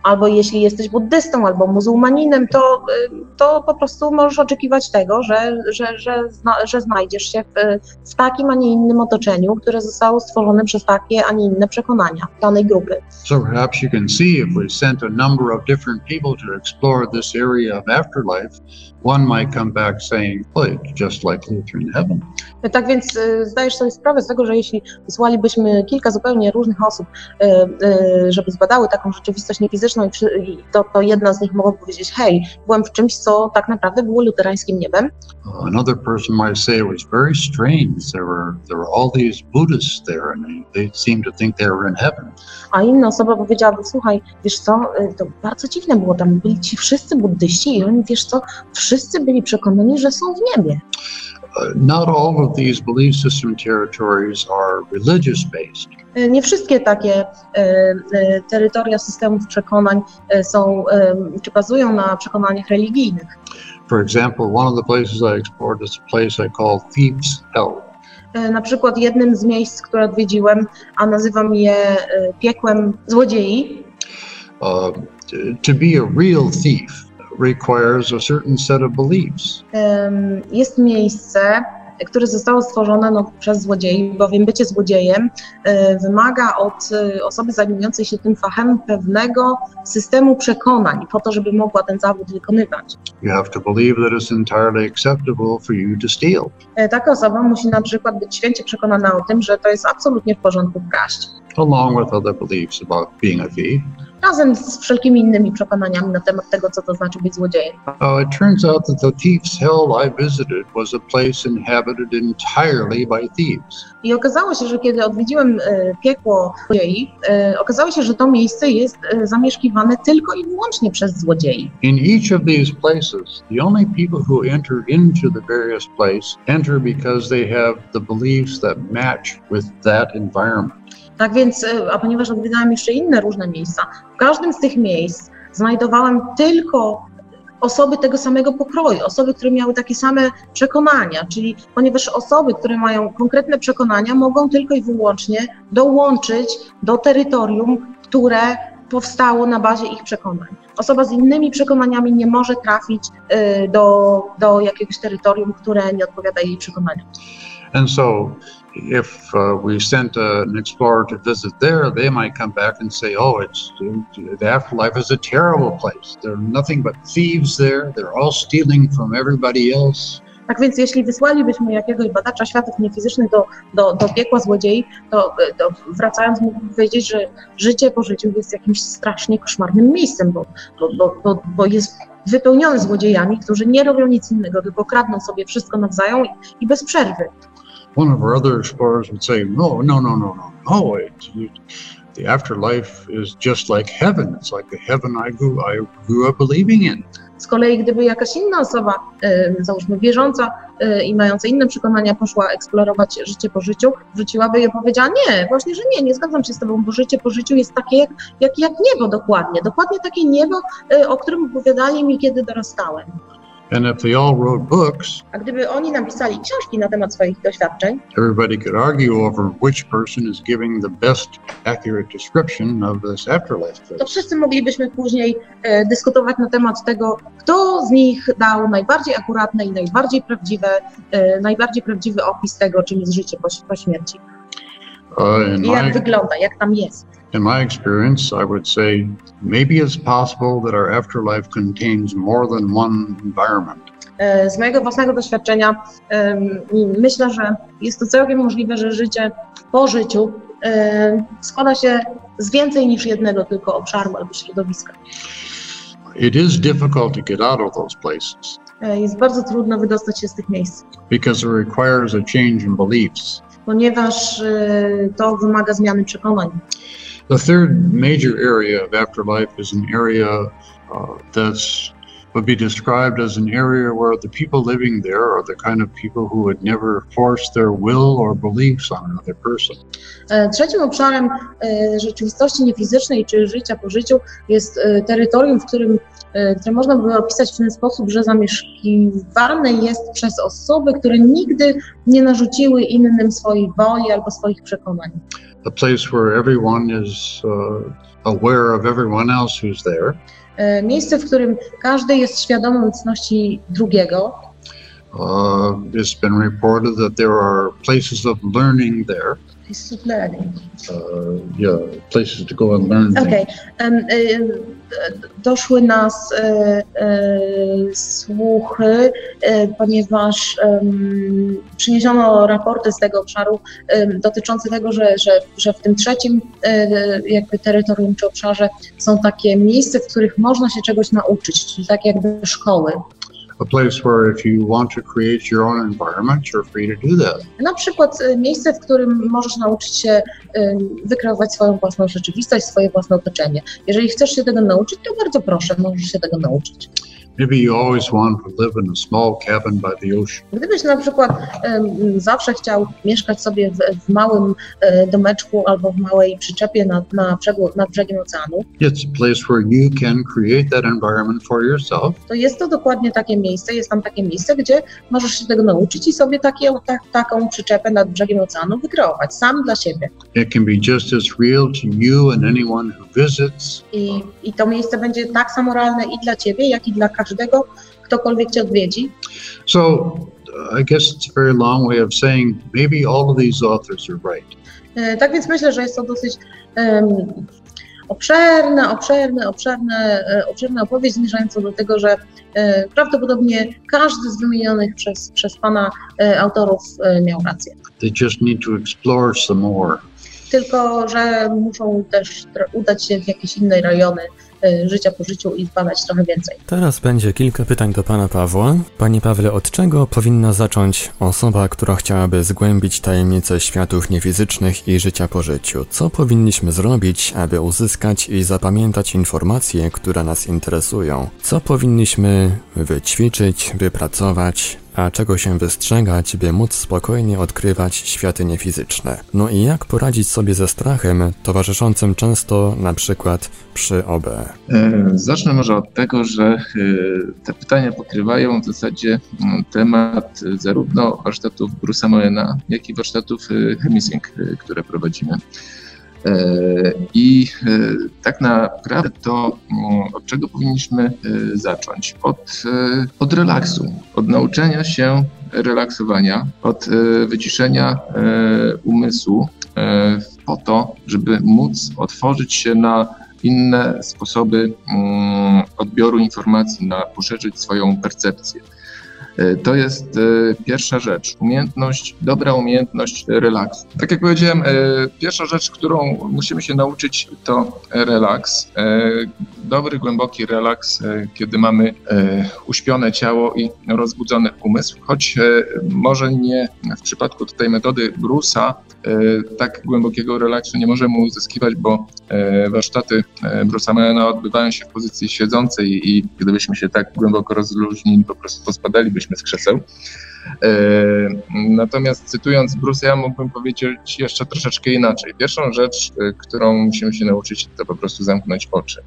albo jeśli jesteś buddystą albo muzułmaninem, to, to po prostu możesz oczekiwać tego, że, że, że, zna, że znajdziesz się w, w takim, a nie innym otoczeniu, które zostało stworzone przez takie, a nie inne przekonania danej grupy. So perhaps you can see if we sent a number of different people to explore this area of afterlife, one might come back saying, well, it's just like Lutheran heaven. Tak więc y, zdajesz sobie sprawę z tego, że jeśli wysłalibyśmy kilka zupełnie różnych osób, y, y, żeby zbadały taką rzeczywistość niefizyczną i, przy, i to, to jedna z nich mogła powiedzieć, hej, byłem w czymś, co tak naprawdę było luterańskim niebem. Another person might say it was very strange. There were there were all these Buddhists there, and they, they seemed to think they were in heaven. A inna osoba powiedziałaby, słuchaj, wiesz co, to bardzo dziwne było, tam byli ci wszyscy buddyści i oni, wiesz co, wszyscy byli przekonani, że są w niebie. Not all of these belief system territories are religious-based. Nie wszystkie takie e, e, terytoria systemów przekonań e, są, e, czy bazują na przekonaniach religijnych. For example, one of the places I explored is a place I call Thieves' Hell. E, na przykład jednym z miejsc, które odwiedziłem, a nazywam je e, piekłem złodziei. Uh, to be a real thief requires a certain set of beliefs. Jest miejsce, które zostało stworzone no, przez złodziei, bowiem bycie złodziejem y, wymaga od y, osoby zajmującej się tym fachem pewnego systemu przekonań po to, żeby mogła ten zawód wykonywać. You have to believe that it's entirely acceptable for you to steal. Y, taka osoba musi na przykład być święcie przekonana o tym, że to jest absolutnie w porządku kraść. Along with other beliefs about being a thief. Razem z wszelkimi innymi przekonaniami na temat tego, co to znaczy być złodziejem. Uh, it turns out that the Thieves' Hell I visited was a place inhabited entirely by thieves. I okazało się, że kiedy odwiedziłem y, piekło złodziei, y, okazało się, że to miejsce jest y, zamieszkiwane tylko i wyłącznie przez złodziei. In each of these places, the only people who enter into the various place enter because they have the beliefs that match with that environment. Tak więc, a ponieważ odwiedzałem jeszcze inne różne miejsca, w każdym z tych miejsc znajdowałem tylko osoby tego samego pokroju, osoby, które miały takie same przekonania, czyli ponieważ osoby, które mają konkretne przekonania, mogą tylko i wyłącznie dołączyć do terytorium, które powstało na bazie ich przekonań. Osoba z innymi przekonaniami nie może trafić y, do, do jakiegoś terytorium, które nie odpowiada jej przekonaniom. And so if uh, we sent uh, an explorer to visit there, they might come back and say, oh, it's the afterlife is a terrible place. There are nothing but thieves there. They're all stealing from everybody else. Tak więc jeśli wysłalibyśmy jakiegoś badacza światów niefizycznych do, do, do piekła złodziei, to, to wracając mógłbym powiedzieć, że życie po życiu jest jakimś strasznie koszmarnym miejscem, bo, bo, bo, bo, bo jest wypełnione złodziejami, którzy nie robią nic innego, tylko kradną sobie wszystko nawzajem i, i bez przerwy. One of our other explorers would say, no, no, no, no, no, no, it, it, the afterlife is just like heaven. It's like the heaven I grew, I grew up believing in. Z kolei gdyby jakaś inna osoba, y, załóżmy wierząca y, i mająca inne przekonania, poszła eksplorować życie po życiu, wróciłaby i powiedziała, nie, właśnie, że nie, nie zgadzam się z tobą, bo życie po życiu jest takie jak, jak, jak niebo dokładnie, dokładnie takie niebo, y, o którym opowiadali mi, kiedy dorastałem. And if they all wrote books, a gdyby oni napisali książki na temat swoich doświadczeń, everybody could argue over which person is giving the best accurate description of this afterlife. To wszyscy moglibyśmy później e, dyskutować na temat tego, kto z nich dał najbardziej akuratne i najbardziej prawdziwe, e, najbardziej prawdziwy opis tego, czym jest życie po, po śmierci. Uh, I jak my, wygląda, jak tam jest. In my experience, I would say maybe it's possible that our afterlife contains more than one environment. Z mojego własnego doświadczenia myślę, że jest to całkiem możliwe, że życie po życiu składa się z więcej niż jednego tylko obszaru albo środowiska. It is difficult to get out of those places. Jest bardzo trudno wydostać się z tych miejsc. Because it requires a change in beliefs. Ponieważ to wymaga zmiany przekonań. The third major area of afterlife is an area uh, that's would be described as an area where the people living there are the kind of people who would never force their will or beliefs on another person. Trzecim obszarem rzeczywistości niefizycznej czy życia po życiu jest terytorium, w którym, które można by opisać w ten sposób, że zamieszkiwane jest przez osoby, które nigdy nie narzuciły innym swojej woli albo swoich przekonań. a place where everyone is uh, aware of everyone else who's there. Miejsce, w którym każdy jest świadomy obecności drugiego. Uh, it's been reported that there are places of learning there. Places of learning. Uh, yeah, places to go and learn things. Okay. Um, y, doszły nas y, y, słuchy, y, ponieważ y, przyniesiono raporty z tego obszaru y, dotyczące tego, że, że, że w tym trzecim y, jakby terytorium czy obszarze są takie miejsca, w których można się czegoś nauczyć, czyli tak jakby szkoły. A place where if you want to create your own environment, you're free to do that. Na przykład miejsce, w którym możesz nauczyć się wykreować swoją własną rzeczywistość, swoje własne otoczenie. Jeżeli chcesz się tego nauczyć, to bardzo proszę, możesz się tego nauczyć. Maybe you always want to live in a small cabin by the ocean. Gdybyś na przykład um, zawsze chciał mieszkać sobie w, w małym e, domeczku albo w małej przyczepie nad, na brzegu, nad brzegiem oceanu, it's a place where you can create that environment for yourself. To jest to dokładnie takie miejsce, jest tam takie miejsce, gdzie możesz się tego nauczyć i sobie takie, ta, taką przyczepę nad brzegiem oceanu wykreować, sam dla siebie. It can be just as real to you and anyone who visits. I, i to miejsce będzie tak samo realne i dla ciebie, jak i dla każdego, ktokolwiek cię odwiedzi. So I guess it's a very long way of saying maybe all of these authors are right. E, tak więc myślę, że jest to dosyć um, obszerne, obszerne, obszerne, obszerna opowieść zmierzająca do tego, że e, prawdopodobnie każdy z wymienionych przez, przez pana e, autorów e, miał rację. They just need to explore some more. Tylko że muszą też udać się w jakieś inne rejony życia po życiu i zbadać trochę więcej. Teraz będzie kilka pytań do pana Pawła. Panie Pawle, od czego powinna zacząć osoba, która chciałaby zgłębić tajemnice światów niefizycznych i życia po życiu? Co powinniśmy zrobić, aby uzyskać i zapamiętać informacje, które nas interesują? Co powinniśmy wyćwiczyć, wypracować, a czego się wystrzegać, by móc spokojnie odkrywać światy niefizyczne? No i jak poradzić sobie ze strachem towarzyszącym często na przykład przy O B? Zacznę może od tego, że te pytania pokrywają w zasadzie temat zarówno warsztatów Bruce'a Moena, jak i warsztatów Chemisync, które prowadzimy. I tak naprawdę to od czego powinniśmy zacząć? Od, od relaksu, od nauczenia się relaksowania, od wyciszenia umysłu po to, żeby móc otworzyć się na inne sposoby odbioru informacji, na poszerzyć swoją percepcję. To jest pierwsza rzecz, umiejętność, dobra umiejętność relaksu. Tak jak powiedziałem, pierwsza rzecz, którą musimy się nauczyć, to relaks. Dobry, głęboki relaks, kiedy mamy uśpione ciało i rozbudzony umysł, choć może nie w przypadku tutaj metody Bruce'a tak głębokiego relaksu nie możemy uzyskiwać, bo warsztaty Bruce'a Moena odbywają się w pozycji siedzącej i gdybyśmy się tak głęboko rozluźnili, po prostu pospadalibyśmy z krzeseł. Natomiast cytując Bruce'a, ja mógłbym powiedzieć jeszcze troszeczkę inaczej. Pierwszą rzecz, którą musimy się nauczyć, to po prostu zamknąć oczy.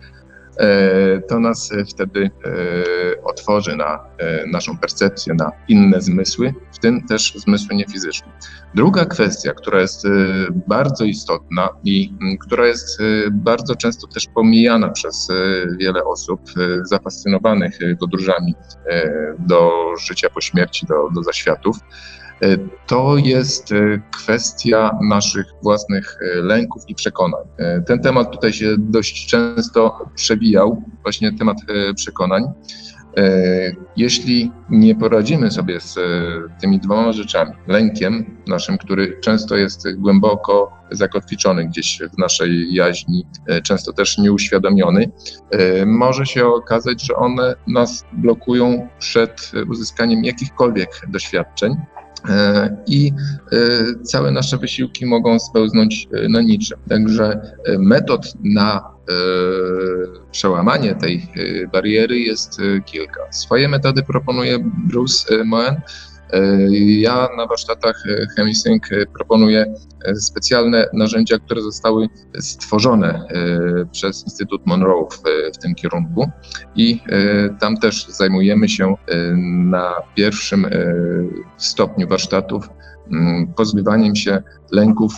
To nas wtedy otworzy na naszą percepcję, na inne zmysły, w tym też zmysły niefizyczne. Druga kwestia, która jest bardzo istotna i która jest bardzo często też pomijana przez wiele osób zafascynowanych podróżami do życia po śmierci, do, do zaświatów, to jest kwestia naszych własnych lęków i przekonań. Ten temat tutaj się dość często przewijał, właśnie temat przekonań. Jeśli nie poradzimy sobie z tymi dwoma rzeczami, lękiem naszym, który często jest głęboko zakotwiczony gdzieś w naszej jaźni, często też nieuświadomiony, może się okazać, że one nas blokują przed uzyskaniem jakichkolwiek doświadczeń. I całe nasze wysiłki mogą spełznąć na niczym. Także metod na przełamanie tej bariery jest kilka. Swoje metody proponuje Bruce Moen. Ja na warsztatach Chemisync proponuję specjalne narzędzia, które zostały stworzone przez Instytut Monroe w, w tym kierunku i tam też zajmujemy się na pierwszym stopniu warsztatów pozbywaniem się lęków,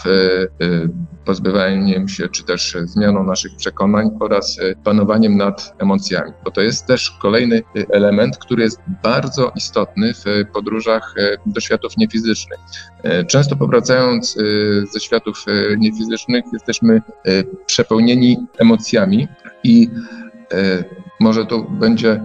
pozbywaniem się czy też zmianą naszych przekonań oraz panowaniem nad emocjami, bo to jest też kolejny element, który jest bardzo istotny w podróżach do światów niefizycznych. Często powracając ze światów niefizycznych jesteśmy przepełnieni emocjami i może to będzie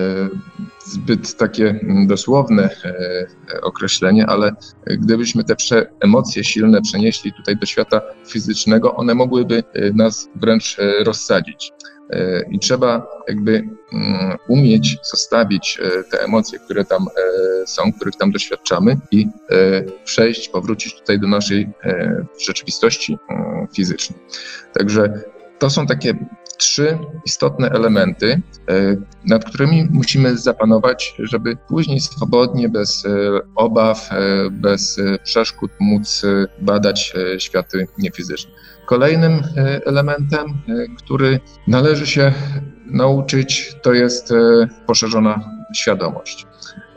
zbyt takie dosłowne określenie, ale gdybyśmy te prze- emocje silne przenieśli tutaj do świata fizycznego, one mogłyby nas wręcz rozsadzić. I trzeba jakby umieć zostawić te emocje, które tam są, których tam doświadczamy i przejść, powrócić tutaj do naszej rzeczywistości fizycznej. Także to są takie trzy istotne elementy, nad którymi musimy zapanować, żeby później swobodnie, bez obaw, bez przeszkód móc badać światy niefizyczne. Kolejnym elementem, który należy się nauczyć, to jest poszerzona świadomość.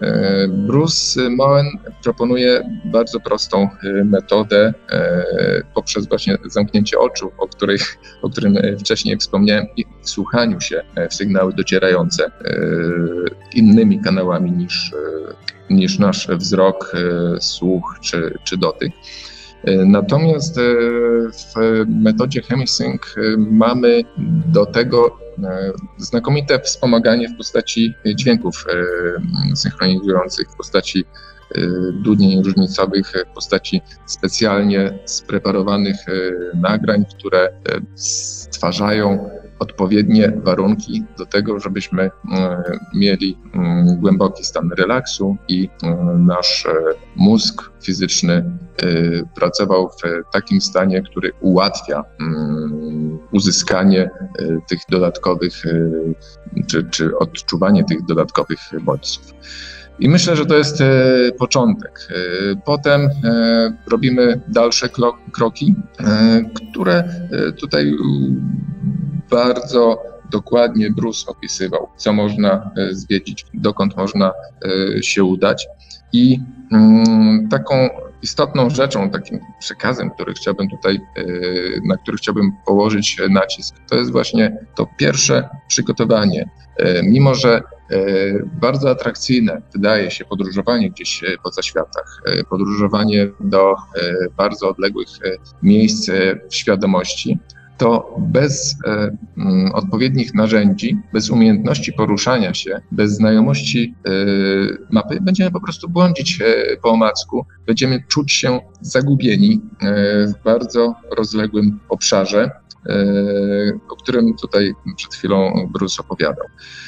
Bruce Moen proponuje bardzo prostą metodę poprzez właśnie zamknięcie oczu, o, której, o którym wcześniej wspomniałem, i wsłuchaniu się w sygnały docierające innymi kanałami niż, niż nasz wzrok, słuch czy, czy dotyk. Natomiast w metodzie Chemisync mamy do tego znakomite wspomaganie w postaci dźwięków synchronizujących, w postaci dudnień różnicowych, w postaci specjalnie spreparowanych nagrań, które stwarzają odpowiednie warunki do tego, żebyśmy mieli głęboki stan relaksu i nasz mózg fizyczny pracował w takim stanie, który ułatwia uzyskanie tych dodatkowych, czy, czy odczuwanie tych dodatkowych bodźców. I myślę, że to jest początek. Potem robimy dalsze kroki, które tutaj bardzo dokładnie Bruce opisywał, co można zwiedzić, dokąd można się udać. I taką istotną rzeczą, takim przekazem, który chciałbym tutaj, na który chciałbym położyć nacisk, to jest właśnie to pierwsze przygotowanie. Mimo że bardzo atrakcyjne wydaje się podróżowanie gdzieś po zaświatach, podróżowanie do bardzo odległych miejsc w świadomości, to bez e, m, odpowiednich narzędzi, bez umiejętności poruszania się, bez znajomości e, mapy, będziemy po prostu błądzić e, po omacku, będziemy czuć się zagubieni e, w bardzo rozległym obszarze, e, o którym tutaj przed chwilą Bruce opowiadał.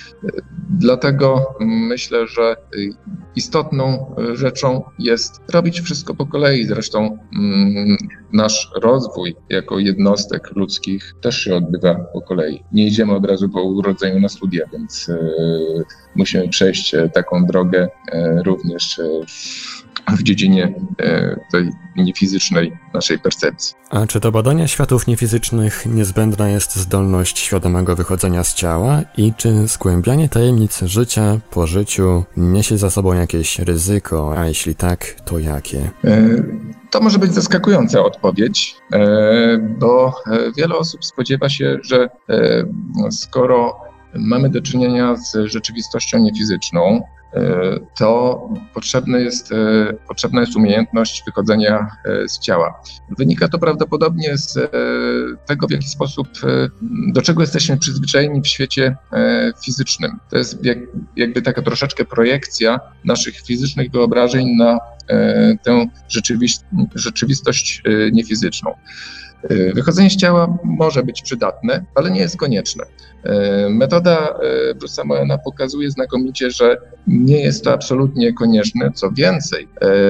Dlatego myślę, że istotną rzeczą jest robić wszystko po kolei. Zresztą nasz rozwój jako jednostek ludzkich też się odbywa po kolei. Nie idziemy od razu po urodzeniu na studia, więc musimy przejść taką drogę również w dziedzinie tej niefizycznej naszej percepcji. A czy do badania światów niefizycznych niezbędna jest zdolność świadomego wychodzenia z ciała i czy zgłębianie tajemnic życia po życiu niesie za sobą jakieś ryzyko, a jeśli tak, to jakie? To może być zaskakująca odpowiedź, bo wiele osób spodziewa się, że skoro mamy do czynienia z rzeczywistością niefizyczną, to potrzebna jest, potrzebna jest umiejętność wychodzenia z ciała. Wynika to prawdopodobnie z tego, w jaki sposób, do czego jesteśmy przyzwyczajeni w świecie fizycznym. To jest jakby taka troszeczkę projekcja naszych fizycznych wyobrażeń na tę rzeczywistość niefizyczną. Wychodzenie z ciała może być przydatne, ale nie jest konieczne. Metoda Bruce'a Moena pokazuje znakomicie, że nie jest to absolutnie konieczne. Co więcej,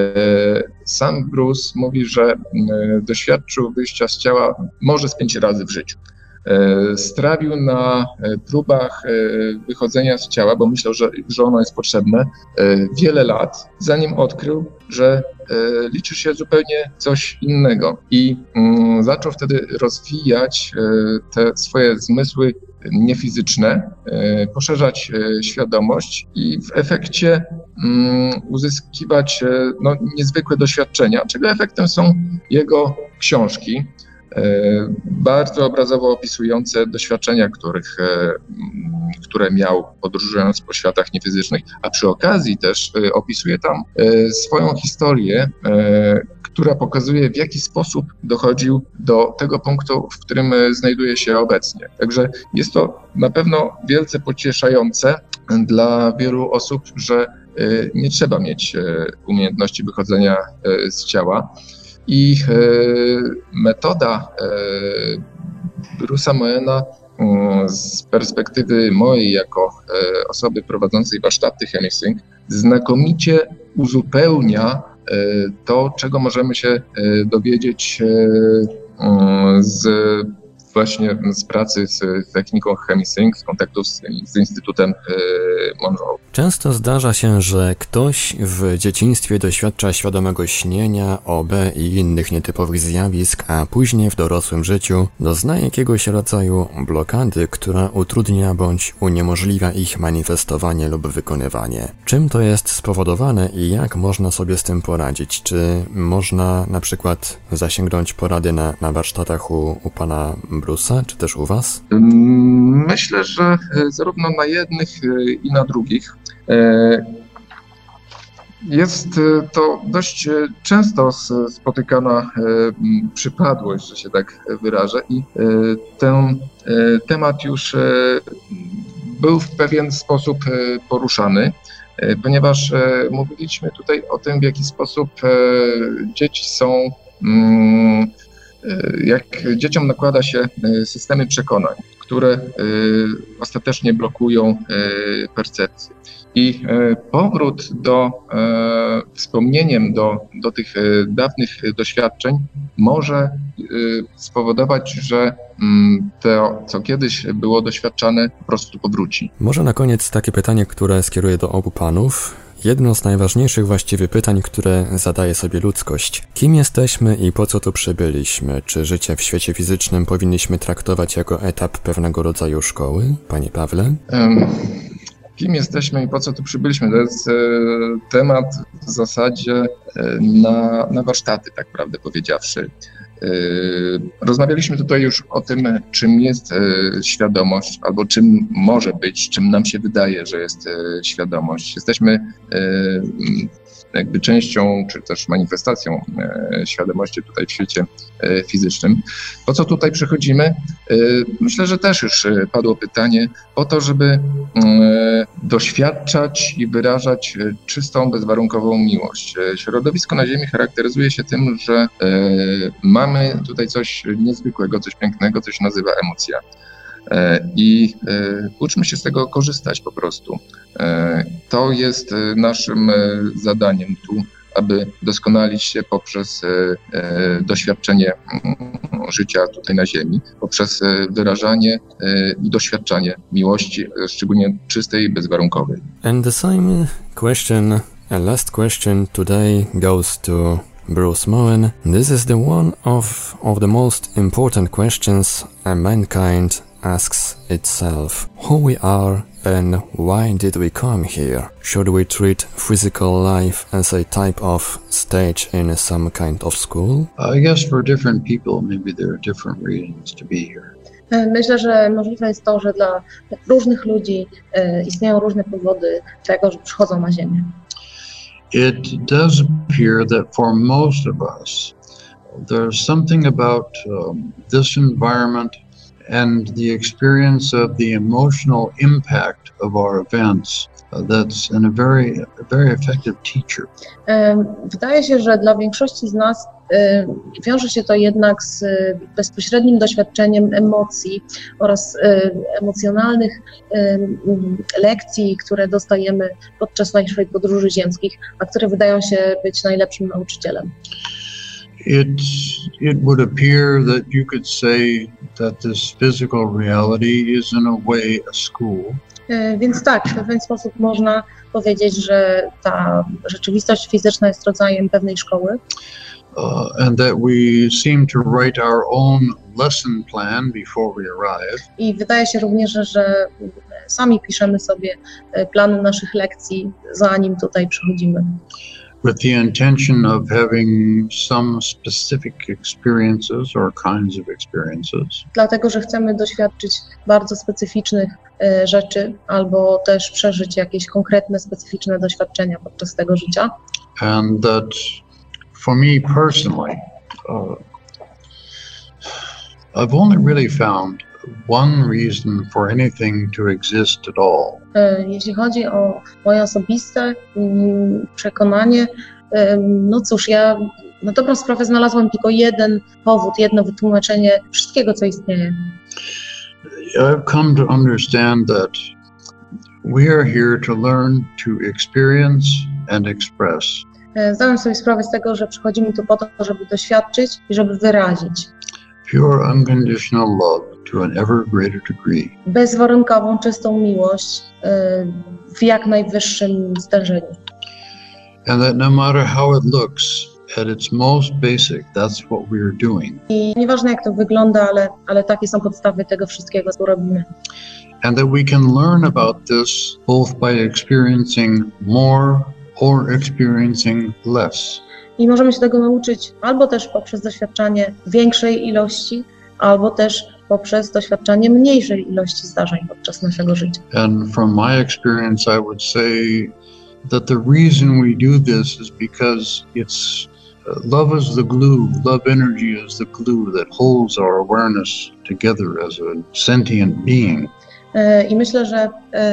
sam Bruce mówi, że doświadczył wyjścia z ciała może z pięć razy w życiu. Strawił na próbach wychodzenia z ciała, bo myślał, że, że ono jest potrzebne, wiele lat, zanim odkrył, że liczy się zupełnie coś innego i zaczął wtedy rozwijać te swoje zmysły niefizyczne, poszerzać świadomość i w efekcie uzyskiwać no, niezwykłe doświadczenia, czego efektem są jego książki, bardzo obrazowo opisujące doświadczenia, których, które miał podróżując po światach niefizycznych, a przy okazji też opisuje tam swoją historię, która pokazuje, w jaki sposób dochodził do tego punktu, w którym znajduje się obecnie. Także jest to na pewno wielce pocieszające dla wielu osób, że nie trzeba mieć umiejętności wychodzenia z ciała. I e, metoda e, Bruce'a Moena e, z perspektywy mojej jako e, osoby prowadzącej warsztaty ChemiSync znakomicie uzupełnia e, to, czego możemy się e, dowiedzieć e, z właśnie z pracy z techniką ChemiSync, z kontaktu z, z Instytutem Monroe. Często zdarza się, że ktoś w dzieciństwie doświadcza świadomego śnienia, O B i innych nietypowych zjawisk, a później w dorosłym życiu doznaje jakiegoś rodzaju blokady, która utrudnia bądź uniemożliwia ich manifestowanie lub wykonywanie. Czym to jest spowodowane i jak można sobie z tym poradzić? Czy można na przykład zasięgnąć porady na, na warsztatach u, u pana Bruce'a, czy też u was? Myślę, że zarówno na jednych i na drugich jest to dość często spotykana przypadłość, że się tak wyrażę, i ten temat już był w pewien sposób poruszany, ponieważ mówiliśmy tutaj o tym, w jaki sposób dzieci są, jak dzieciom nakłada się systemy przekonań, które ostatecznie blokują percepcję. I powrót do, wspomnieniem do, do tych dawnych doświadczeń może spowodować, że to, co kiedyś było doświadczane, po prostu powróci. Może na koniec takie pytanie, które skieruję do obu panów. Jedno z najważniejszych właściwie pytań, które zadaje sobie ludzkość. Kim jesteśmy i po co tu przybyliśmy? Czy życie w świecie fizycznym powinniśmy traktować jako etap pewnego rodzaju szkoły? Panie Pawle? Um. Kim jesteśmy i po co tu przybyliśmy? To jest e, temat w zasadzie e, na, na warsztaty, tak prawdę powiedziawszy. E, rozmawialiśmy tutaj już o tym, czym jest e, świadomość, albo czym może być, czym nam się wydaje, że jest e, świadomość. Jesteśmy e, jakby częścią, czy też manifestacją e, świadomości tutaj w świecie e, fizycznym. Po co tutaj przychodzimy? E, myślę, że też już padło pytanie o to, żeby e, doświadczać i wyrażać czystą, bezwarunkową miłość. Środowisko na Ziemi charakteryzuje się tym, że e, mamy tutaj coś niezwykłego, coś pięknego, coś się nazywa emocja. I e, uczmy się z tego korzystać po prostu. E, to jest naszym zadaniem tu, aby doskonalić się poprzez e, doświadczenie życia tutaj na Ziemi, poprzez wyrażanie e, i doświadczanie miłości, szczególnie czystej i bezwarunkowej. And the same question, a last question today goes to Bruce Moen. This is the one of, of the most important questions a mankind asks itself. Who we are and why did we come here? Should we treat physical life as a type of stage in some kind of school? I guess for different people, maybe there are different reasons to be here. Myślę, że możliwe jest to, że dla różnych ludzi e, istnieją różne powody tego, że przychodzą na Ziemię. It does appear that for most of us, there's something about um, this environment and the experience of the emotional impact of our events uh, that's an, a very, a very effective teacher. Wydaje się, że dla większości z nas wiąże się to jednak z bezpośrednim doświadczeniem emocji oraz emocjonalnych lekcji, które dostajemy podczas naszej podróży ziemskich, a które wydają się być najlepszym nauczycielem. It, it would appear that you could say that this physical reality is in a way a school. Więc tak, w pewien sposób można powiedzieć, że ta rzeczywistość fizyczna jest rodzajem pewnej szkoły. uh, and that we seem to write our own lesson plan before we arrive. I wydaje się również, że, że sami piszemy sobie plany naszych lekcji, zanim tutaj przychodzimy. With the intention of having some specific experiences or kinds of experiences. Dlatego, że chcemy doświadczyć bardzo specyficznych e, rzeczy albo też przeżyć jakieś konkretne, specyficzne doświadczenia podczas tego życia. And that for me personally, uh, I've only really found one reason for anything to exist at all. Jeśli chodzi o moje osobiste um, przekonanie, um, no cóż, ja na dobrą sprawę znalazłam tylko jeden powód, jedno wytłumaczenie wszystkiego, co istnieje. I've come to understand that we are here to learn to experience and express. Zdałem sobie sprawę z tego, że przychodzimy tu po to, żeby doświadczyć i żeby wyrazić. Pure unconditional love to an ever greater degree. Bezwarunkową, czystą miłość w jak najwyższym stężeniu. And that no matter how it looks, at its most basic, that's what we are doing. I nieważne jak to wygląda, ale, ale takie są podstawy tego wszystkiego, co robimy. And that we can learn about this both by experiencing more or experiencing less. I możemy się tego nauczyć albo też poprzez doświadczanie większej ilości, albo też poprzez doświadczanie mniejszej ilości zdarzeń podczas naszego życia. And from my experience, I would say that the reason we do this is because it's uh, love is the glue, love energy is the glue that holds our awareness together as a sentient being. I myślę, że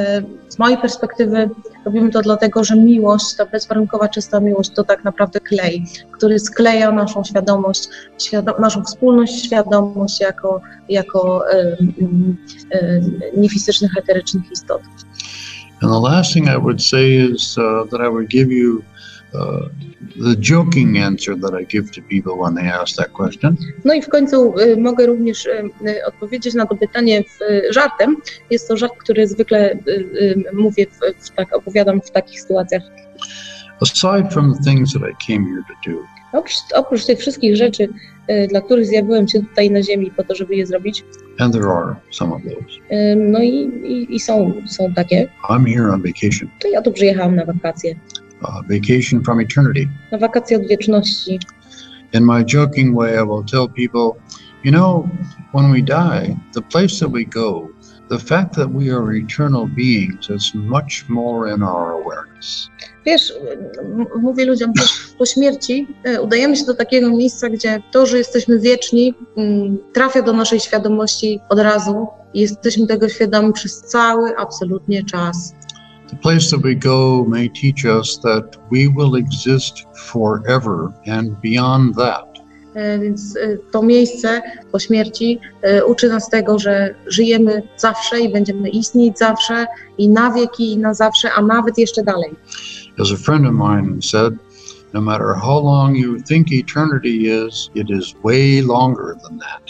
z mojej perspektywy robimy to dlatego, że miłość, ta bezwarunkowa, czysta miłość to tak naprawdę klej, który skleja naszą świadomość, świadom- naszą wspólność, świadomość jako, jako um, um, niefizycznych, eterycznych istot. And the last thing I would say is uh, that I would give you uh, the joking answer that I give to people when they ask that question. No i w końcu y, mogę również y, y, odpowiedzieć na to pytanie w, y, żartem. Jest to żart, który zwykle y, y, mówię, w, w tak, opowiadam w takich sytuacjach. Aside from the things that I came here to do. Oprócz, oprócz tych wszystkich rzeczy, y, dla których zjawiłem się tutaj na ziemi po to, żeby je zrobić. And there are some of those. Y, no i, i, i są, są takie. I'm here on vacation. To ja tu przyjechałam na wakacje. Uh, vacation from eternity. Na wakacje od wieczności. In my joking way, I will tell people, you know, when we die, the place that we go, the fact that we are eternal beings is much more in our awareness. Wiesz, m- mówię ludziom, że po śmierci y, udajemy się do takiego miejsca, gdzie to, że jesteśmy wieczni, y, trafia do naszej świadomości od razu i jesteśmy tego świadomi przez cały absolutnie czas. The place that we go may teach us that we will exist forever and beyond that. Y, więc y, to miejsce po śmierci y, uczy nas tego, że żyjemy zawsze i będziemy istnieć zawsze i na wieki i na zawsze, a nawet jeszcze dalej. As a friend of mine said, no matter how long you think eternity is, it is way longer than that.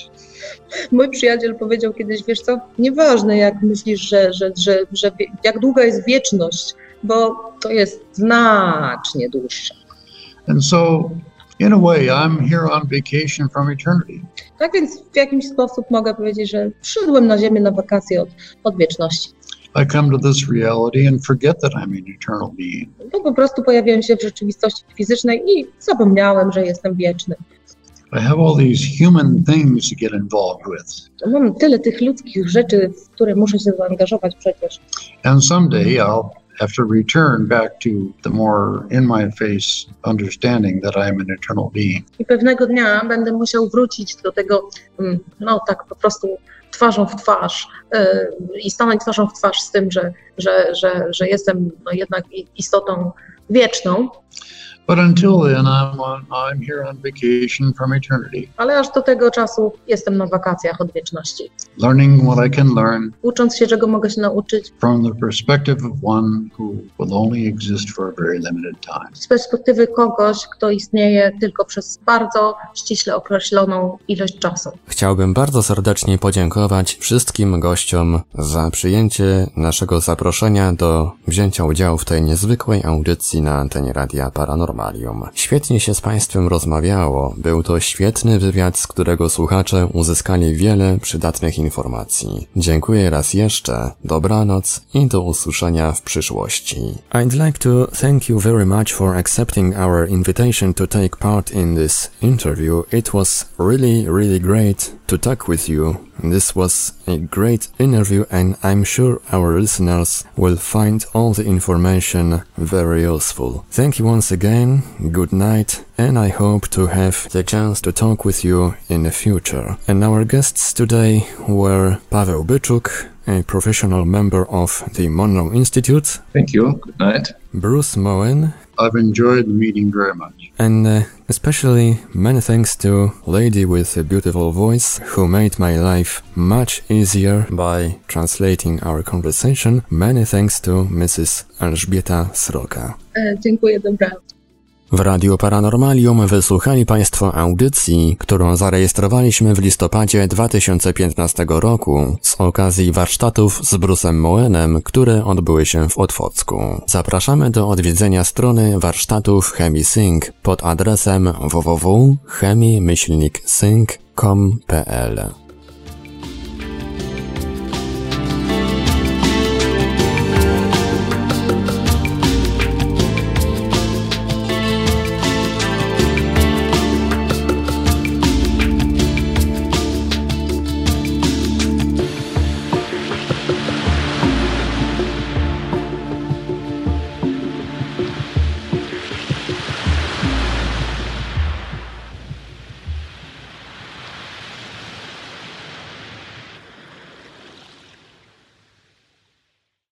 Mój przyjaciel powiedział kiedyś, wiesz co, nieważne jak myślisz, że, że, że, że wie- jak długa jest wieczność, bo to jest znacznie dłuższa. And so, in a way, I'm here on vacation from eternity. Tak więc w jakimś sposób mogę powiedzieć, że przyszedłem na ziemię na wakacje od, od wieczności. I come to this reality and forget that I'm an eternal being. Bo po prostu pojawiłem się w rzeczywistości fizycznej i zapomniałem, że jestem wieczny. I have all these human things to get involved with. Mam tyle tych ludzkich rzeczy, w które muszę się zaangażować przecież. And someday I'll have to return back to the more in my face understanding that I'm an eternal being. I pewnego dnia będę musiał wrócić do tego, mm, no tak po prostu twarzą w twarz yy, i stanąć twarzą w twarz z tym, że, że, że, że jestem no, jednak i- istotą wieczną, But until then, I'm on, I'm here on vacation from eternity, ale aż do tego czasu jestem na wakacjach od wieczności. learning what I can learn Ucząc się, czego mogę się nauczyć from the perspective of one who will only exist for a very limited time. z perspektywy kogoś, kto istnieje tylko przez bardzo ściśle określoną ilość czasu. Chciałbym bardzo serdecznie podziękować wszystkim gościom za przyjęcie naszego zaproszenia do wzięcia udziału w tej niezwykłej audycji na antenie Radia Paranormalium. Paranormalium. Świetnie się z Państwem rozmawiało. Był to świetny wywiad, z którego słuchacze uzyskali wiele przydatnych informacji. Dziękuję raz jeszcze, dobranoc i do usłyszenia w przyszłości. I'd like to thank you very much for accepting our invitation to take part in this interview. It was really, really great to talk with you. This was a great interview and I'm sure our listeners will find all the information very useful. Thank you once again, good night, and I hope to have the chance to talk with you in the future. And our guests today were Paweł Byczuk, a professional member of the Monroe Institute. Thank you, good night. Bruce Moen. I've enjoyed the meeting very much. And uh, especially many thanks to lady with a beautiful voice who made my life much easier by translating our conversation. Many thanks to Missus Elżbieta Sroka. E, dziękuję, dobranoc. W Radiu Paranormalium wysłuchali Państwo audycji, którą zarejestrowaliśmy w listopadzie dwa tysiące piętnastego roku z okazji warsztatów z Bruce'em Moenem, które odbyły się w Otwocku. Zapraszamy do odwiedzenia strony warsztatów ChemiSync pod adresem w w w kropka chemi myślnik sync kropka com kropka p l.